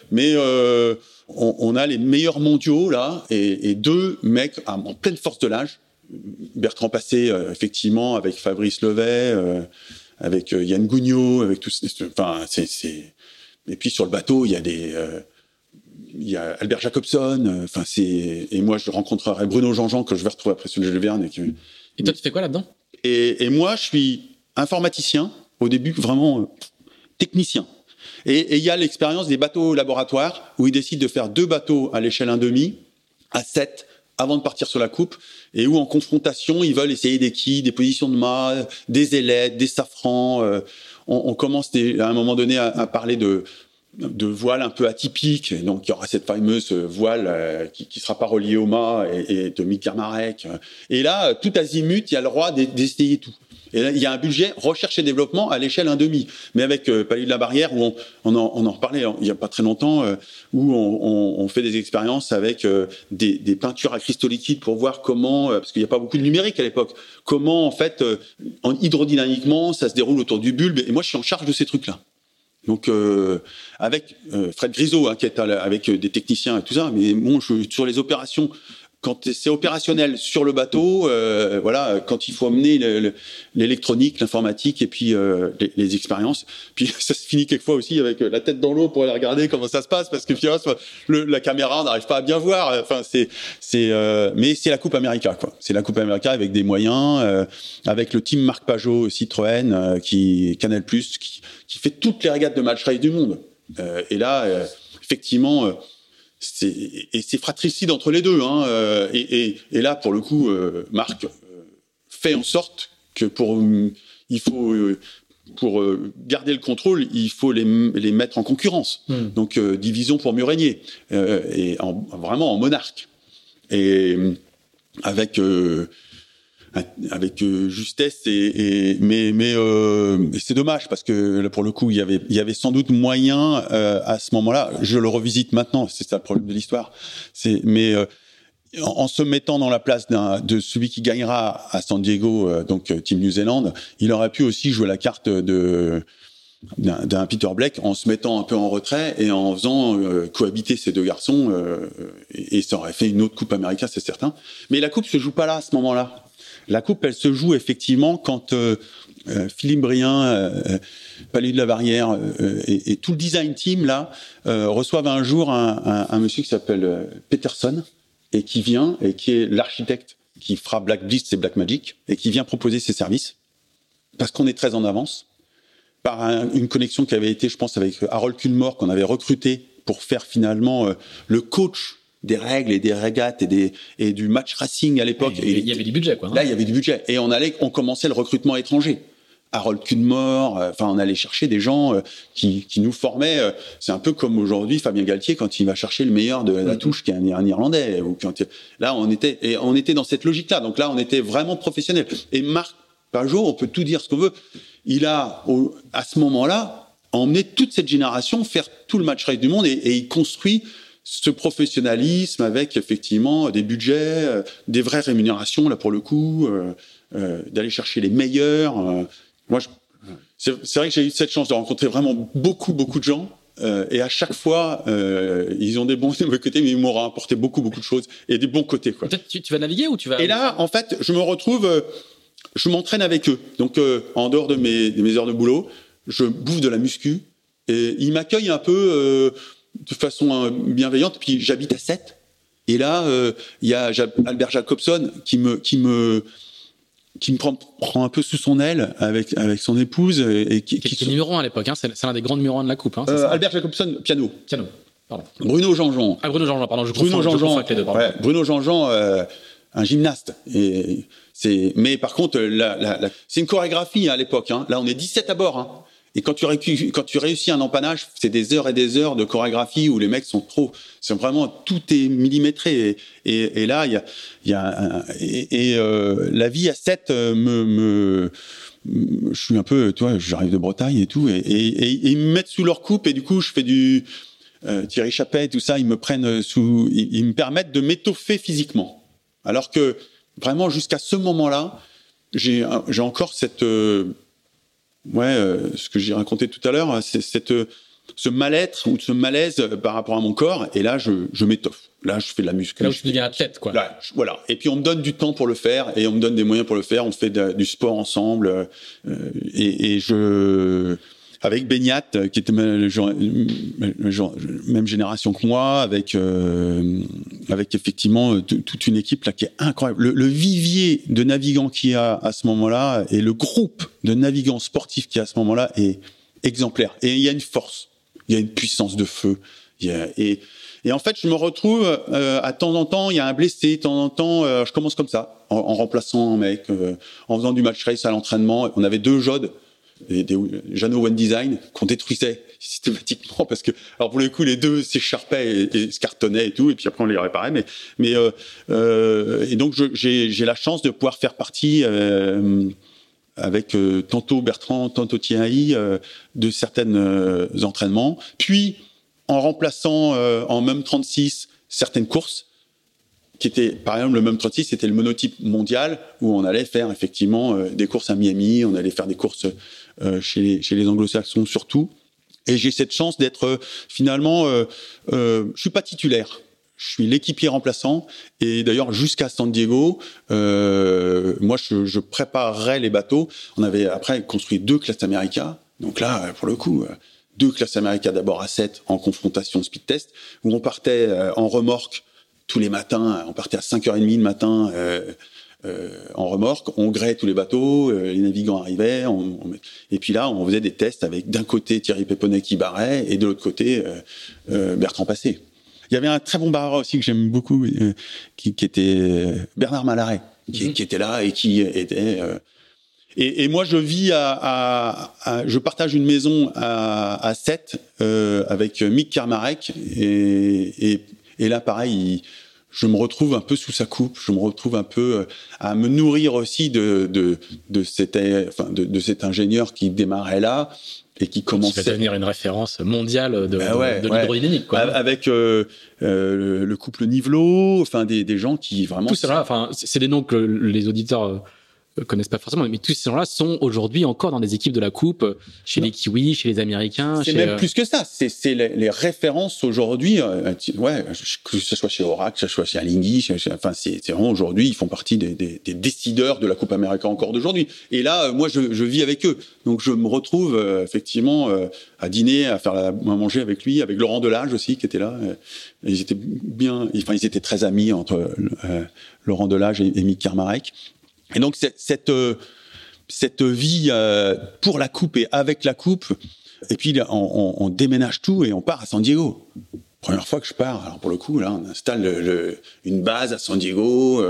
on a les meilleurs mondiaux là, et deux mecs en pleine force de l'âge. Bertrand Passé, effectivement, avec Fabrice Levet, avec Yann Gougnot, avec tous. Enfin, c'est. Et puis sur le bateau, il y a Albert Jacobson. Et moi je rencontrerai Bruno Jean-Jean, que je vais retrouver après sur le Jules Verne. Et toi, tu fais quoi là-dedans? Et moi, je suis informaticien au début, vraiment technicien. Et il y a l'expérience des bateaux laboratoires où ils décident de faire 2 bateaux à l'échelle 1,5 à 7 avant de partir sur la coupe, et où en confrontation, ils veulent essayer des quilles, des positions de mât, des ailettes, des safrans. On commence à un moment donné à parler de voiles un peu atypiques. Et donc il y aura cette fameuse voile qui sera pas reliée au mât et de Mick Kermarek. Et là, tout azimut, il y a le droit d'essayer tout. Et là, il y a un budget recherche et développement à l'échelle 1,5. Mais avec Palais de la Barrière, où on en reparlait il y a pas très longtemps, où on fait des expériences avec des peintures à cristaux liquides pour voir comment, parce qu'il n'y a pas beaucoup de numérique à l'époque, comment en fait, hydrodynamiquement, ça se déroule autour du bulbe. Et moi, je suis en charge de ces trucs-là. Donc avec Fred Grisot, qui est avec des techniciens et tout ça, mais bon, sur les opérations quand c'est opérationnel sur le bateau, voilà, quand il faut amener l'électronique, l'informatique et puis les expériences. Puis ça se finit quelquefois aussi avec la tête dans l'eau pour aller regarder comment ça se passe, parce que finalement la caméra on n'arrive pas à bien voir. Enfin mais c'est la Coupe América, quoi. C'est la Coupe América avec des moyens, avec le team Marc Pajot Citroën, qui Canal+, qui fait toutes les régates de match race du monde. Et là, effectivement. C'est fratricide entre les deux, hein. Et là, pour le coup, Marc fait en sorte que pour garder le contrôle, il faut les mettre en concurrence. Donc, division pour mieux régner, et vraiment en monarque. Et avec justesse mais c'est dommage parce que là, pour le coup il y avait sans doute moyen à ce moment-là, je le revisite maintenant, c'est ça le problème de l'histoire, en se mettant dans la place de celui qui gagnera à San Diego, donc Team New Zealand, il aurait pu aussi jouer la carte d'un Peter Blake en se mettant un peu en retrait et en faisant cohabiter ces deux garçons, et ça aurait fait une autre Coupe América, c'est certain. Mais la coupe se joue pas là à ce moment-là. La coupe, elle se joue effectivement quand Philippe Brien, Palais de la Barrière et tout le design team là reçoivent un jour un monsieur qui s'appelle Peterson, et qui vient et qui est l'architecte qui fera Black Blitz et Black Magic, et qui vient proposer ses services parce qu'on est très en avance par une connexion qui avait été, je pense, avec Harold Culmore, qu'on avait recruté pour faire finalement le coach des règles et des régates et du match racing à l'époque. Il y avait du budget, quoi. Hein. Là, il y avait du budget. Et on commençait le recrutement étranger. Harold Culmore, on allait chercher des gens qui nous formaient. C'est un peu comme aujourd'hui Fabien Galtier quand il va chercher le meilleur de la touche, qui est un Irlandais. Là, on était dans cette logique-là. Donc là, on était vraiment professionnels. Et Marc Pajot, on peut tout dire ce qu'on veut. Il a, à ce moment-là, emmené toute cette génération faire tout le match race du monde, et il construit ce professionnalisme avec effectivement des budgets, des vraies rémunérations là pour le coup, d'aller chercher les meilleurs. Moi, c'est vrai que j'ai eu cette chance de rencontrer vraiment beaucoup de gens, et à chaque fois ils ont des bons côtés, mais ils m'ont apporté beaucoup de choses et des bons côtés, quoi. Peut-être tu vas naviguer ou tu vas. Et là, en fait, je me retrouve, je m'entraîne avec eux. Donc en dehors de mes heures de boulot, je bouffe de la muscu et ils m'accueillent un peu de façon bienveillante. Puis j'habite à Sète, et là il y a Albert Jacobson qui me prend un peu sous son aile avec son épouse, et qui est numéro 1 à l'époque, hein. C'est l'un des grands numéros 1 de la coupe, hein, Albert Jacobson, piano, pardon. Bruno Jean-Jean, pardon, je confonds avec les deux, pardon. Ouais, Bruno Jean-Jean, un gymnaste, mais par contre c'est une chorégraphie, hein, à l'époque, hein. Là on est 17 à bord, hein. Et quand tu réussis un empannage, c'est des heures et des heures de chorégraphie où les mecs c'est vraiment, tout est millimétré. Et là, la vie à 7 je suis un peu, j'arrive de Bretagne et tout, et ils me mettent sous leur coupe, et du coup, je fais du Thierry Chappet, tout ça, ils me permettent de m'étoffer physiquement. Alors que, vraiment, jusqu'à ce moment-là, j'ai encore cette, ce que j'ai raconté tout à l'heure, c'est ce mal-être ou ce malaise par rapport à mon corps, et là je m'étoffe. Là je fais de la muscu. Là où tu deviens athlète, quoi. Là, voilà. Et puis on me donne du temps pour le faire, et on me donne des moyens pour le faire. On fait du sport ensemble, et avec Beignat, qui était même génération que moi, avec effectivement toute une équipe là qui est incroyable. Le vivier de navigants qu'il y a à ce moment-là, et le groupe de navigants sportifs qu'il y a à ce moment-là est exemplaire. Et il y a une force, il y a une puissance de feu. Et en fait, je me retrouve à temps en temps, il y a un blessé, de temps en temps, je commence comme ça, en remplaçant un mec, en faisant du match race à l'entraînement. On avait 2 jodes, des Jeannot One Design, qu'on détruisait systématiquement, parce que, alors pour le coup, les 2 s'écharpaient et se cartonnaient et tout, et puis après on les réparait, et donc j'ai la chance de pouvoir faire partie avec tantôt Bertrand, tantôt Thierry, de certains entraînements, puis en remplaçant en MEM 36 certaines courses, qui était, par exemple, le MEM 36, c'était le monotype mondial, où on allait faire effectivement des courses à Miami, on allait faire des courses chez les anglo-saxons surtout. Et j'ai cette chance d'être finalement, je suis pas titulaire. je suis l'équipier remplaçant. Et d'ailleurs, jusqu'à San Diego, moi, je préparerais les bateaux. On avait après construit 2 classes America. Donc là, pour le coup, 2 classes America d'abord à 7 en confrontation speed test, où on partait en remorque tous les matins. On partait à 5h30 le matin en remorque. On gréait tous les bateaux, les navigants arrivaient. Et puis là, on faisait des tests avec d'un côté Thierry Péponnet qui barrait et de l'autre côté Bertrand Passé. Il y avait un très bon barreur aussi que j'aime beaucoup, qui était Bernard Malaret, qui était là et qui était... Et moi, je vis je partage une maison à Sète avec Mick Karmarek. Et là, pareil, je me retrouve un peu sous sa coupe. Je me retrouve un peu à me nourrir aussi de cet ingénieur qui démarrait là. Et qui commençait à devenir une référence mondiale de l'hydrodynamique, quoi. Avec le couple Nivelot, enfin des gens qui vraiment... Tout ça, enfin, c'est des noms que les auditeurs connaissent pas forcément, mais tous ces gens-là sont aujourd'hui encore dans des équipes de la Coupe, chez les Kiwis, chez les Américains. C'est même plus que ça. C'est les références aujourd'hui. Que ce soit chez Oracle, que ce soit chez Alinghi, enfin c'est vraiment aujourd'hui, ils font partie des décideurs de la Coupe América encore d'aujourd'hui. Et là, moi, je vis avec eux. Donc je me retrouve effectivement à dîner, à manger avec lui, avec Laurent Delage aussi qui était là. Ils étaient très amis entre Laurent Delage et Mick Karmarek. Et donc cette vie pour la coupe et avec la coupe, et puis on déménage tout et on part à San Diego. Première fois que je pars, alors pour le coup là on installe une base à San Diego,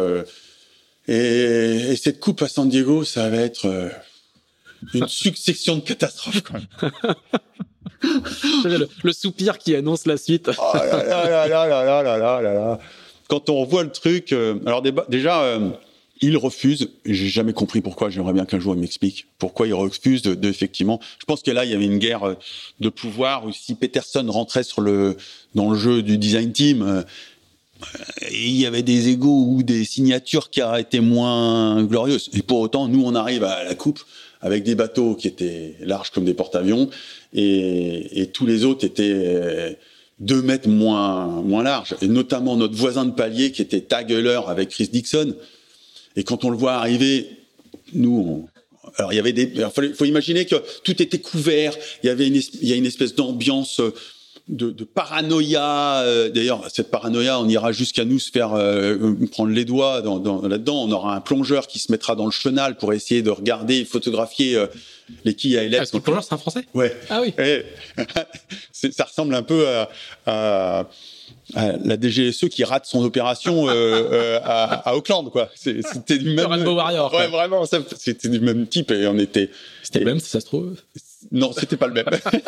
et cette coupe à San Diego, ça va être une succession de catastrophes quand même. le soupir qui annonce la suite. Oh là là. Quand on revoit le truc, alors déjà il refuse. J'ai jamais compris pourquoi. J'aimerais bien qu'un jour il m'explique pourquoi il refuse effectivement. Je pense que là il y avait une guerre de pouvoir, où si Peterson rentrait dans le jeu du design team, il y avait des égos ou des signatures qui auraient été moins glorieuses. Et pour autant, nous on arrive à la coupe avec des bateaux qui étaient larges comme des porte-avions, et tous les autres étaient 2 mètres moins larges. Et notamment notre voisin de palier qui était Tageler avec Chris Dixon. Et quand on le voit arriver, alors il y avait faut imaginer que tout était couvert. Il y a une espèce d'ambiance de paranoïa. D'ailleurs, cette paranoïa, on ira jusqu'à nous se faire prendre les doigts là-dedans. On aura un plongeur qui se mettra dans le chenal pour essayer de regarder, photographier les quilles à ailettes. Est-ce que le plongeur, c'est un Français ? Ouais. Ah oui. Ça ressemble un peu à la DGSE qui rate son opération à Auckland, quoi. C'était du même... Rainbow Warrior. Ouais, vraiment, c'était du même type, et on était... C'était le même, si ça se trouve ? Non, c'était pas le même.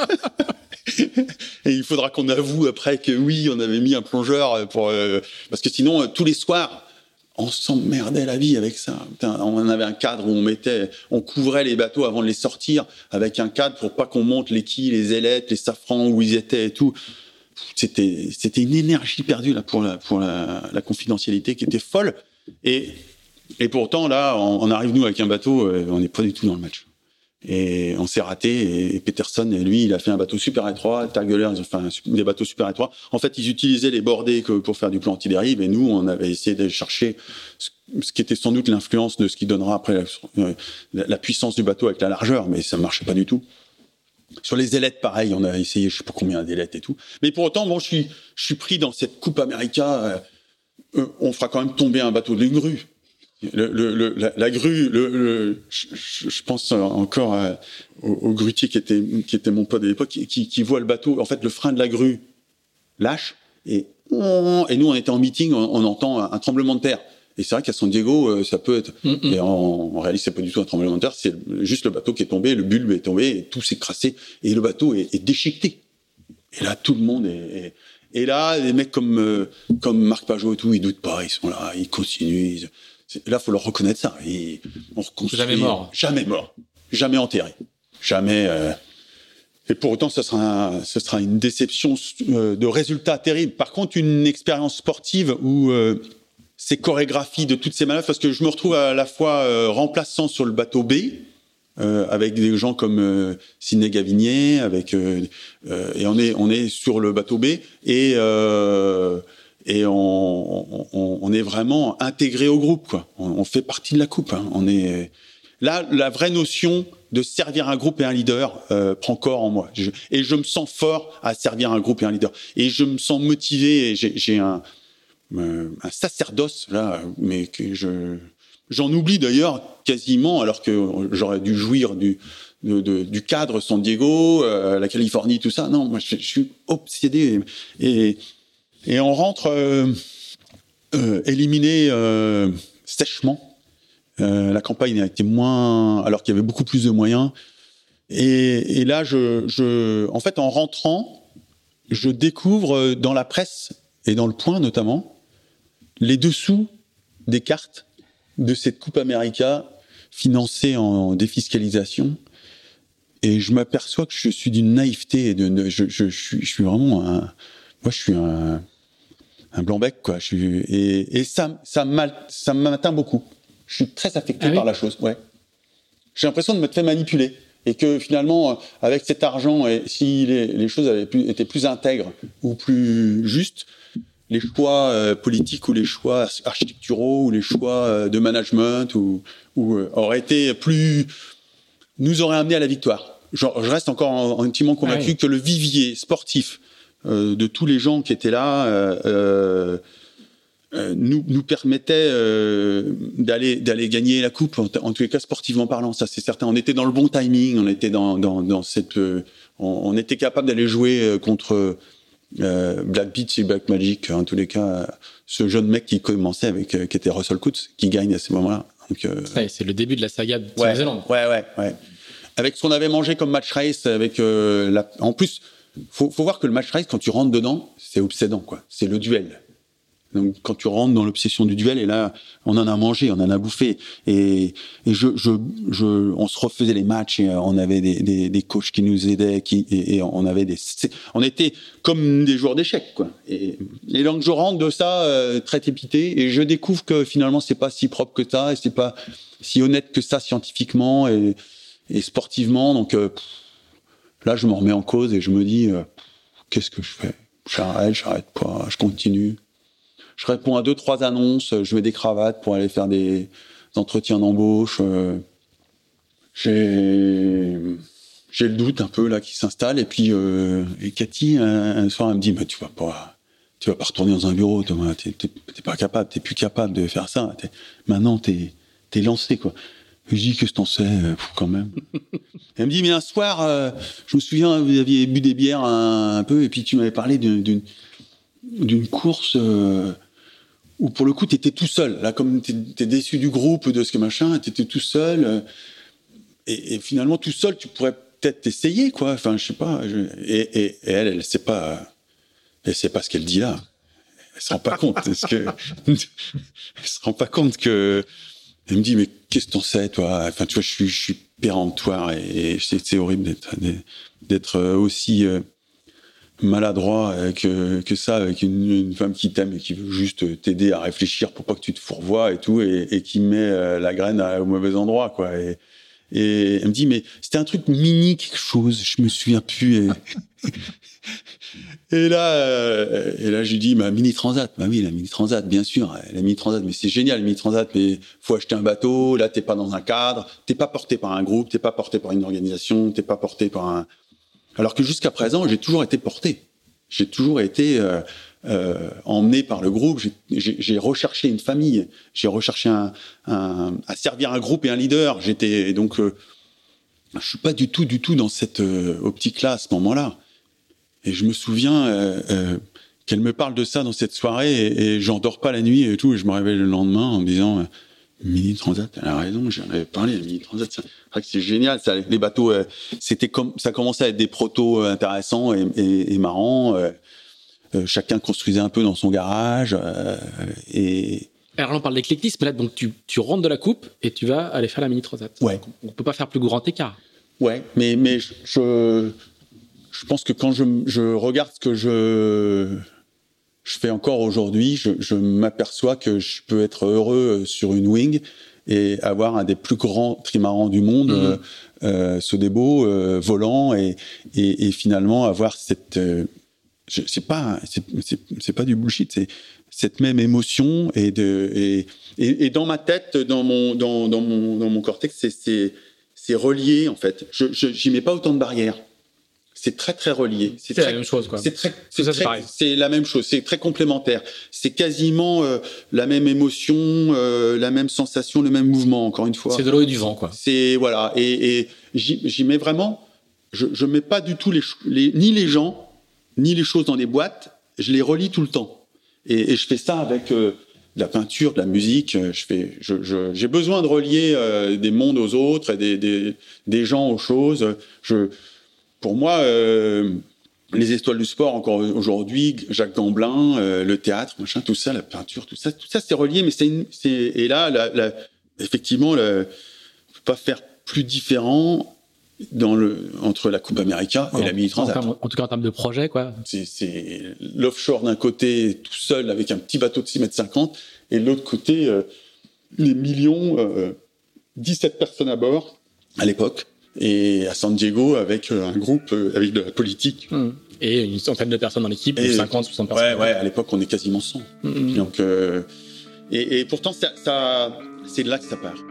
Et il faudra qu'on avoue après que oui, on avait mis un plongeur parce que sinon, tous les soirs, on s'emmerdait la vie avec ça. Putain, on avait un cadre où on couvrait les bateaux avant de les sortir avec un cadre pour pas qu'on monte les quilles, les ailettes, les safrans où ils étaient et tout. C'était une énergie perdue là pour la confidentialité qui était folle. Et pourtant là, on arrive nous avec un bateau, on n'est pas du tout dans le match. Et on s'est raté. Et Peterson, lui, il a fait un bateau super étroit. Tageler, ils ont fait des bateaux super étroits. En fait, ils utilisaient les bordées pour faire du plan anti-dérive. Et nous, on avait essayé de chercher ce qui était sans doute l'influence de ce qui donnera après la puissance du bateau avec la largeur. Mais ça marchait pas du tout. Sur les ailettes, pareil, on a essayé, je sais pas combien d'ailettes et tout. Mais pour autant, bon, je suis pris dans cette Coupe América. On fera quand même tomber un bateau d'une grue. La grue, je pense encore au grutier qui était mon pote à l'époque, qui voit le bateau. En fait, le frein de la grue lâche, et nous, on était en meeting, on entend un tremblement de terre. Et c'est vrai qu'à San Diego, ça peut être... Et en réalité, c'est pas du tout un tremblement de terre, c'est juste le bateau qui est tombé, le bulbe est tombé, et tout s'est crassé, et le bateau est déchiqueté. Et là, tout le monde est... Et là, les mecs comme Marc Pajot et tout, ils doutent pas, ils sont là, ils continuent. Là, faut leur reconnaître ça. On reconstruit. Jamais mort. Jamais mort. Jamais enterré. Jamais... Et pour autant, ce sera une déception de résultats terribles. Par contre, une expérience sportive où... ces chorégraphies de toutes ces manœuvres, parce que je me retrouve à la fois remplaçant sur le bateau B, avec des gens comme Sidney Gavinier, et on est sur le bateau B, et et on est vraiment intégré au groupe, quoi. On fait partie de la coupe, hein. On est là, la vraie notion de servir un groupe et un leader prend corps en moi. Et je me sens fort à servir un groupe et un leader. Et je me sens motivé. Et j'ai un sacerdoce là, mais que j'en oublie d'ailleurs quasiment, alors que j'aurais dû jouir du cadre San Diego, la Californie, tout ça. Non, moi je suis obsédé et on rentre éliminé sèchement. La campagne a été moins, alors qu'il y avait beaucoup plus de moyens. Et là, en fait, en rentrant, je découvre dans la presse et dans Le Point notamment les dessous des cartes de cette Coupe América financée en défiscalisation. Et je m'aperçois que je suis d'une naïveté. Je suis vraiment moi, je suis un blanc-bec, quoi. Et ça m'atteint beaucoup. Je suis très affecté par la chose, ouais. J'ai l'impression de me faire manipuler. Et que finalement, avec cet argent, et si les choses étaient plus intègres ou plus justes, les choix politiques ou les choix architecturaux ou les choix de management auraient été nous auraient amené à la victoire. Je reste encore intimement convaincu que le vivier sportif de tous les gens qui étaient là nous permettait d'aller gagner la coupe, en tous les cas sportivement parlant, ça c'est certain. On était dans le bon timing, on était dans cette, on était capable d'aller jouer contre Black Beach et Black Magic, en tous les cas, ce jeune mec qui commençait qui était Russell Coutts, qui gagne à ce moment-là. Donc, c'est le début de la saga de Nouvelle-Zélande. Ouais. Avec ce qu'on avait mangé comme match race, en plus, faut voir que le match race, quand tu rentres dedans, c'est obsédant, quoi. C'est le duel. Donc, quand tu rentres dans l'obsession du duel, et là, on en a mangé, on en a bouffé, et on se refaisait les matchs, et on avait des coachs qui nous aidaient, et on était comme des joueurs d'échecs, quoi. Et donc, je rentre de ça, très épité, et je découvre que finalement, c'est pas si propre que ça, et c'est pas si honnête que ça scientifiquement et sportivement. Donc, là, je me remets en cause, et je me dis, qu'est-ce que je fais? J'arrête pas, je continue. Je réponds à 2-3 annonces, je mets des cravates pour aller faire des entretiens d'embauche. J'ai le doute un peu là qui s'installe, et puis Cathy un soir elle me dit tu vas pas retourner dans un bureau, t'es pas capable, t'es plus capable de faire ça. Maintenant t'es lancé, quoi. Je dis qu'est-ce que t'en sais quand même. Elle me dit mais un soir je me souviens vous aviez bu des bières un peu, et puis tu m'avais parlé d'une course où pour le coup t'étais tout seul, là, comme t'es déçu du groupe, de ce que machin, t'étais tout seul, et finalement tout seul tu pourrais peut-être essayer, quoi. Enfin je sais pas, et elle sait pas ce qu'elle dit là, elle se rend pas compte elle se rend pas compte que elle me dit mais qu'est-ce que t'en sais, toi? Enfin tu vois, je suis péremptoire, et c'est horrible d'être aussi maladroit que ça, avec une femme qui t'aime et qui veut juste t'aider à réfléchir pour pas que tu te fourvoies et tout, et qui met la graine au mauvais endroit, quoi. Et elle me dit mais c'était un truc mini quelque chose, je me souviens plus, et là je lui dis mini transat. Bah oui, la mini transat, bien sûr, la mini transat, mais c'est génial la mini transat, mais faut acheter un bateau, là t'es pas dans un cadre, t'es pas porté par un groupe, t'es pas porté par une organisation, t'es pas porté par alors que jusqu'à présent, j'ai toujours été porté. J'ai toujours été emmené par le groupe. J'ai recherché une famille. J'ai recherché à servir un groupe et un leader. Donc, je suis pas du tout dans cette optique-là à ce moment-là. Et je me souviens qu'elle me parle de ça dans cette soirée, et j'en dors pas la nuit et tout. Et je me réveille le lendemain en me disant Mini Transat, elle a raison, j'en avais parlé, la Mini Transat, c'est vrai que c'est génial, ça, les bateaux, ça commençait à être des protos intéressants et marrants, chacun construisait un peu dans son garage, et... Alors là, on parle d'éclectisme, là, donc tu rentres de la coupe et tu vas aller faire la Mini Transat. Ouais. On peut pas faire plus grand écart. Ouais, mais je pense que quand je regarde ce que je fais encore aujourd'hui, je m'aperçois que je peux être heureux sur une wing et avoir un des plus grands trimarans du monde, Sodebo, volant, et finalement avoir c'est pas du bullshit, c'est cette même émotion et dans ma tête, dans mon cortex, c'est relié en fait. J'y mets pas autant de barrières. C'est très très relié. C'est la même chose, quoi. C'est la même chose. C'est très complémentaire. C'est quasiment la même émotion, la même sensation, le même mouvement. Encore une fois. C'est de l'eau et du vent, quoi. C'est voilà. Et j'y mets vraiment. Je mets pas du tout ni les gens ni les choses dans les boîtes. Je les relie tout le temps. Et je fais ça avec de la peinture, de la musique. J'ai besoin de relier des mondes aux autres, et des gens aux choses. Pour moi, les étoiles du sport, encore aujourd'hui, Jacques Gamblin, le théâtre, machin, tout ça, la peinture, tout ça c'est relié, mais et là, effectivement, on peut pas faire plus différent entre la Coupe América et la Mini Transat. En tout cas, en termes de projet, quoi. C'est l'offshore d'un côté, tout seul, avec un petit bateau de 6,50 m, et de l'autre côté, les millions, 17 personnes à bord, à l'époque. Et à San Diego avec un groupe avec de la politique. Et une centaine de personnes dans l'équipe, 50, 60 personnes. Ouais, à l'époque on est quasiment 100. Donc, et pourtant c'est de là que ça part.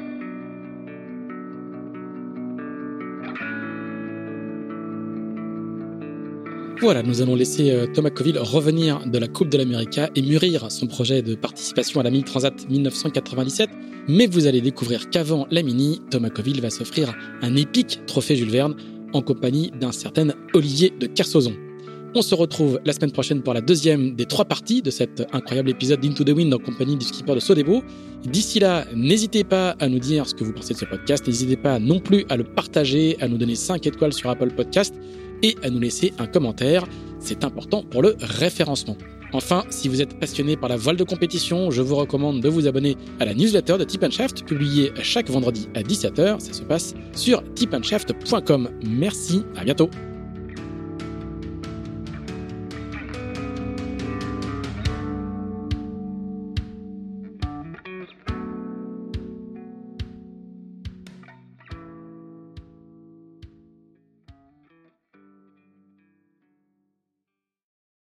Voilà, nous allons laisser Thomas Coville revenir de la Coupe de l'América et mûrir son projet de participation à la Mini Transat 1997. Mais vous allez découvrir qu'avant la Mini, Thomas Coville va s'offrir un épique trophée Jules Verne en compagnie d'un certain Olivier de Kersauzon. On se retrouve la semaine prochaine pour la deuxième des 3 parties de cet incroyable épisode d'Into the Wind en compagnie du skipper de Sodebo. D'ici là, n'hésitez pas à nous dire ce que vous pensez de ce podcast. N'hésitez pas non plus à le partager, à nous donner 5 étoiles sur Apple Podcast et à nous laisser un commentaire. C'est important pour le référencement. Enfin, si vous êtes passionné par la voile de compétition, je vous recommande de vous abonner à la newsletter de Tip & Shaft, publiée chaque vendredi à 17h. Ça se passe sur tipandshaft.com. Merci, à bientôt.